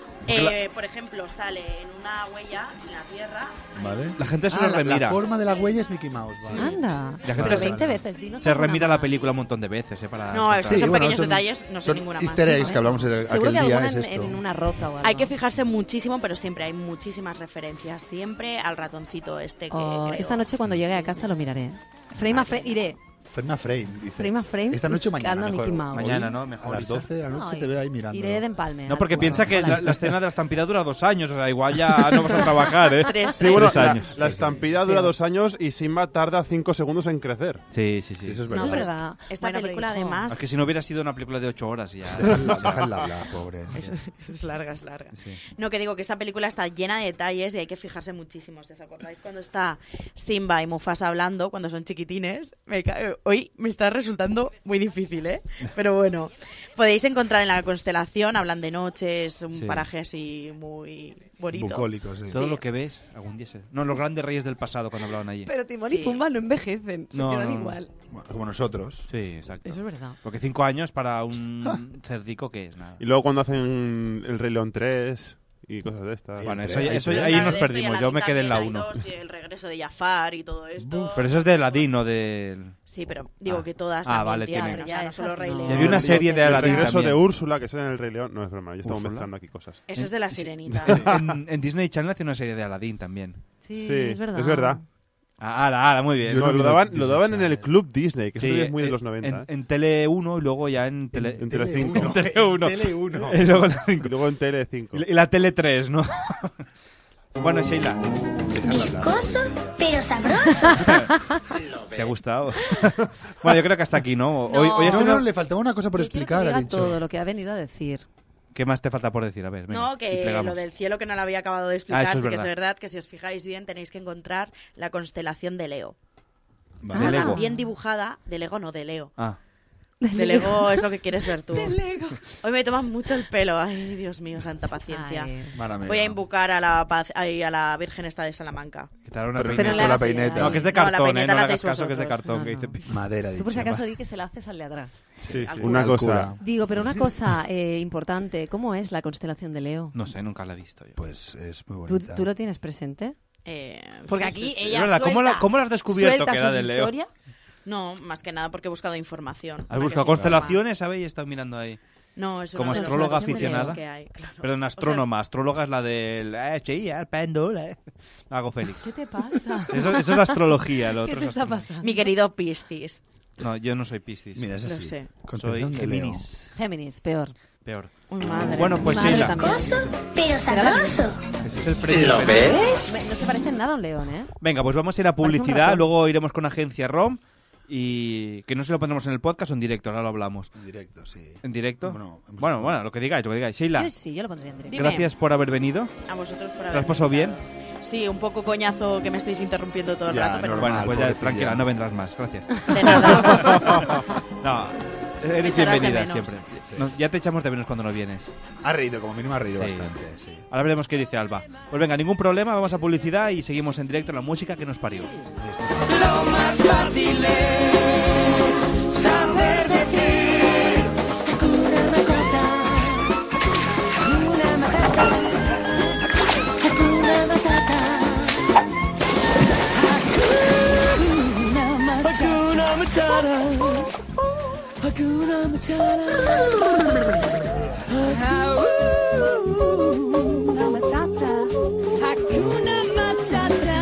Por ejemplo, sale en una huella en la tierra. ¿Vale? La gente se lo remira. La forma de la huella es Mickey Mouse, ¿vale? Anda. La gente Pero se- 20 veces, dinos Se alguna remira la más. película un montón de veces, para... No, encontrar- son pequeños detalles, no sé son ninguna más. easter eggs que hablamos Seguro aquel que día, alguna es esto. en una roca o algo. Hay que fijarse muchísimo, pero siempre hay muchísimas referencias. Siempre al ratoncito este que Oh, creo. esta noche cuando llegue a casa lo miraré. Frame a frame, iré. Frame a frame, dice. Frame a frame, Esta noche o buscando mañana, a mejor. Mickey Mouse. Mañana, ¿no? A Mejor. las 12 de la noche No, te veo ahí mirando. Iré de empalme. No, porque Bueno, piensa que ojalá. la escena de la estampida dura 2 años, o sea, igual ya no vas a trabajar, ¿eh? Sí, bueno, 3 años. la estampida dura 2 años y Simba tarda 5 segundos en crecer. Sí, sí, sí. Eso es Eso verdad. es verdad. Esta Bueno, pero, película, hijo, además, Es que si no hubiera sido una película de 8 horas y ya... Déjala hablar, pobre. es larga, es larga. Sí. No, que digo que esta película está llena de detalles y hay que fijarse muchísimo. ¿Si os acordáis cuando está Simba y Mufasa hablando, cuando son chiquitines? Hoy me está resultando muy difícil, ¿eh? Pero bueno, podéis encontrar en la constelación, hablan de noche, es un Sí. paraje así muy bonito. Bucólico, sí. Todo lo que ves, algún día se... No, los grandes reyes del pasado cuando hablaban allí. Pero Timón y Sí. Pumba no envejecen, se No, quedan no, no. igual. Bueno, como nosotros. Sí, exacto. Eso es verdad. Porque 5 años para un cerdico, ¿qué es? Nada. Y luego cuando hacen el Rey León 3 y cosas de estas. Bueno, Hay eso, tres, eso hay ahí tres. nos Esto y perdimos. Aladdin Yo me quedé en la también 1. hay dos, y el regreso de Jafar y todo esto. Pero eso es de Aladdin, no del... Sí, pero digo Ah. que todas Ah, también vale, tienen, tiene. o sea, no solo esas Rey no. León. Ya vi una serie de El Aladdin regreso también. de Úrsula, que sale en el Rey León. No es broma, ya estamos ¿Úrsula? mezclando aquí cosas. Eso es de la Sirenita. En Disney Channel hace una serie de Aladdin también. Sí, Sí, es verdad. es verdad. Ah, muy bien. Yo No, no vi lo daban Disney en el Channel. Club Disney, que Sí, eso es muy de los 90. En Tele 1 y luego ya en Tele... En Tele 5. En Tele 1. Tele 1. Y luego la 5. Y luego en Tele 5. Y la Tele 3, ¿no? Bueno, Sheila, Viscoso, pero sabroso. ¿te ha gustado? Bueno, yo creo que hasta aquí, ¿no? Hoy No. hoy No, estoy- no, le faltaba una cosa por Yo quiero explicar, que ha diga dicho. todo lo que ha venido a decir. ¿Qué más te falta por decir? A ver, venga, No, y que plegamos. lo del cielo que no lo había acabado de explicar, eso es sí que es verdad. verdad que si os fijáis bien tenéis que encontrar la constelación de Leo. Vale. Está ¿De Lego? tan bien dibujada, de Lego no, de Leo. Ah, De Lego es lo que quieres ver tú. Hoy me toman mucho el pelo. Ay, Dios mío, santa paciencia. Ay. Mala mía. Voy a invocar a la a la Virgen esta de Salamanca. que te hará una Pero peineta. le con la hagas peineta. No, que es de No, la cartón, peineta no la le hagas hacéis caso que es de vosotros. cartón. No, que dice... no. Madera, Tú por si dice. acaso di que se la haces al de atrás. Sí, Al una Al cosa. cura. Digo, pero una cosa importante, ¿cómo es la constelación de Leo? No sé, nunca la he visto yo. Pues es muy ¿Tú, bonita. tú lo tienes presente? Sí, Porque aquí sí. ella Es verdad, suelta, ¿cómo lo has descubierto suelta que era sus de Leo? historias. No, más que nada porque he buscado información. ¿Has Para que buscado se constelaciones, sabéis? Y he estado mirando ahí. informa. No, es Como una de las astróloga constelaciones aficionada. que hay, claro. Perdón, O sea, astrónoma. Astróloga es la del... sí, el péndulo, Hago Félix. ¿Qué te pasa? Eso es astrología, lo ¿Qué otro te es está astronomía. pasando? mi querido Piscis. No, yo no soy Piscis. Mira, es Lo así. sé. Soy Constelación de Leo. Géminis. Géminis, peor. Peor. Uy, madre. Bueno, pues Mi madre Sheila. también. Viscoso, pero sabroso. Ese es el precio. No se parece en nada a un león, ¿eh? Venga, pues vamos a ir a Parece un publicidad, ratón. luego iremos con Agencia ROM Y que no se lo pondremos en el podcast o en directo, ahora lo hablamos. En directo, sí. ¿En directo? Bueno, lo que digáis. Sheila. Sí, yo lo pondría en directo. Gracias por haber venido. A vosotros por haber ¿Te has pasado bien? Sí, un poco coñazo que me estéis interrumpiendo todo el rato, pero bueno, pues ya tranquila, no vendrás más. Gracias. De nada. No, eres bienvenida siempre. Sí. Ya te echamos de menos cuando no vienes. Ha reído, como mínimo ha reído bastante, sí. Ahora veremos qué dice Alba. Pues venga, ningún problema, vamos a publicidad y seguimos en directo en la música que nos parió. Lo más fácil es saber decir Hakuna Matata, Hakuna Matata, Hakuna Matata, Hakuna Matata, Hakuna Matata, Hakuna Matata, Hakuna Matata.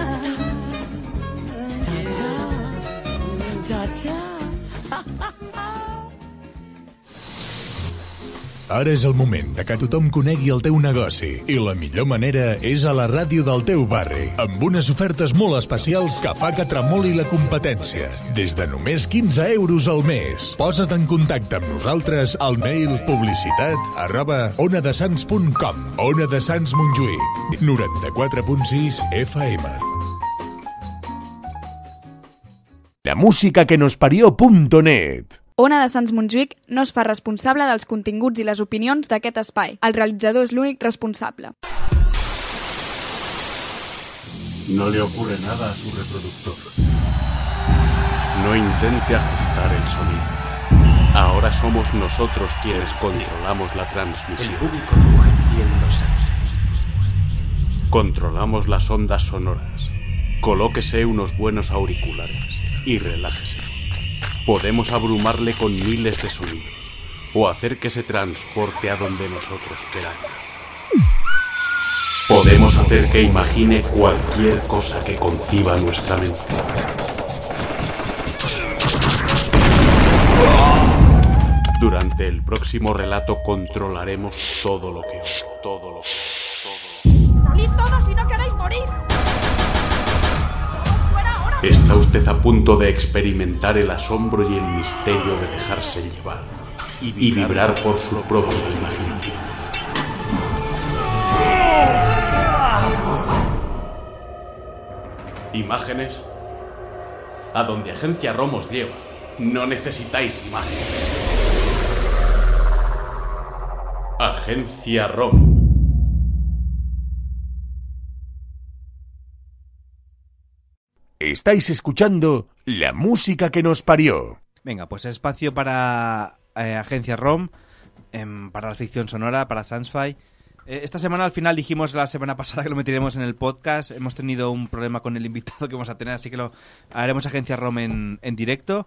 Ara és el moment de que tothom conegui el teu negoci i la millor manera és a la ràdio del teu barri, amb unes ofertes molt especials que fa que tremoli la competència. Des de només 15 euros al mes. Posa't en contacte amb nosaltres al mail publicitat@onadesans.com. Ona de Sants Montjuïc, 94.6 FM. La música que nos parió.net. Ona de Sants Montjuïc no es fa responsable dels continguts i les opinions d'aquest espai. El realitzador és l'únic responsable. No le ocurre nada a su reproductor. No intente ajustar el sonido. Ahora somos nosotros quienes controlamos la transmisión. El público ruge pidiendo sexo. Controlamos las ondas sonoras. Colóquese unos buenos auriculares y relájese. Podemos abrumarle con miles de sonidos o hacer que se transporte a donde nosotros queramos. Podemos hacer que imagine cualquier cosa que conciba nuestra mente. Durante el próximo relato controlaremos todo lo que ¡Salid todos si no queréis morir! Está usted a punto de experimentar el asombro y el misterio de dejarse llevar y vibrar por su propia imaginación. ¿Imágenes? A donde Agencia ROM os lleva. No necesitáis imágenes. Agencia ROM. Estáis escuchando la música que nos parió. Venga, pues espacio para Agencia ROM, para la ficción sonora, para Sansfy. Esta semana al final dijimos la semana pasada que lo meteremos en el podcast. Hemos tenido un problema con el invitado que vamos a tener, así que lo haremos Agencia ROM en directo.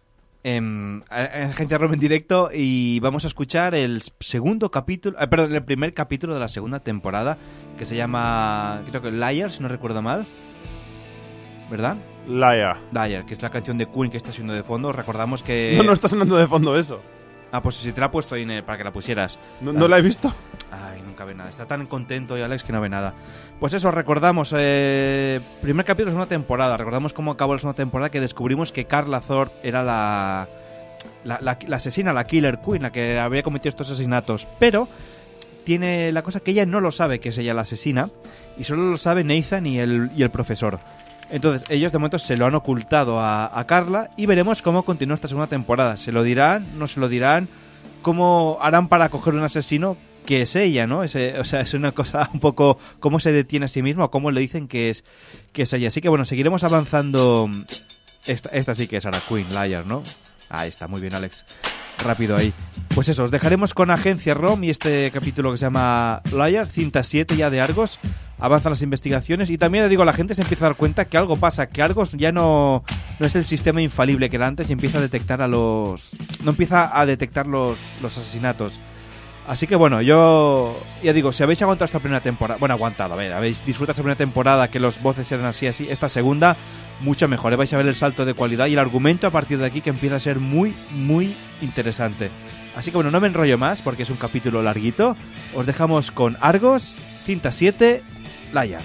Agencia ROM en directo y vamos a escuchar el segundo capítulo, el primer capítulo de la segunda temporada, que se llama, creo que Liar, si no recuerdo mal. ¿Verdad? Liar, que es la canción de Queen que está sonando de fondo. Recordamos que... No está sonando de fondo eso. Ah, pues si te la he puesto ahí para que la pusieras. ¿No la he visto? Ay, nunca ve nada. Está tan contento hoy Alex que no ve nada. Pues eso, recordamos. Primer capítulo de una temporada. Recordamos cómo acabó la segunda temporada, que descubrimos que Carla Thorpe era la asesina, la Killer Queen, la que había cometido estos asesinatos. Pero tiene la cosa que ella no lo sabe, que es ella la asesina, y solo lo sabe Nathan y el profesor. Entonces, ellos de momento se lo han ocultado a Carla y veremos cómo continúa esta segunda temporada. ¿Se lo dirán? ¿No se lo dirán? ¿Cómo harán para coger un asesino que es ella, no? O sea, es una cosa un poco... ¿Cómo se detiene a sí mismo o cómo le dicen que es ella? Así que bueno, seguiremos avanzando. Esta sí que es Sarah Queen, Liar, ¿no? Ahí está, muy bien, Alex. Rápido ahí. Pues eso, os dejaremos con Agencia ROM y este capítulo que se llama Liar, cinta 7 ya de Argos. Avanzan las investigaciones y también, digo, la gente se empieza a dar cuenta que algo pasa, que Argos ya no es el sistema infalible que era antes y empieza a detectar no empieza a detectar los asesinatos. Así que bueno, yo ya digo, si habéis aguantado esta primera temporada, bueno, aguantado, a ver, habéis disfrutado esta primera temporada, que los voces eran así, esta segunda, mucho mejor, vais a ver el salto de calidad y el argumento a partir de aquí que empieza a ser muy, muy interesante. Así que bueno, no me enrollo más porque es un capítulo larguito, os dejamos con Argos, cinta 7, Liar.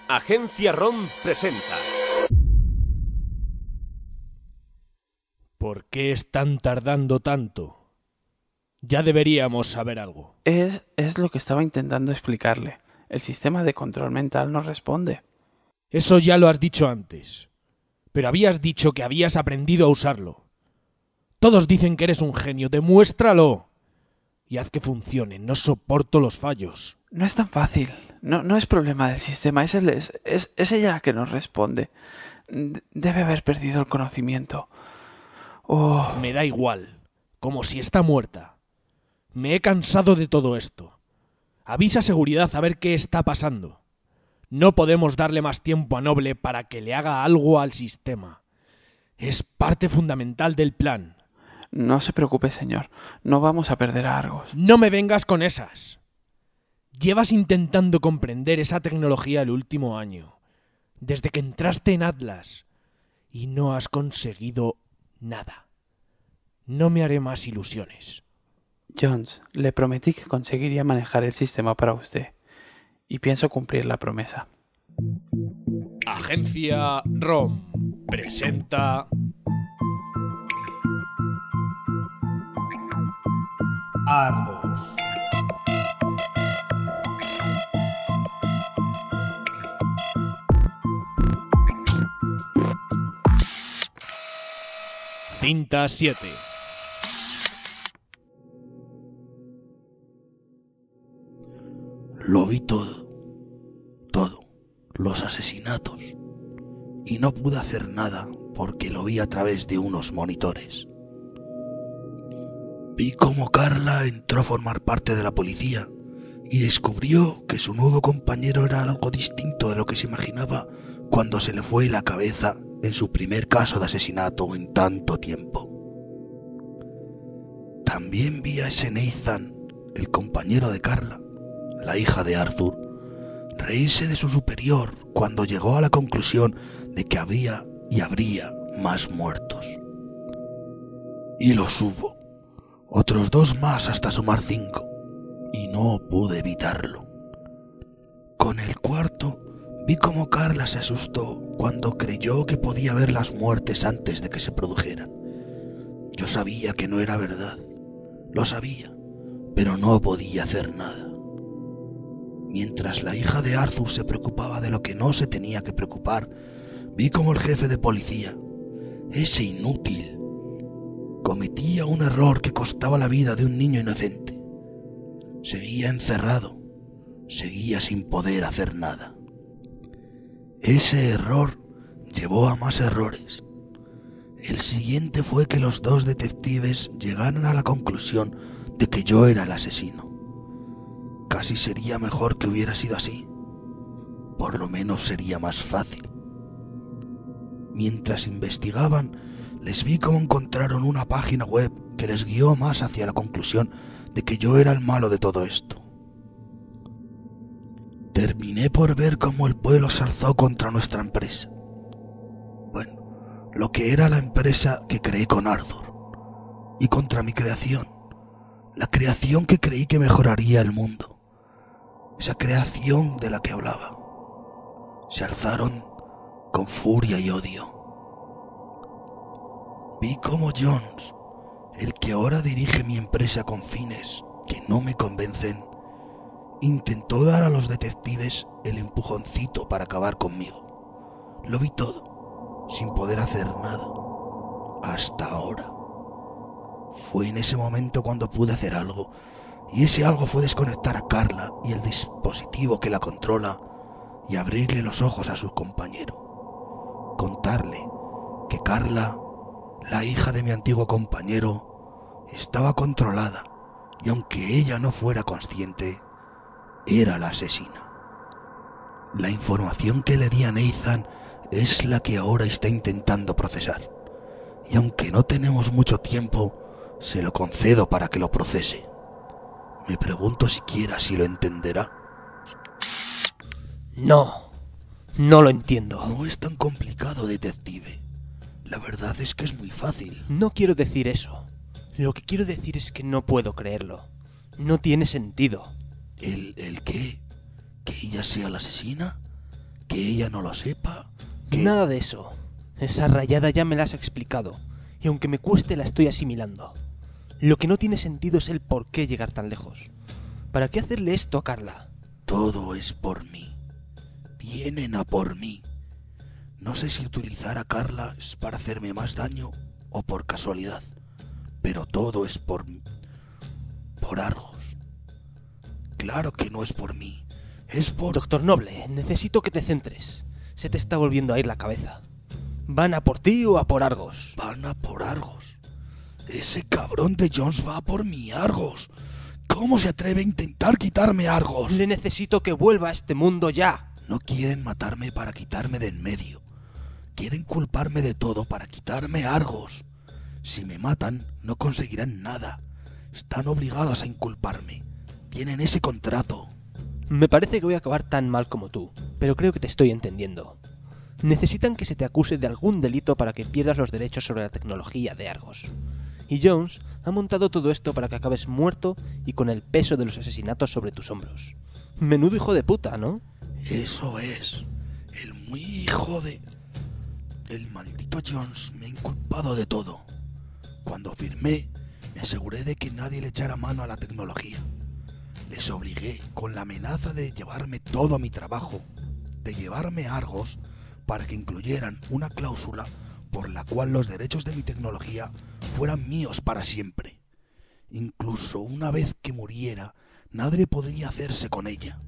Agencia ROM presenta. ¿Por qué están tardando tanto? Ya deberíamos saber algo. Es lo que estaba intentando explicarle. El sistema de control mental no responde. Eso ya lo has dicho antes. Pero habías dicho que habías aprendido a usarlo. Todos dicen que eres un genio. ¡Demuéstralo! Y haz que funcione. No soporto los fallos. No es tan fácil. No es problema del sistema. Es ella la que no responde. Debe haber perdido el conocimiento. Oh. Me da igual. Como si está muerta. Me he cansado de todo esto. Avisa a seguridad a ver qué está pasando. No podemos darle más tiempo a Noble para que le haga algo al sistema. Es parte fundamental del plan. No se preocupe, señor. No vamos a perder a Argos. No me vengas con esas. Llevas intentando comprender esa tecnología el último año, desde que entraste en Atlas, y no has conseguido nada. No me haré más ilusiones. Jones, le prometí que conseguiría manejar el sistema para usted, y pienso cumplir la promesa. Agencia ROM presenta... Argos. Cinta 7. Lo vi todo, los asesinatos, y no pude hacer nada porque lo vi a través de unos monitores. Vi cómo Carla entró a formar parte de la policía y descubrió que su nuevo compañero era algo distinto de lo que se imaginaba cuando se le fue la cabeza en su primer caso de asesinato en tanto tiempo. También vi a ese Nathan, el compañero de Carla, la hija de Arthur, reírse de su superior cuando llegó a la conclusión de que había y habría más muertos. Y los hubo. Otros 2 más hasta sumar 5, y no pude evitarlo. Con el cuarto, vi cómo Carla se asustó cuando creyó que podía ver las muertes antes de que se produjeran. Yo sabía que no era verdad, lo sabía, pero no podía hacer nada. Mientras la hija de Arthur se preocupaba de lo que no se tenía que preocupar, vi cómo el jefe de policía, ese inútil, cometía un error que costaba la vida de un niño inocente. Seguía encerrado, seguía sin poder hacer nada. Ese error llevó a más errores. El siguiente fue que los 2 detectives llegaron a la conclusión de que yo era el asesino. Casi sería mejor que hubiera sido así. Por lo menos sería más fácil. Mientras investigaban, les vi cómo encontraron una página web que les guió más hacia la conclusión de que yo era el malo de todo esto. Terminé por ver cómo el pueblo se alzó contra nuestra empresa. Bueno, lo que era la empresa que creé con Arthur. Y contra mi creación. La creación que creí que mejoraría el mundo. Esa creación de la que hablaba. Se alzaron con furia y odio. Vi cómo Jones, el que ahora dirige mi empresa con fines que no me convencen, intentó dar a los detectives el empujoncito para acabar conmigo. Lo vi todo, sin poder hacer nada. Hasta ahora. Fue en ese momento cuando pude hacer algo, y ese algo fue desconectar a Carla y el dispositivo que la controla y abrirle los ojos a su compañero. Contarle que Carla, la hija de mi antiguo compañero, estaba controlada y aunque ella no fuera consciente, era la asesina. La información que le di a Nathan es la que ahora está intentando procesar. Y aunque no tenemos mucho tiempo, se lo concedo para que lo procese. Me pregunto siquiera si lo entenderá. No lo entiendo. No es tan complicado, detective. La verdad es que es muy fácil. No quiero decir eso. Lo que quiero decir es que no puedo creerlo. No tiene sentido. ¿El qué? ¿Que ella sea la asesina? Que ella no lo sepa. Nada de eso. Esa rayada ya me la has explicado. Y aunque me cueste, la estoy asimilando. Lo que no tiene sentido es el por qué llegar tan lejos. ¿Para qué hacerle esto a Carla? Todo es por mí. Vienen a por mí. No sé si utilizar a Carla es para hacerme más daño o por casualidad. Pero todo es por Argos. Claro que no es por mí. Es por... Doctor Noble, necesito que te centres. Se te está volviendo a ir la cabeza. ¿Van a por ti o a por Argos? Van a por Argos. Ese cabrón de Jones va a por mi Argos. ¿Cómo se atreve a intentar quitarme Argos? Le necesito que vuelva a este mundo ya. No quieren matarme para quitarme de en medio. Quieren culparme de todo para quitarme Argos. Si me matan, no conseguirán nada. Están obligados a inculparme. Tienen ese contrato. Me parece que voy a acabar tan mal como tú, pero creo que te estoy entendiendo. Necesitan que se te acuse de algún delito para que pierdas los derechos sobre la tecnología de Argos. Y Jones ha montado todo esto para que acabes muerto y con el peso de los asesinatos sobre tus hombros. Menudo hijo de puta, ¿no? Eso es. El muy hijo de... El maldito Jones me ha inculpado de todo. Cuando firmé, me aseguré de que nadie le echara mano a la tecnología. Les obligué con la amenaza de llevarme todo mi trabajo, de llevarme a Argos para que incluyeran una cláusula por la cual los derechos de mi tecnología fueran míos para siempre. Incluso una vez que muriera, nadie podría hacerse con ella.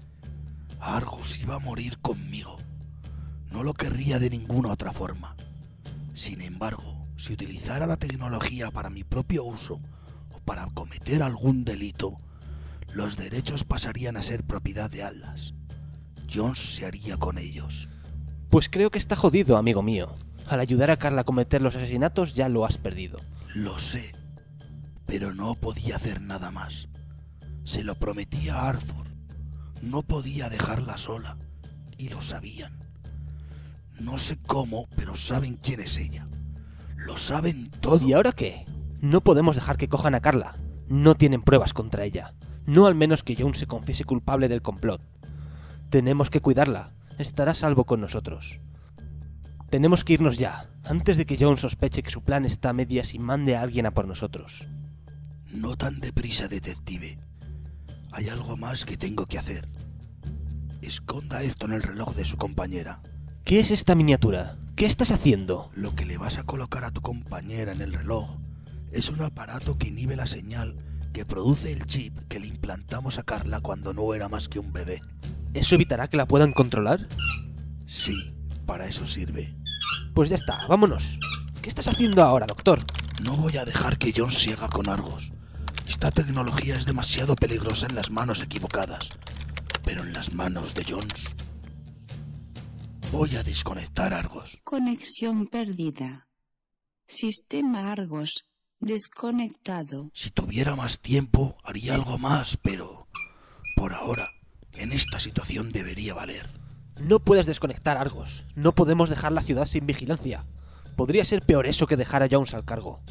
Argos iba a morir conmigo. No lo querría de ninguna otra forma. Sin embargo, si utilizara la tecnología para mi propio uso o para cometer algún delito, los derechos pasarían a ser propiedad de Atlas. Jones se haría con ellos. Pues creo que está jodido, amigo mío. Al ayudar a Carla a cometer los asesinatos ya lo has perdido. Lo sé, pero no podía hacer nada más. Se lo prometí a Arthur. No podía dejarla sola, y lo sabían. No sé cómo, pero saben quién es ella. Lo saben todo. ¿Y ahora qué? No podemos dejar que cojan a Carla. No tienen pruebas contra ella. No al menos que Jones se confiese culpable del complot. Tenemos que cuidarla. Estará a salvo con nosotros. Tenemos que irnos ya, antes de que Jones sospeche que su plan está a medias y mande a alguien a por nosotros. No tan deprisa, detective. Hay algo más que tengo que hacer. Esconda esto en el reloj de su compañera. ¿Qué es esta miniatura? ¿Qué estás haciendo? Lo que le vas a colocar a tu compañera en el reloj es un aparato que inhibe la señal que produce el chip que le implantamos a Carla cuando no era más que un bebé. ¿Eso evitará que la puedan controlar? Sí, para eso sirve. Pues ya está, vámonos. ¿Qué estás haciendo ahora, doctor? No voy a dejar que Jones siga con Argos. Esta tecnología es demasiado peligrosa en las manos equivocadas. Pero en las manos de Jones... Voy a desconectar Argos. Conexión perdida. Sistema Argos desconectado. Si tuviera más tiempo, haría algo más, pero... Por ahora, en esta situación debería valer. No puedes desconectar Argos. No podemos dejar la ciudad sin vigilancia. Podría ser peor eso que dejar a Jones al cargo.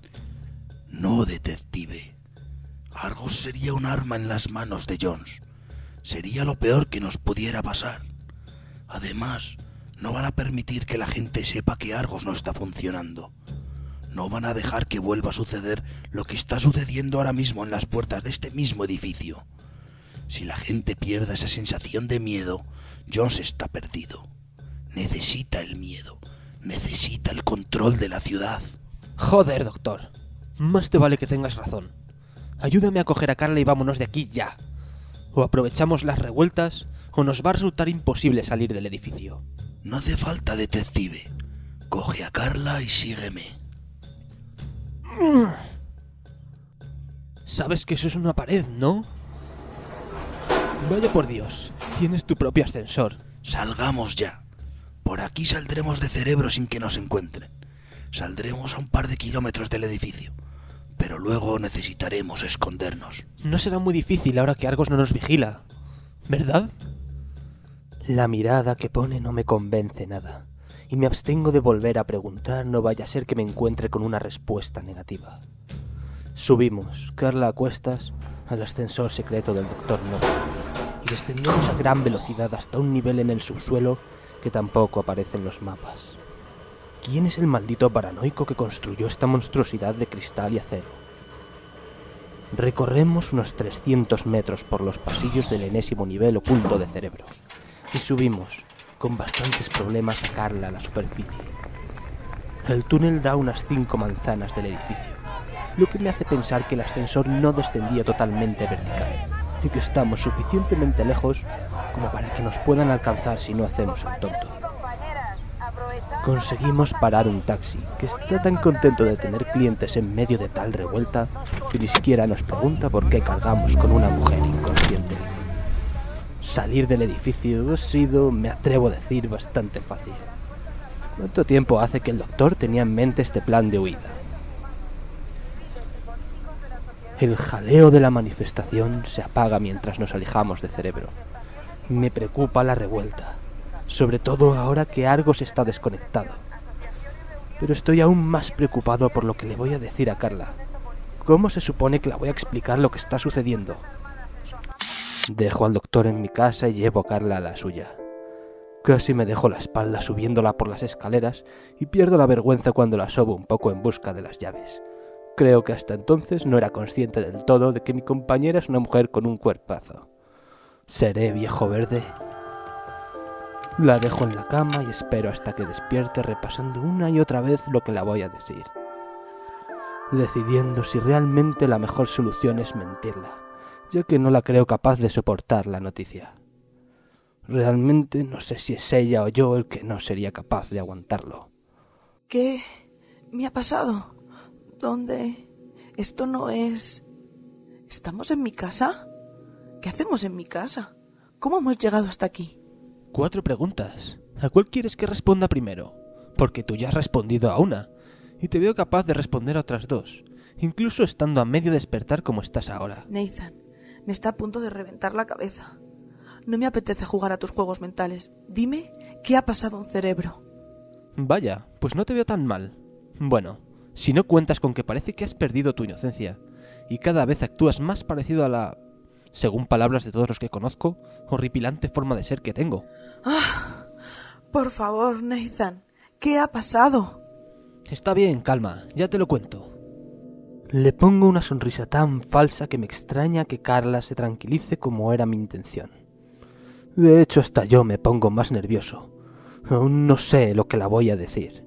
No, detective. Argos sería un arma en las manos de Jones. Sería lo peor que nos pudiera pasar. Además, no van a permitir que la gente sepa que Argos no está funcionando. No van a dejar que vuelva a suceder lo que está sucediendo ahora mismo en las puertas de este mismo edificio. Si la gente pierde esa sensación de miedo, Jones está perdido. Necesita el miedo. Necesita el control de la ciudad. Joder, doctor. Más te vale que tengas razón. Ayúdame a coger a Carla y vámonos de aquí ya. O aprovechamos las revueltas, o nos va a resultar imposible salir del edificio. No hace falta, detective. Coge a Carla y sígueme. Sabes que eso es una pared, ¿no? Vaya por Dios, tienes tu propio ascensor. Salgamos ya. Por aquí saldremos de cerebro sin que nos encuentren. Saldremos a un par de kilómetros del edificio. Pero luego necesitaremos escondernos. No será muy difícil ahora que Argos no nos vigila, ¿verdad? La mirada que pone no me convence nada, y me abstengo de volver a preguntar, no vaya a ser que me encuentre con una respuesta negativa. Subimos, Carla a cuestas, al ascensor secreto del Dr. No, y Descendemos a gran velocidad hasta un nivel en el subsuelo que tampoco aparece en los mapas. ¿Quién es el maldito paranoico que construyó esta monstruosidad de cristal y acero? Recorremos unos 300 metros por los pasillos del enésimo nivel oculto de cerebro y subimos, con bastantes problemas, a Carla a la superficie. El túnel da unas 5 manzanas del edificio, lo que me hace pensar que el ascensor no descendía totalmente vertical y que estamos suficientemente lejos como para que nos puedan alcanzar si no hacemos el tonto. Conseguimos parar un taxi que está tan contento de tener clientes en medio de tal revuelta que ni siquiera nos pregunta por qué cargamos con una mujer inconsciente. Salir del edificio ha sido, me atrevo a decir, bastante fácil. ¿Cuánto tiempo hace que el doctor tenía en mente este plan de huida? El jaleo de la manifestación se apaga mientras nos alejamos de cerebro. Me preocupa la revuelta, sobre todo ahora que Argos está desconectado. Pero estoy aún más preocupado por lo que le voy a decir a Carla. ¿Cómo se supone que la voy a explicar lo que está sucediendo? Dejo al doctor en mi casa y llevo a Carla a la suya. Casi me dejo la espalda subiéndola por las escaleras y pierdo la vergüenza cuando la sobo un poco en busca de las llaves. Creo que hasta entonces no era consciente del todo de que mi compañera es una mujer con un cuerpazo. ¿Seré viejo verde? La dejo en la cama y espero hasta que despierte, repasando una y otra vez lo que la voy a decir, decidiendo si realmente la mejor solución es mentirla, ya que no la creo capaz de soportar la noticia. Realmente no sé si es ella o yo el que no sería capaz de aguantarlo. ¿Qué me ha pasado? ¿Dónde? Esto no es... ¿Estamos en mi casa? ¿Qué hacemos en mi casa? ¿Cómo hemos llegado hasta aquí? 4 preguntas. ¿A cuál quieres que responda primero? Porque tú ya has respondido a una, y te veo capaz de responder a otras 2, incluso estando a medio despertar como estás ahora. Nathan, me está a punto de reventar la cabeza. No me apetece jugar a tus juegos mentales. Dime qué ha pasado en cerebro. Vaya, pues no te veo tan mal. Bueno, si no cuentas con que parece que has perdido tu inocencia, y cada vez actúas más parecido a la, según palabras de todos los que conozco, horripilante forma de ser que tengo. ¡Ah! Por favor, Nathan, ¿qué ha pasado? Está bien, calma, ya te lo cuento. Le pongo una sonrisa tan falsa que me extraña que Carla se tranquilice como era mi intención. De hecho, hasta yo me pongo más nervioso. Aún no sé lo que la voy a decir.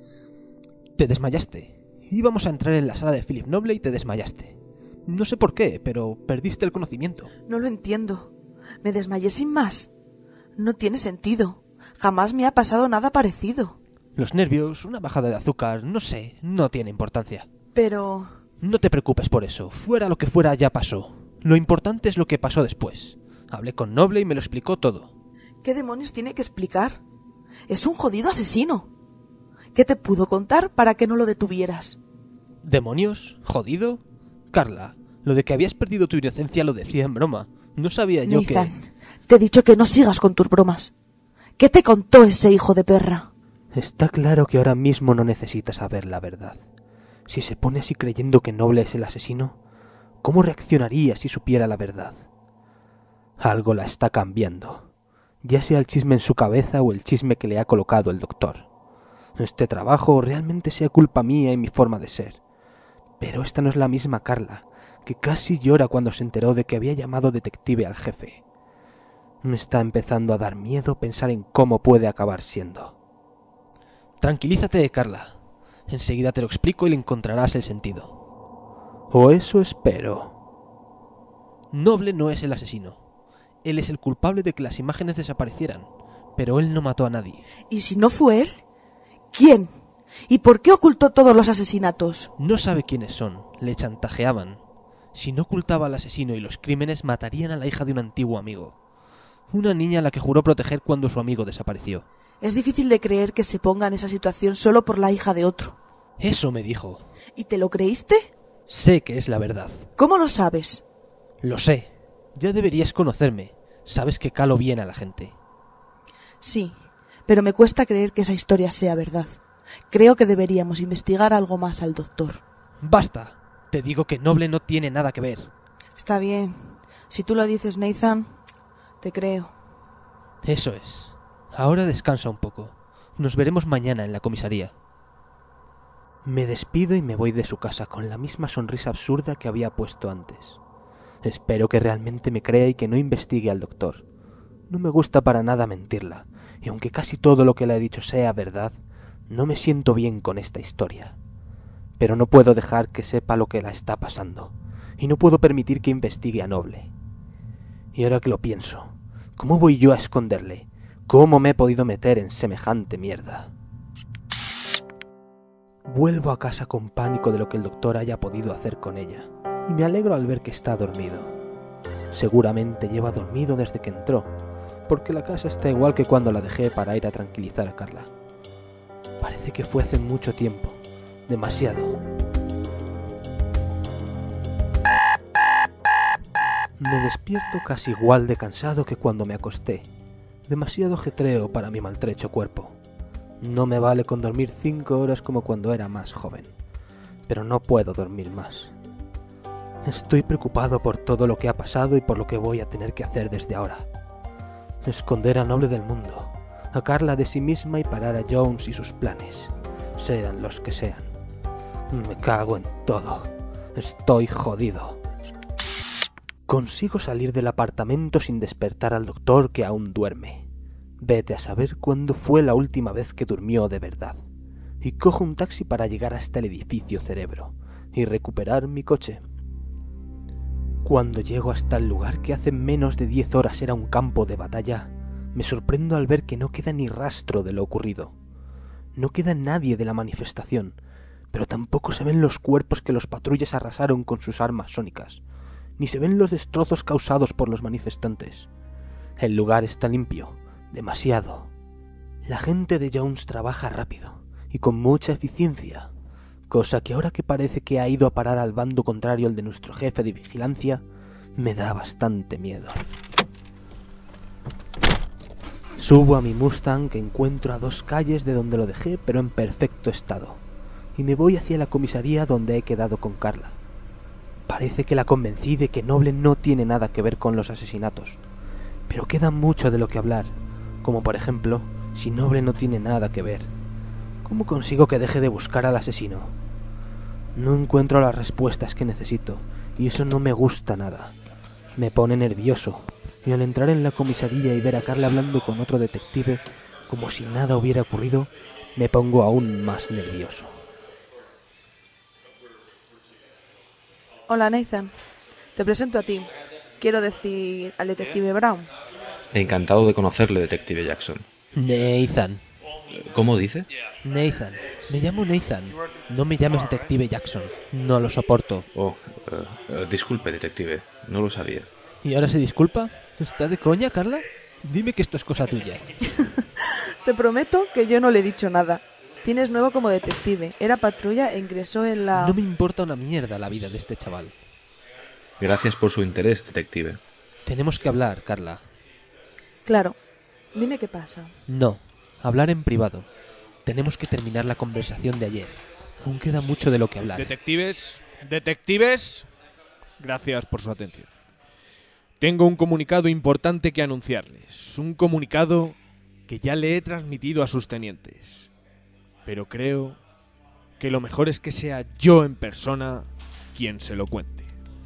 Te desmayaste. Íbamos a entrar en la sala de Philip Noble y te desmayaste. No sé por qué, pero perdiste el conocimiento. No lo entiendo. Me desmayé sin más. No tiene sentido. Jamás me ha pasado nada parecido. Los nervios, una bajada de azúcar, no sé, no tiene importancia. Pero... No te preocupes por eso. Fuera lo que fuera, ya pasó. Lo importante es lo que pasó después. Hablé con Noble y me lo explicó todo. ¿Qué demonios tiene que explicar? Es un jodido asesino. ¿Qué te pudo contar para que no lo detuvieras? ¿Demonios? ¿Jodido? Carla, lo de que habías perdido tu inocencia lo decía en broma. No sabía yo Nathan, te he dicho que no sigas con tus bromas. ¿Qué te contó ese hijo de perra? Está claro que ahora mismo no necesita saber la verdad. Si se pone así creyendo que Noble es el asesino, ¿cómo reaccionaría si supiera la verdad? Algo la está cambiando, ya sea el chisme en su cabeza o el chisme que le ha colocado el doctor. Este trabajo realmente sea culpa mía y mi forma de ser. Pero esta no es la misma Carla, que casi llora cuando se enteró de que había llamado detective al jefe. Me está empezando a dar miedo pensar en cómo puede acabar siendo. Tranquilízate, Carla. Enseguida te lo explico y le encontrarás el sentido. O eso espero. Noble no es el asesino. Él es el culpable de que las imágenes desaparecieran, pero él no mató a nadie. ¿Y si no fue él? ¿Quién? ¿Y por qué ocultó todos los asesinatos? No sabe quiénes son, le chantajeaban. Si no ocultaba al asesino y los crímenes, matarían a la hija de un antiguo amigo. Una niña a la que juró proteger cuando su amigo desapareció. Es difícil de creer que se ponga en esa situación solo por la hija de otro. Eso me dijo. ¿Y te lo creíste? Sé que es la verdad. ¿Cómo lo sabes? Lo sé. Ya deberías conocerme. Sabes que calo bien a la gente. Sí, pero me cuesta creer que esa historia sea verdad. Creo que deberíamos investigar algo más al doctor. ¡Basta! Te digo que Noble no tiene nada que ver. Está bien. Si tú lo dices, Nathan, Te creo. Eso es. Ahora descansa un poco. Nos veremos mañana en la comisaría. Me despido y me voy de su casa con la misma sonrisa absurda que había puesto antes. Espero que realmente me crea y que no investigue al doctor. No me gusta para nada mentirla, y aunque casi todo lo que le he dicho sea verdad, no me siento bien con esta historia. Pero no puedo dejar que sepa lo que la está pasando, y no puedo permitir que investigue a Noble. Y ahora que lo pienso, ¿cómo voy yo a esconderle? ¿Cómo me he podido meter en semejante mierda? Vuelvo a casa con pánico de lo que el doctor haya podido hacer con ella, y me alegro al ver que está dormido. Seguramente lleva dormido desde que entró, porque la casa está igual que cuando la dejé para ir a tranquilizar a Carla. Parece que fue hace mucho tiempo, demasiado. Me despierto casi igual de cansado que cuando me acosté. Demasiado ajetreo para mi maltrecho cuerpo. No me vale con dormir 5 horas como cuando era más joven, pero no puedo dormir más. Estoy preocupado por todo lo que ha pasado y por lo que voy a tener que hacer desde ahora. Esconder a Noble del mundo, a Carla de sí misma y parar a Jones y sus planes, sean los que sean. Me cago en todo. Estoy jodido. Consigo salir del apartamento sin despertar al doctor, que aún duerme. Vete a saber cuándo fue la última vez que durmió de verdad. Y cojo un taxi para llegar hasta el edificio Cerebro y recuperar mi coche. Cuando llego hasta el lugar que hace menos de 10 horas era un campo de batalla, me sorprendo al ver que no queda ni rastro de lo ocurrido. No queda nadie de la manifestación, pero tampoco se ven los cuerpos que los patrullas arrasaron con sus armas sónicas, ni se ven los destrozos causados por los manifestantes. El lugar está limpio, demasiado. La gente de Jones trabaja rápido y con mucha eficiencia, cosa que ahora que parece que ha ido a parar al bando contrario al de nuestro jefe de vigilancia, me da bastante miedo. Subo a mi Mustang, que encuentro a 2 calles de donde lo dejé, pero en perfecto estado, y me voy hacia la comisaría donde he quedado con Carla. Parece que la convencí de que Noble no tiene nada que ver con los asesinatos, pero queda mucho de lo que hablar, como por ejemplo, si Noble no tiene nada que ver, ¿cómo consigo que deje de buscar al asesino? No encuentro las respuestas que necesito, y eso no me gusta nada. Me pone nervioso, y al entrar en la comisaría y ver a Carla hablando con otro detective, como si nada hubiera ocurrido, me pongo aún más nervioso. Hola, Nathan. Te presento a ti. Quiero decir, al detective Brown. Encantado de conocerle, detective Jackson. Nathan. ¿Cómo dice? Nathan. Me llamo Nathan. No me llames detective Jackson. No lo soporto. Oh, disculpe, detective. No lo sabía. ¿Y ahora se disculpa? ¿Está de coña, Carla? Dime que esto es cosa tuya. Te prometo que yo no le he dicho nada. Tienes nuevo como detective. Era patrulla e ingresó en la... No me importa una mierda la vida de este chaval. Gracias por su interés, detective. Tenemos que hablar, Carla. Claro. Dime qué pasa. No. Hablar en privado. Tenemos que terminar la conversación de ayer. Aún queda mucho de lo que hablar. Detectives, gracias por su atención. Tengo un comunicado importante que anunciarles. Un comunicado que ya le he transmitido a sus tenientes. Pero creo que lo mejor es que sea yo en persona quien se lo cuente.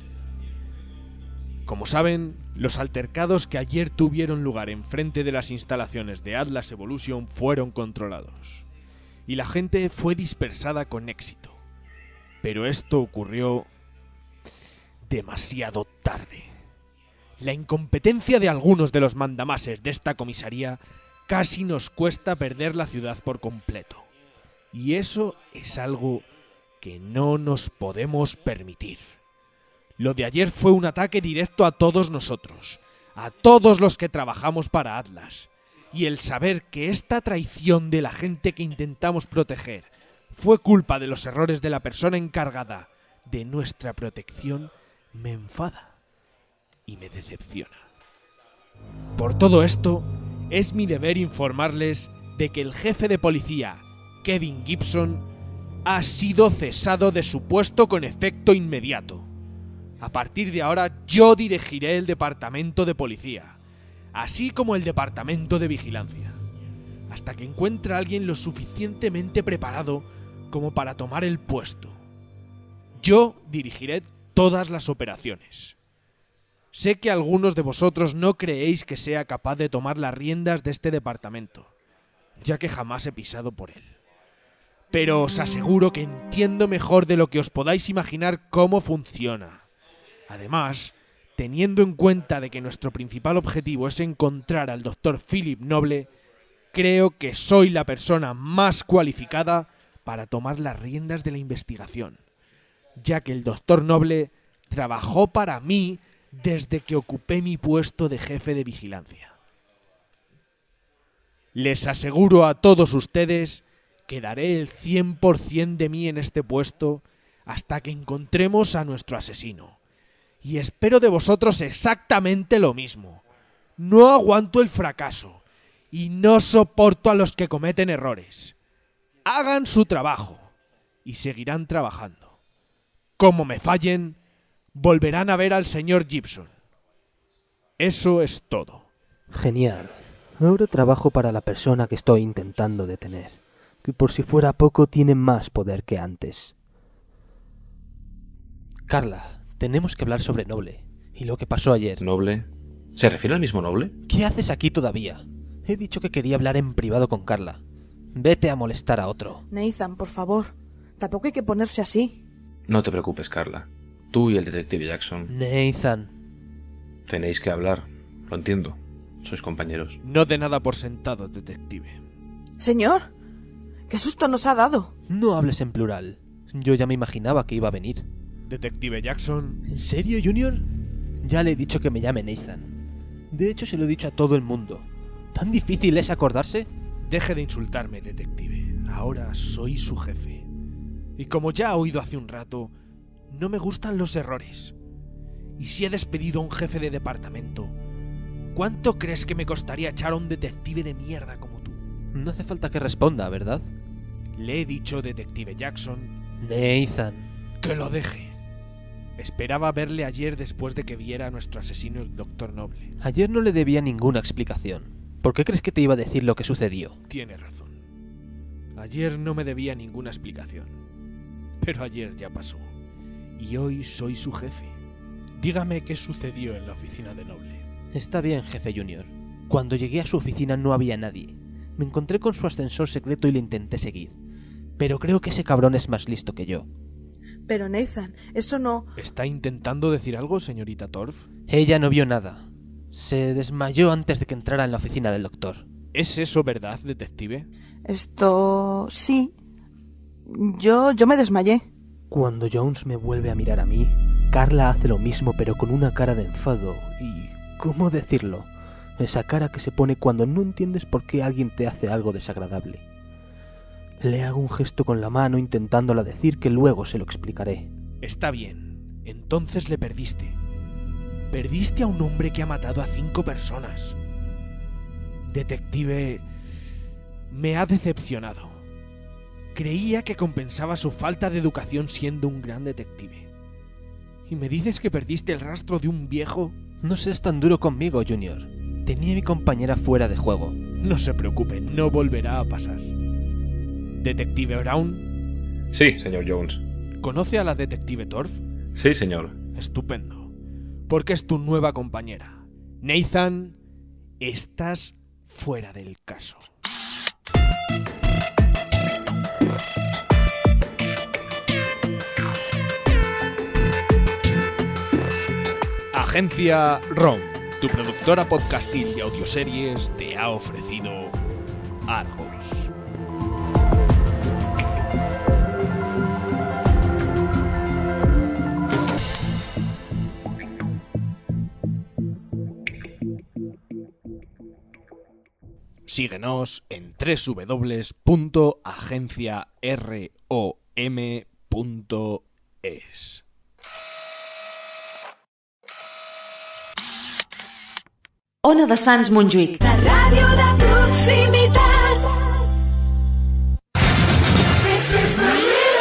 Como saben, los altercados que ayer tuvieron lugar enfrente de las instalaciones de Atlas Evolution fueron controlados, y la gente fue dispersada con éxito. Pero esto ocurrió demasiado tarde. La incompetencia de algunos de los mandamases de esta comisaría casi nos cuesta perder la ciudad por completo. Y eso es algo que no nos podemos permitir. Lo de ayer fue un ataque directo a todos nosotros, a todos los que trabajamos para Atlas. Y el saber que esta traición de la gente que intentamos proteger fue culpa de los errores de la persona encargada de nuestra protección me enfada y me decepciona. Por todo esto, es mi deber informarles de que el jefe de policía, Kevin Gibson, ha sido cesado de su puesto con efecto inmediato. A partir de ahora yo dirigiré el departamento de policía. así como el departamento de vigilancia, hasta que encuentre a alguien lo suficientemente preparado como para tomar el puesto. Yo dirigiré todas las operaciones. Sé que algunos de vosotros no creéis que sea capaz de tomar las riendas de este departamento, ya que jamás he pisado por él. Pero os aseguro que entiendo mejor de lo que os podáis imaginar cómo funciona. Además, teniendo en cuenta de que nuestro principal objetivo es encontrar al Dr. Philip Noble, creo que soy la persona más cualificada para tomar las riendas de la investigación, ya que el Dr. Noble trabajó para mí desde que ocupé mi puesto de jefe de vigilancia. Les aseguro a todos ustedes que daré el 100% de mí en este puesto hasta que encontremos a nuestro asesino. Y espero de vosotros exactamente lo mismo. No aguanto el fracaso y no soporto a los que cometen errores. Hagan su trabajo y seguirán trabajando. Como me fallen, volverán a ver al señor Gibson. Eso es todo. Genial. Ahora trabajo para la persona que estoy intentando detener, que por si fuera poco tiene más poder que antes. Carla, tenemos que hablar sobre Noble y lo que pasó ayer. ¿Noble? ¿Se refiere al mismo Noble? ¿Qué haces aquí todavía? He dicho que quería hablar en privado con Carla. Vete a molestar a otro. Nathan, por favor. Tampoco hay que ponerse así. No te preocupes, Carla. Tú y el detective Jackson. Nathan. Tenéis que hablar. Lo entiendo. Sois compañeros. No dé nada por sentado, detective. Señor, ¿qué susto nos ha dado? No hables en plural. Yo ya me imaginaba que iba a venir. Detective Jackson. ¿En serio, Junior? Ya le he dicho que me llame Nathan. De hecho, se lo he dicho a todo el mundo. ¿Tan difícil es acordarse? Deje de insultarme, detective. Ahora soy su jefe. Y como ya ha oído hace un rato, no me gustan los errores. Y si he despedido a un jefe de departamento, ¿cuánto crees que me costaría echar a un detective de mierda como tú? No hace falta que responda, ¿verdad? Le he dicho, detective Jackson... Nathan. Que lo deje. Esperaba verle ayer después de que viera a nuestro asesino, el Dr. Noble. Ayer no le debía ninguna explicación. ¿Por qué crees que te iba a decir lo que sucedió? Tiene razón. Ayer no me debía ninguna explicación. Pero ayer ya pasó. Y hoy soy su jefe. Dígame qué sucedió en la oficina de Noble. Está bien, jefe Junior. Cuando llegué a su oficina no había nadie. Me encontré con su ascensor secreto y le intenté seguir. Pero creo que ese cabrón es más listo que yo. Pero Nathan, eso no... ¿Está intentando decir algo, señorita Torf? Ella no vio nada. Se desmayó antes de que entrara en la oficina del doctor. ¿Es eso verdad, detective? Esto... sí. Yo me desmayé. Cuando Jones me vuelve a mirar a mí, Carla hace lo mismo pero con una cara de enfado y... ¿cómo decirlo? Esa cara que se pone cuando no entiendes por qué alguien te hace algo desagradable. Le hago un gesto con la mano intentándola decir que luego se lo explicaré. Está bien. Entonces le perdiste. Perdiste a un hombre que ha matado a 5 personas. Detective, me ha decepcionado. Creía que compensaba su falta de educación siendo un gran detective. ¿Y me dices que perdiste el rastro de un viejo? No seas tan duro conmigo, Junior. Tenía a mi compañera fuera de juego. No se preocupe, no volverá a pasar. ¿Detective Brown? Sí, señor Jones. ¿Conoce a la detective Torf? Sí, señor. Estupendo. Porque es tu nueva compañera. Nathan, estás fuera del caso. Agencia ROM, tu productora podcastil y audioseries, te ha ofrecido Argos. Síguenos en www.agenciarom.es. Ona de Sants Montjuïc. La ràdio de proximitat.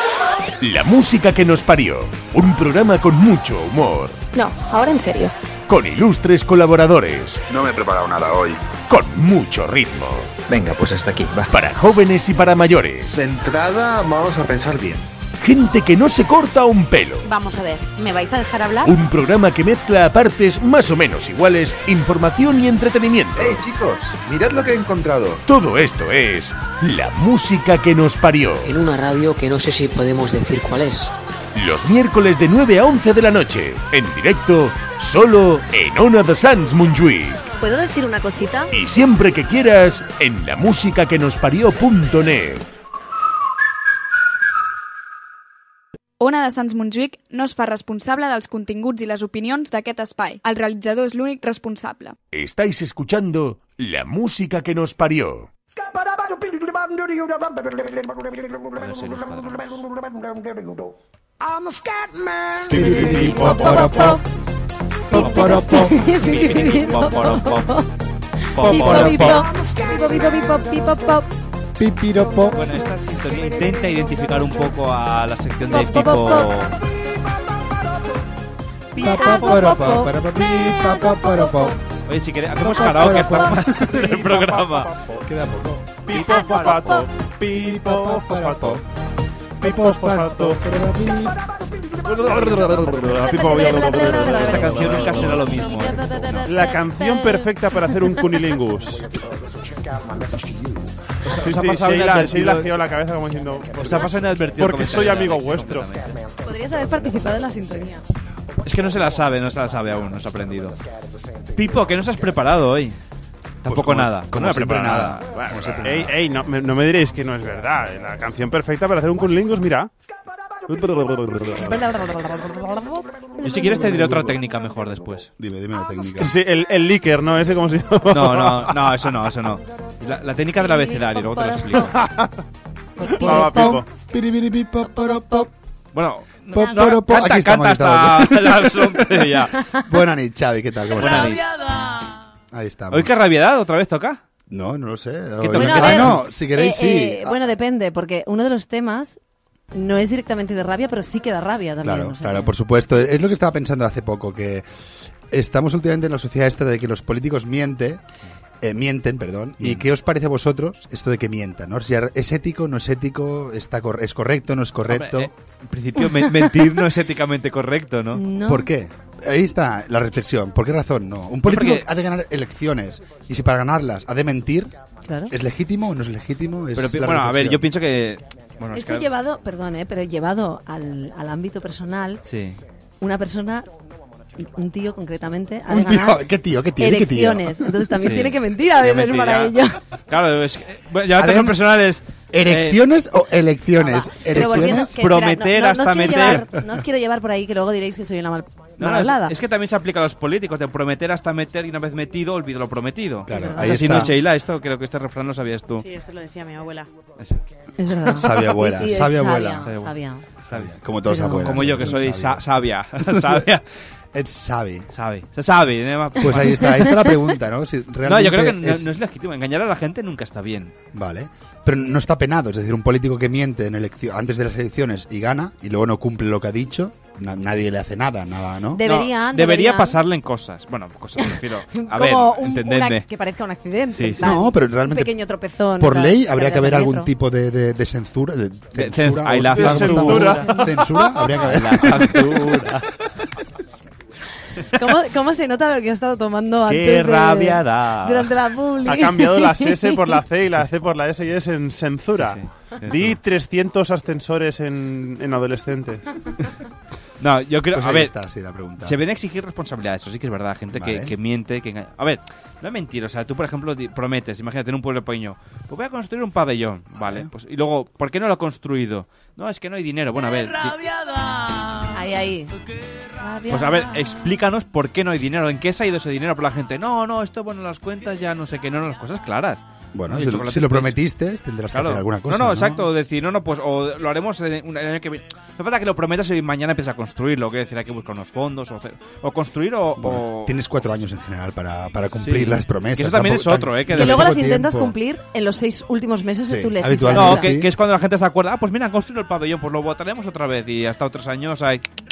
La música que nos parió. Un programa con mucho humor. No, ahora en serio. con ilustres colaboradores. No me he preparado nada hoy. Con mucho ritmo. Venga, pues hasta aquí, va. Para jóvenes y para mayores. De entrada, vamos a pensar bien. Gente que no se corta un pelo. Vamos a ver, ¿me vais a dejar hablar? Un programa que mezcla a partes más o menos iguales información y entretenimiento. ¡Hey, chicos! Mirad lo que he encontrado. Todo esto es la música que nos parió. En una radio que no sé si podemos decir cuál es. Los miércoles de 9 a 11 de la noche. En directo, solo en Ona de Sants Montjuïc. ¿Puedo decir una cosita? Y siempre que quieras, en lamusicaquenosparió.net. Ona de Sants Montjuïc no es fa responsable dels continguts i les opinions d'aquest espai. El realitzador és l'únic responsable. Estáis escuchando la música que nos parió. Pipiropo. Bueno, esta sintonía intenta identificar un poco a la sección de Pipo. Oye, si querés, hacemos karaoke en el programa. Queda poco. Pipo fosfato, pipo fosfato, pipo fosfato. Esta canción nunca será lo mismo. La canción perfecta para hacer un cunilingus. Sí, sí, la geo la cabeza como diciendo... Os ha pasado inadvertido. Porque soy amigo vuestro. Podrías haber participado en la sintonía. Es que no se la sabe aún, no se ha aprendido. Pipo, ¿qué nos has preparado hoy? Tampoco pues nada. Como no siempre nada. Ey, no me diréis que no es verdad. La canción perfecta para hacer un cunilingus, mira. Yo si quieres te diré otra técnica mejor después. Dime la técnica. Sí, el líker, ¿no? Ese como si... No, eso no. La técnica del abecedario, luego te lo explico. Bueno, canta hasta las 11 ya. Buenas noches, Xavi, ¿qué tal? ¿Cómo estás? Ahí estamos. ¿Hoy qué rabiedad otra vez toca? No lo sé. Bueno, a ver, no, si queréis sí. Bueno, depende, porque uno de los temas no es directamente de rabia, pero sí que da rabia también. Claro, claro, por supuesto. Es lo que estaba pensando hace poco, que estamos últimamente en la sociedad esta de que los políticos mienten. ¿Y qué os parece a vosotros esto de que mientan? ¿No? Si ¿es ético, no es ético? ¿Es correcto, no es correcto? Hombre, en principio, mentir no es éticamente correcto, ¿no? No. ¿Por qué? Ahí está la reflexión. ¿Por qué razón no? Un político ha de ganar elecciones y si para ganarlas ha de mentir, claro. ¿Es legítimo o no es legítimo? Pero bueno, a ver, yo pienso que... Bueno, esto llevado, pero llevado al ámbito personal, sí. Una persona... Un tío, concretamente, ha de ganar ¿Qué tío? elecciones. Entonces también tiene que mentir a veces para ello. Claro, es que... Bueno, ya temas personales... ¿Erecciones o elecciones? Prometer hasta meter... No os quiero llevar por ahí, que luego diréis que soy una mal hablada. Es que también se aplica a los políticos, de prometer hasta meter y una vez metido, olvido lo prometido. Claro, si no es Sheila, esto creo que este refrán lo sabías tú. Sí, esto lo decía mi abuela. Es verdad. Sabia abuela, sabia abuela. Sabia. Como todos abuelos. Como yo, que soy sabia. Sabia. Es sabe. Se sabe. Pues ahí está la pregunta, ¿no? Si no, yo creo que no es legítimo. Engañar a la gente nunca está bien. Vale. Pero no está penado. Es decir, un político que miente antes de las elecciones y gana y luego no cumple lo que ha dicho, nadie le hace nada, ¿no? Debería pasarle en cosas. Bueno, cosas prefiero. A ver, entendedme. Que parezca un accidente. Sí. No, pero realmente... Un pequeño tropezón. Por ley habría que haber algún tipo de censura. Censura. Censura habría que haber. La censura. ¿Cómo se nota lo que ha estado tomando antes? ¡Qué rabia da! Durante la publi. Ha cambiado la S por la C y la C por la S y es en censura. Sí. Di 300 ascensores en adolescentes. No, yo creo... Pues a ver, está, sí, la pregunta. Se ven a exigir responsabilidades, eso sí que es verdad. Gente que miente, que engaña. A ver, no es mentir, o sea, tú, por ejemplo, prometes, imagínate, en un pueblo pequeño, pues voy a construir un pabellón, ¿vale? Pues, y luego, ¿por qué no lo he construido? No, es que no hay dinero. Bueno, a ver... Ahí. Pues a ver, explícanos por qué no hay dinero, en qué se ha ido ese dinero por la gente. No, esto, bueno, las cuentas ya no sé qué, no, las cosas claras. Bueno, si lo prometiste, tendrás que hacer alguna cosa. No, exacto, decir, pues o lo haremos en un año que viene. No falta que lo prometas y mañana empiezas a construirlo, que decir, hay que buscar unos fondos o construir o... Tienes 4 años en general para cumplir las promesas. Y eso también es otro, que luego las intentas cumplir en los 6 últimos meses de tu legislatura. No, que es cuando la gente se acuerda, pues mira, han construido el pabellón, pues lo votaremos otra vez y ha estado 3 años,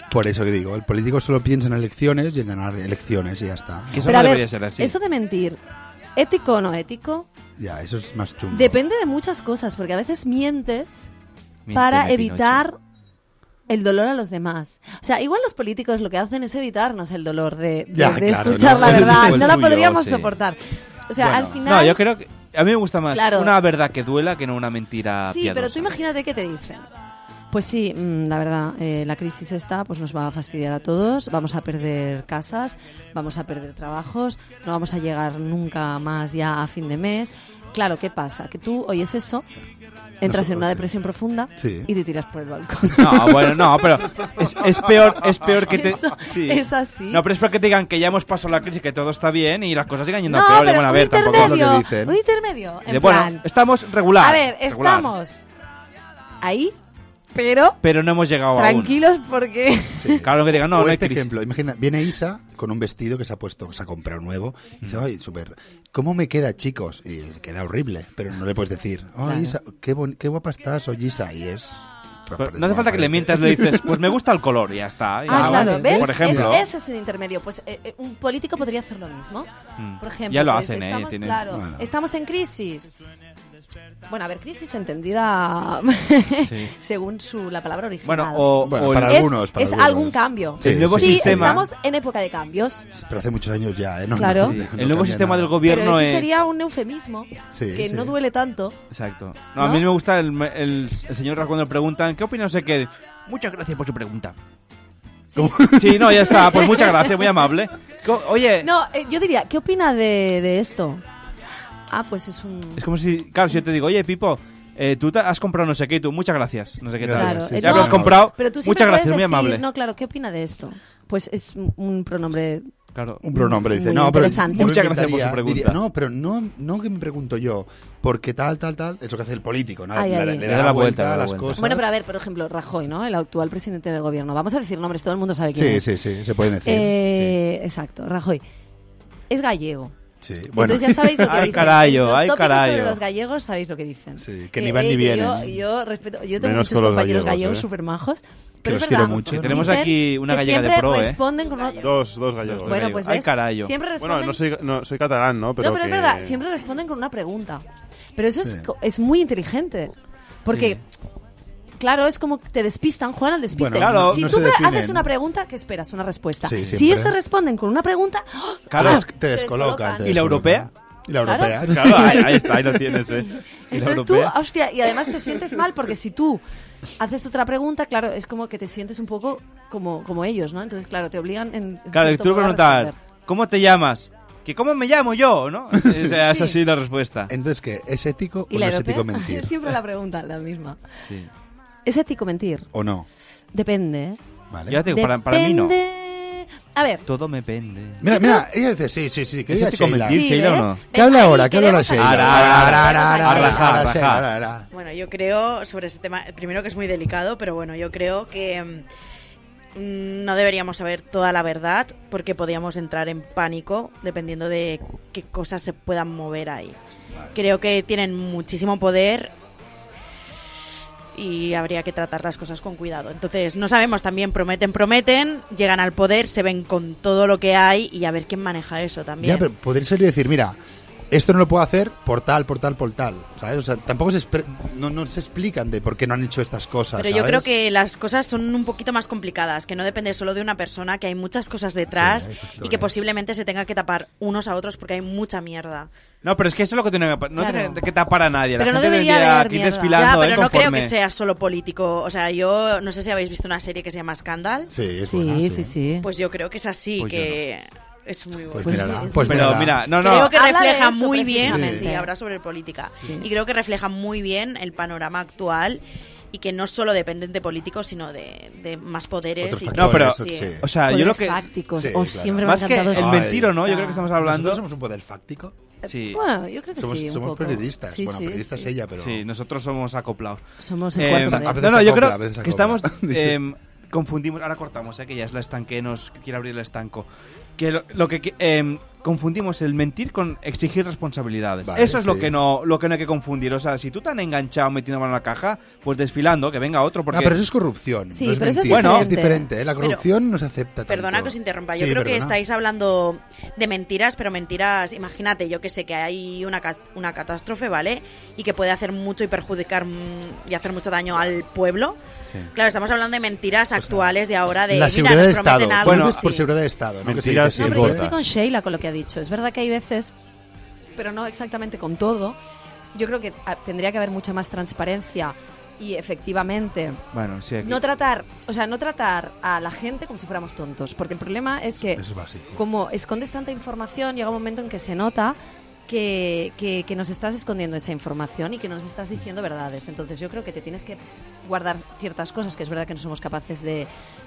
Por eso que digo, el político solo piensa en elecciones y en ganar elecciones y ya está. Que eso no debería ser así. Eso de mentir, ético o no ético, ya, eso es más chungo. depende de muchas cosas, porque a veces mientes para evitar el dolor a los demás. O sea, igual los políticos lo que hacen es evitarnos el dolor de escuchar la verdad. No la podríamos soportar. O sea, al final... No, yo creo que a mí me gusta más una verdad que duela que no una mentira piadosa. Sí, pero tú imagínate qué te dicen. Pues sí, la verdad, la crisis esta pues nos va a fastidiar a todos, vamos a perder casas, vamos a perder trabajos, no vamos a llegar nunca más ya a fin de mes. Claro, ¿qué pasa? Que tú oyes eso, entras en una depresión profunda y te tiras por el balcón. No, bueno, no, pero es peor que te... Sí. Es así. No, pero es peor que te digan que ya hemos pasado la crisis, que todo está bien y las cosas sigan yendo a peor. Pero bueno, a ver, tampoco es lo que dicen. Un intermedio, en bueno, plan... estamos regular. A ver, estamos ahí... Pero no hemos llegado tranquilos aún. Porque... Sí. Claro que digan, no, o no hay este crisis. ejemplo, imagina, viene Isa con un vestido que se ha comprado nuevo y dice, ay, súper, ¿cómo me queda, chicos? Y queda horrible, pero no le puedes decir, Claro. Isa, qué guapa estás, oye Isa, y es... No hace falta que le mientas, le dices, pues me gusta el color y ya está. claro, ¿ves? Por ejemplo. Ese es un intermedio. Pues un político podría hacer lo mismo. Por ejemplo, ya lo pues, hacen, estamos, tienen... Claro, estamos en crisis. Bueno, a ver, crisis entendida según la palabra original. Bueno, para algunos. Es algún cambio. Sí, el nuevo sistema... estamos en época de cambios. Pero hace muchos años ya, ¿eh? No, claro. No, el nuevo sistema del gobierno pero es... sería un eufemismo que no duele tanto. Exacto. No, a mí me gusta el señor cuando le preguntan, ¿qué opina? No sé qué. Muchas gracias por su pregunta. Sí, no, ya está. Pues muchas gracias, muy amable. Oye... No, yo diría, ¿qué opina de esto? Ah, pues es un... Es como si, claro, si yo te digo, oye, Pipo, tú has comprado no sé qué y tú, muchas gracias, no sé qué tal. Claro, ya lo has comprado, pero tú muchas gracias, decir, muy amable. No, claro, ¿qué opina de esto? Pues es un pronombre... Claro. Un pronombre, dice, no, pero muchas gracias por su pregunta. Diría, no, pero no que me pregunto yo, porque tal, es lo que hace el político, ¿no? Le da la vuelta a las cosas. Bueno, pero a ver, por ejemplo, Rajoy, ¿no? El actual presidente del gobierno. Vamos a decir nombres, todo el mundo sabe quién es. Sí, se pueden decir. Exacto, Rajoy. Es gallego. Sí, bueno. Entonces ya sabéis lo que dicen. Ay, los tópicos sobre los gallegos sabéis lo que dicen. Sí, que ni van ni vienen. Yo respeto, yo tengo muchos compañeros gallegos súper majos. Pero que es verdad, mucho. Que tenemos aquí una gallega de pro, responden con dos gallegos. Bueno, pues ves, siempre responden... Bueno, no soy catalán, ¿no? Pero es verdad, siempre responden con una pregunta. Pero eso es muy inteligente. Porque... Claro, es como que te despistan, juegan al despiste. Bueno, claro, si tú haces una pregunta, ¿qué esperas? Una respuesta. Sí, si ellos te responden con una pregunta, claro, te descolocan. ¿Y la europea? Y la europea. Claro, ahí está, ahí lo tienes, Entonces tú, hostia, y además te sientes mal porque si tú haces otra pregunta, claro, es como que te sientes un poco como ellos, ¿no? Entonces, claro, te obligan Claro, tú preguntar, ¿cómo te llamas? ¿Que cómo me llamo yo, no? O sea, es así la respuesta. Entonces, ¿qué? ¿Es ético o no es ético mentir? Siempre la pregunta, la misma. Sí. ¿Es ético mentir? ¿O no? Depende, ¿eh? Vale. Ya te digo, para mí no. A ver. Todo me pende. Mira, ella dice, sí. ¿Es ético mentir, Sheila, o no? ¿Qué habla ahora? Sheila? Bueno, yo creo, sobre este tema, primero que es muy delicado, pero bueno, yo creo que no deberíamos saber toda la verdad porque podríamos entrar en pánico dependiendo de qué cosas se puedan mover ahí. Vale. Creo que tienen muchísimo poder y habría que tratar las cosas con cuidado. Entonces, no sabemos, también prometen, llegan al poder, se ven con todo lo que hay y a ver quién maneja eso también. Ya, pero podría ser y decir, mira, esto no lo puedo hacer por tal, ¿sabes? O sea, tampoco no se explican de por qué no han hecho estas cosas, pero ¿sabes? yo creo que las cosas son un poquito más complicadas, que no depende solo de una persona, que hay muchas cosas detrás y que posiblemente se tenga que tapar unos a otros porque hay mucha mierda. No, pero es que eso es lo que tiene que tapar a nadie. Pero la no gente debería haber ir desfilando. Ya, pero no creo que sea solo político. O sea, yo no sé si habéis visto una serie que se llama Scandal. Sí, es buena, sí. Pues yo creo que es así, pues que... Es muy bueno. Pero mira, no. Creo que refleja eso, muy bien, habrá sobre política. Sí. Y creo que refleja muy bien el panorama actual y que no solo dependen de políticos, sino de más poderes. No, pero, o sea, yo lo que... fácticos, siempre más que el mentir o no, yo creo que estamos hablando... ¿Nosotros somos un poder fáctico? Sí. Bueno, yo creo que somos periodistas. Sí, periodistas ella, pero... Sí, nosotros somos acoplados. Somos el cuarto yo creo que estamos confundimos, ahora cortamos, que ya es la estanque, nos quiere abrir el estanco, que lo que confundimos el mentir con exigir responsabilidades. Vale, eso es lo que no hay que confundir. O sea, si tú te han enganchado metiendo mano en la caja, pues desfilando, que venga otro. Porque... pero eso es corrupción. Sí, no es pero mentir. eso es diferente. Es diferente, ¿eh? La corrupción no se acepta tanto. Perdona que os interrumpa. Yo creo que estáis hablando de mentiras, pero mentiras, imagínate, yo que sé, que hay una catástrofe, ¿vale? Y que puede hacer mucho y perjudicar y hacer mucho daño al pueblo. Sí. Claro, estamos hablando de mentiras actuales de ahora, de la seguridad de Estado. Algo, bueno, por seguridad de Estado, ¿no? Mentiras no, pero yo estoy con Sheila con lo que ha dicho. Es verdad que hay veces, pero no exactamente con todo. Yo creo que tendría que haber mucha más transparencia y efectivamente no tratar a la gente como si fuéramos tontos, porque el problema es que como escondes tanta información, llega un momento en que se nota que nos estás escondiendo esa información y que nos estás diciendo verdades. Entonces yo creo que te tienes que guardar ciertas cosas que es verdad que no somos capaces de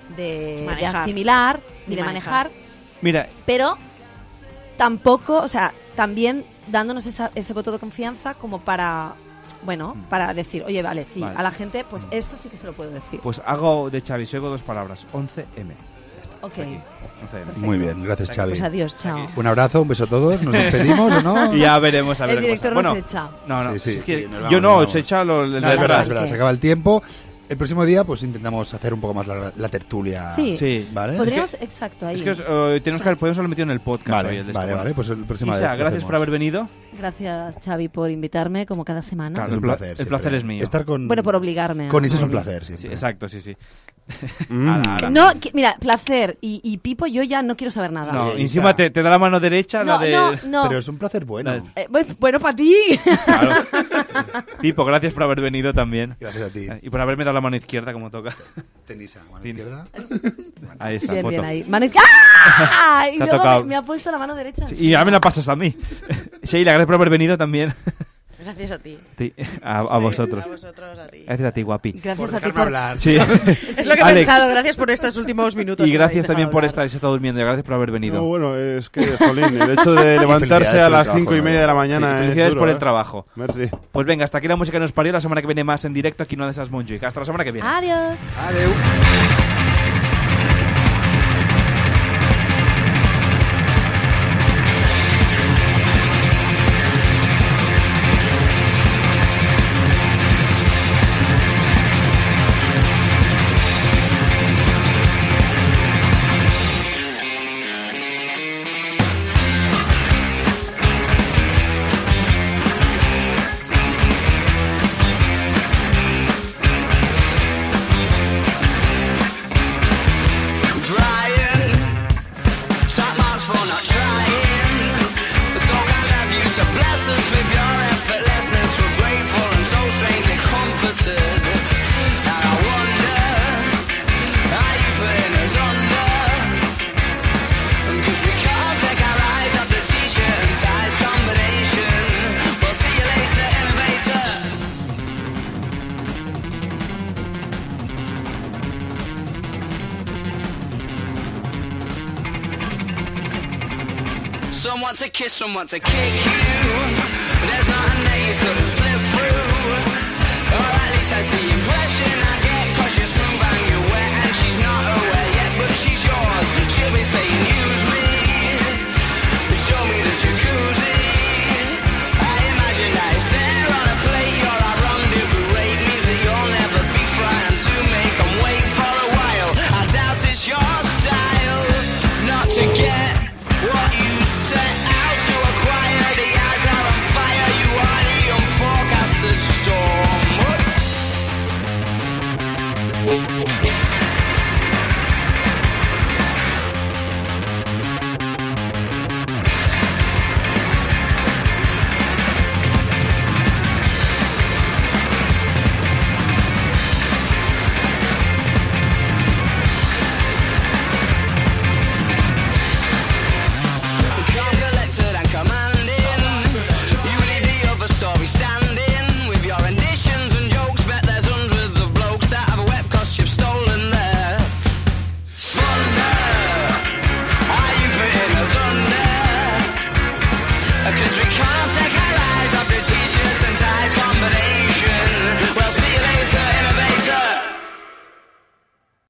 asimilar ni de manejar. Mira, pero tampoco, o sea, también dándonos ese voto de confianza como para decir, oye, vale, sí, a la gente, pues esto sí que se lo puedo decir. Pues hago de Xavi, oigo 2 palabras, 11M. Ok. Muy bien, gracias, Xavi. Pues adiós, chao. Un abrazo, un beso a todos, nos despedimos, ¿o no? Y ya veremos a ver. El director nos echa. No, sí, es que yo no, os he echado es verdad, se acaba el tiempo. El próximo día pues intentamos hacer un poco más la tertulia. Sí, ¿vale? Podríamos, exacto, ahí. Es que podemos haberlo metido en el podcast hoy. Vale, pues el próximo día. Gracias por haber venido. Gracias, Xavi, por invitarme como cada semana. Claro, es un placer. El placer es mío. Estar con, por obligarme. Con Isa es un placer, siempre. Sí, exacto, sí. No, mira, placer y Pipo, yo ya no quiero saber nada. No, encima te da la mano derecha. No. Pero es un placer bueno. Bueno para ti. Claro. Pipo, gracias por haber venido también. Gracias a ti. Y por haberme dado la mano izquierda como toca. Tenisa, mano izquierda. Ahí está, bien, foto. bien ahí. Mano izquierda. ¡Ah! Y luego me ha puesto la mano derecha. Sí, y ya me la pasas a mí. Sheila, gracias por haber venido también. Gracias a ti. Sí, a vosotros. A vosotros, a ti. Gracias a ti, guapi. Gracias a ti por hablar. Sí. Es lo que he Alex. pensado. Gracias por estos últimos minutos. Y gracias también por estar. Se está durmiendo. Gracias por haber venido. No, bueno, es que, jolín, el hecho de levantarse a las 5:30 de la mañana. Sí, felicidades duro, por el trabajo. Merci. Pues venga, hasta aquí la música nos parió. La semana que viene más en directo aquí en Ona de Sants Montjuïc. Hasta la semana que viene. Adiós. Adeu. Someone to kiss, someone to kick you. There's nothing that you couldn't slip.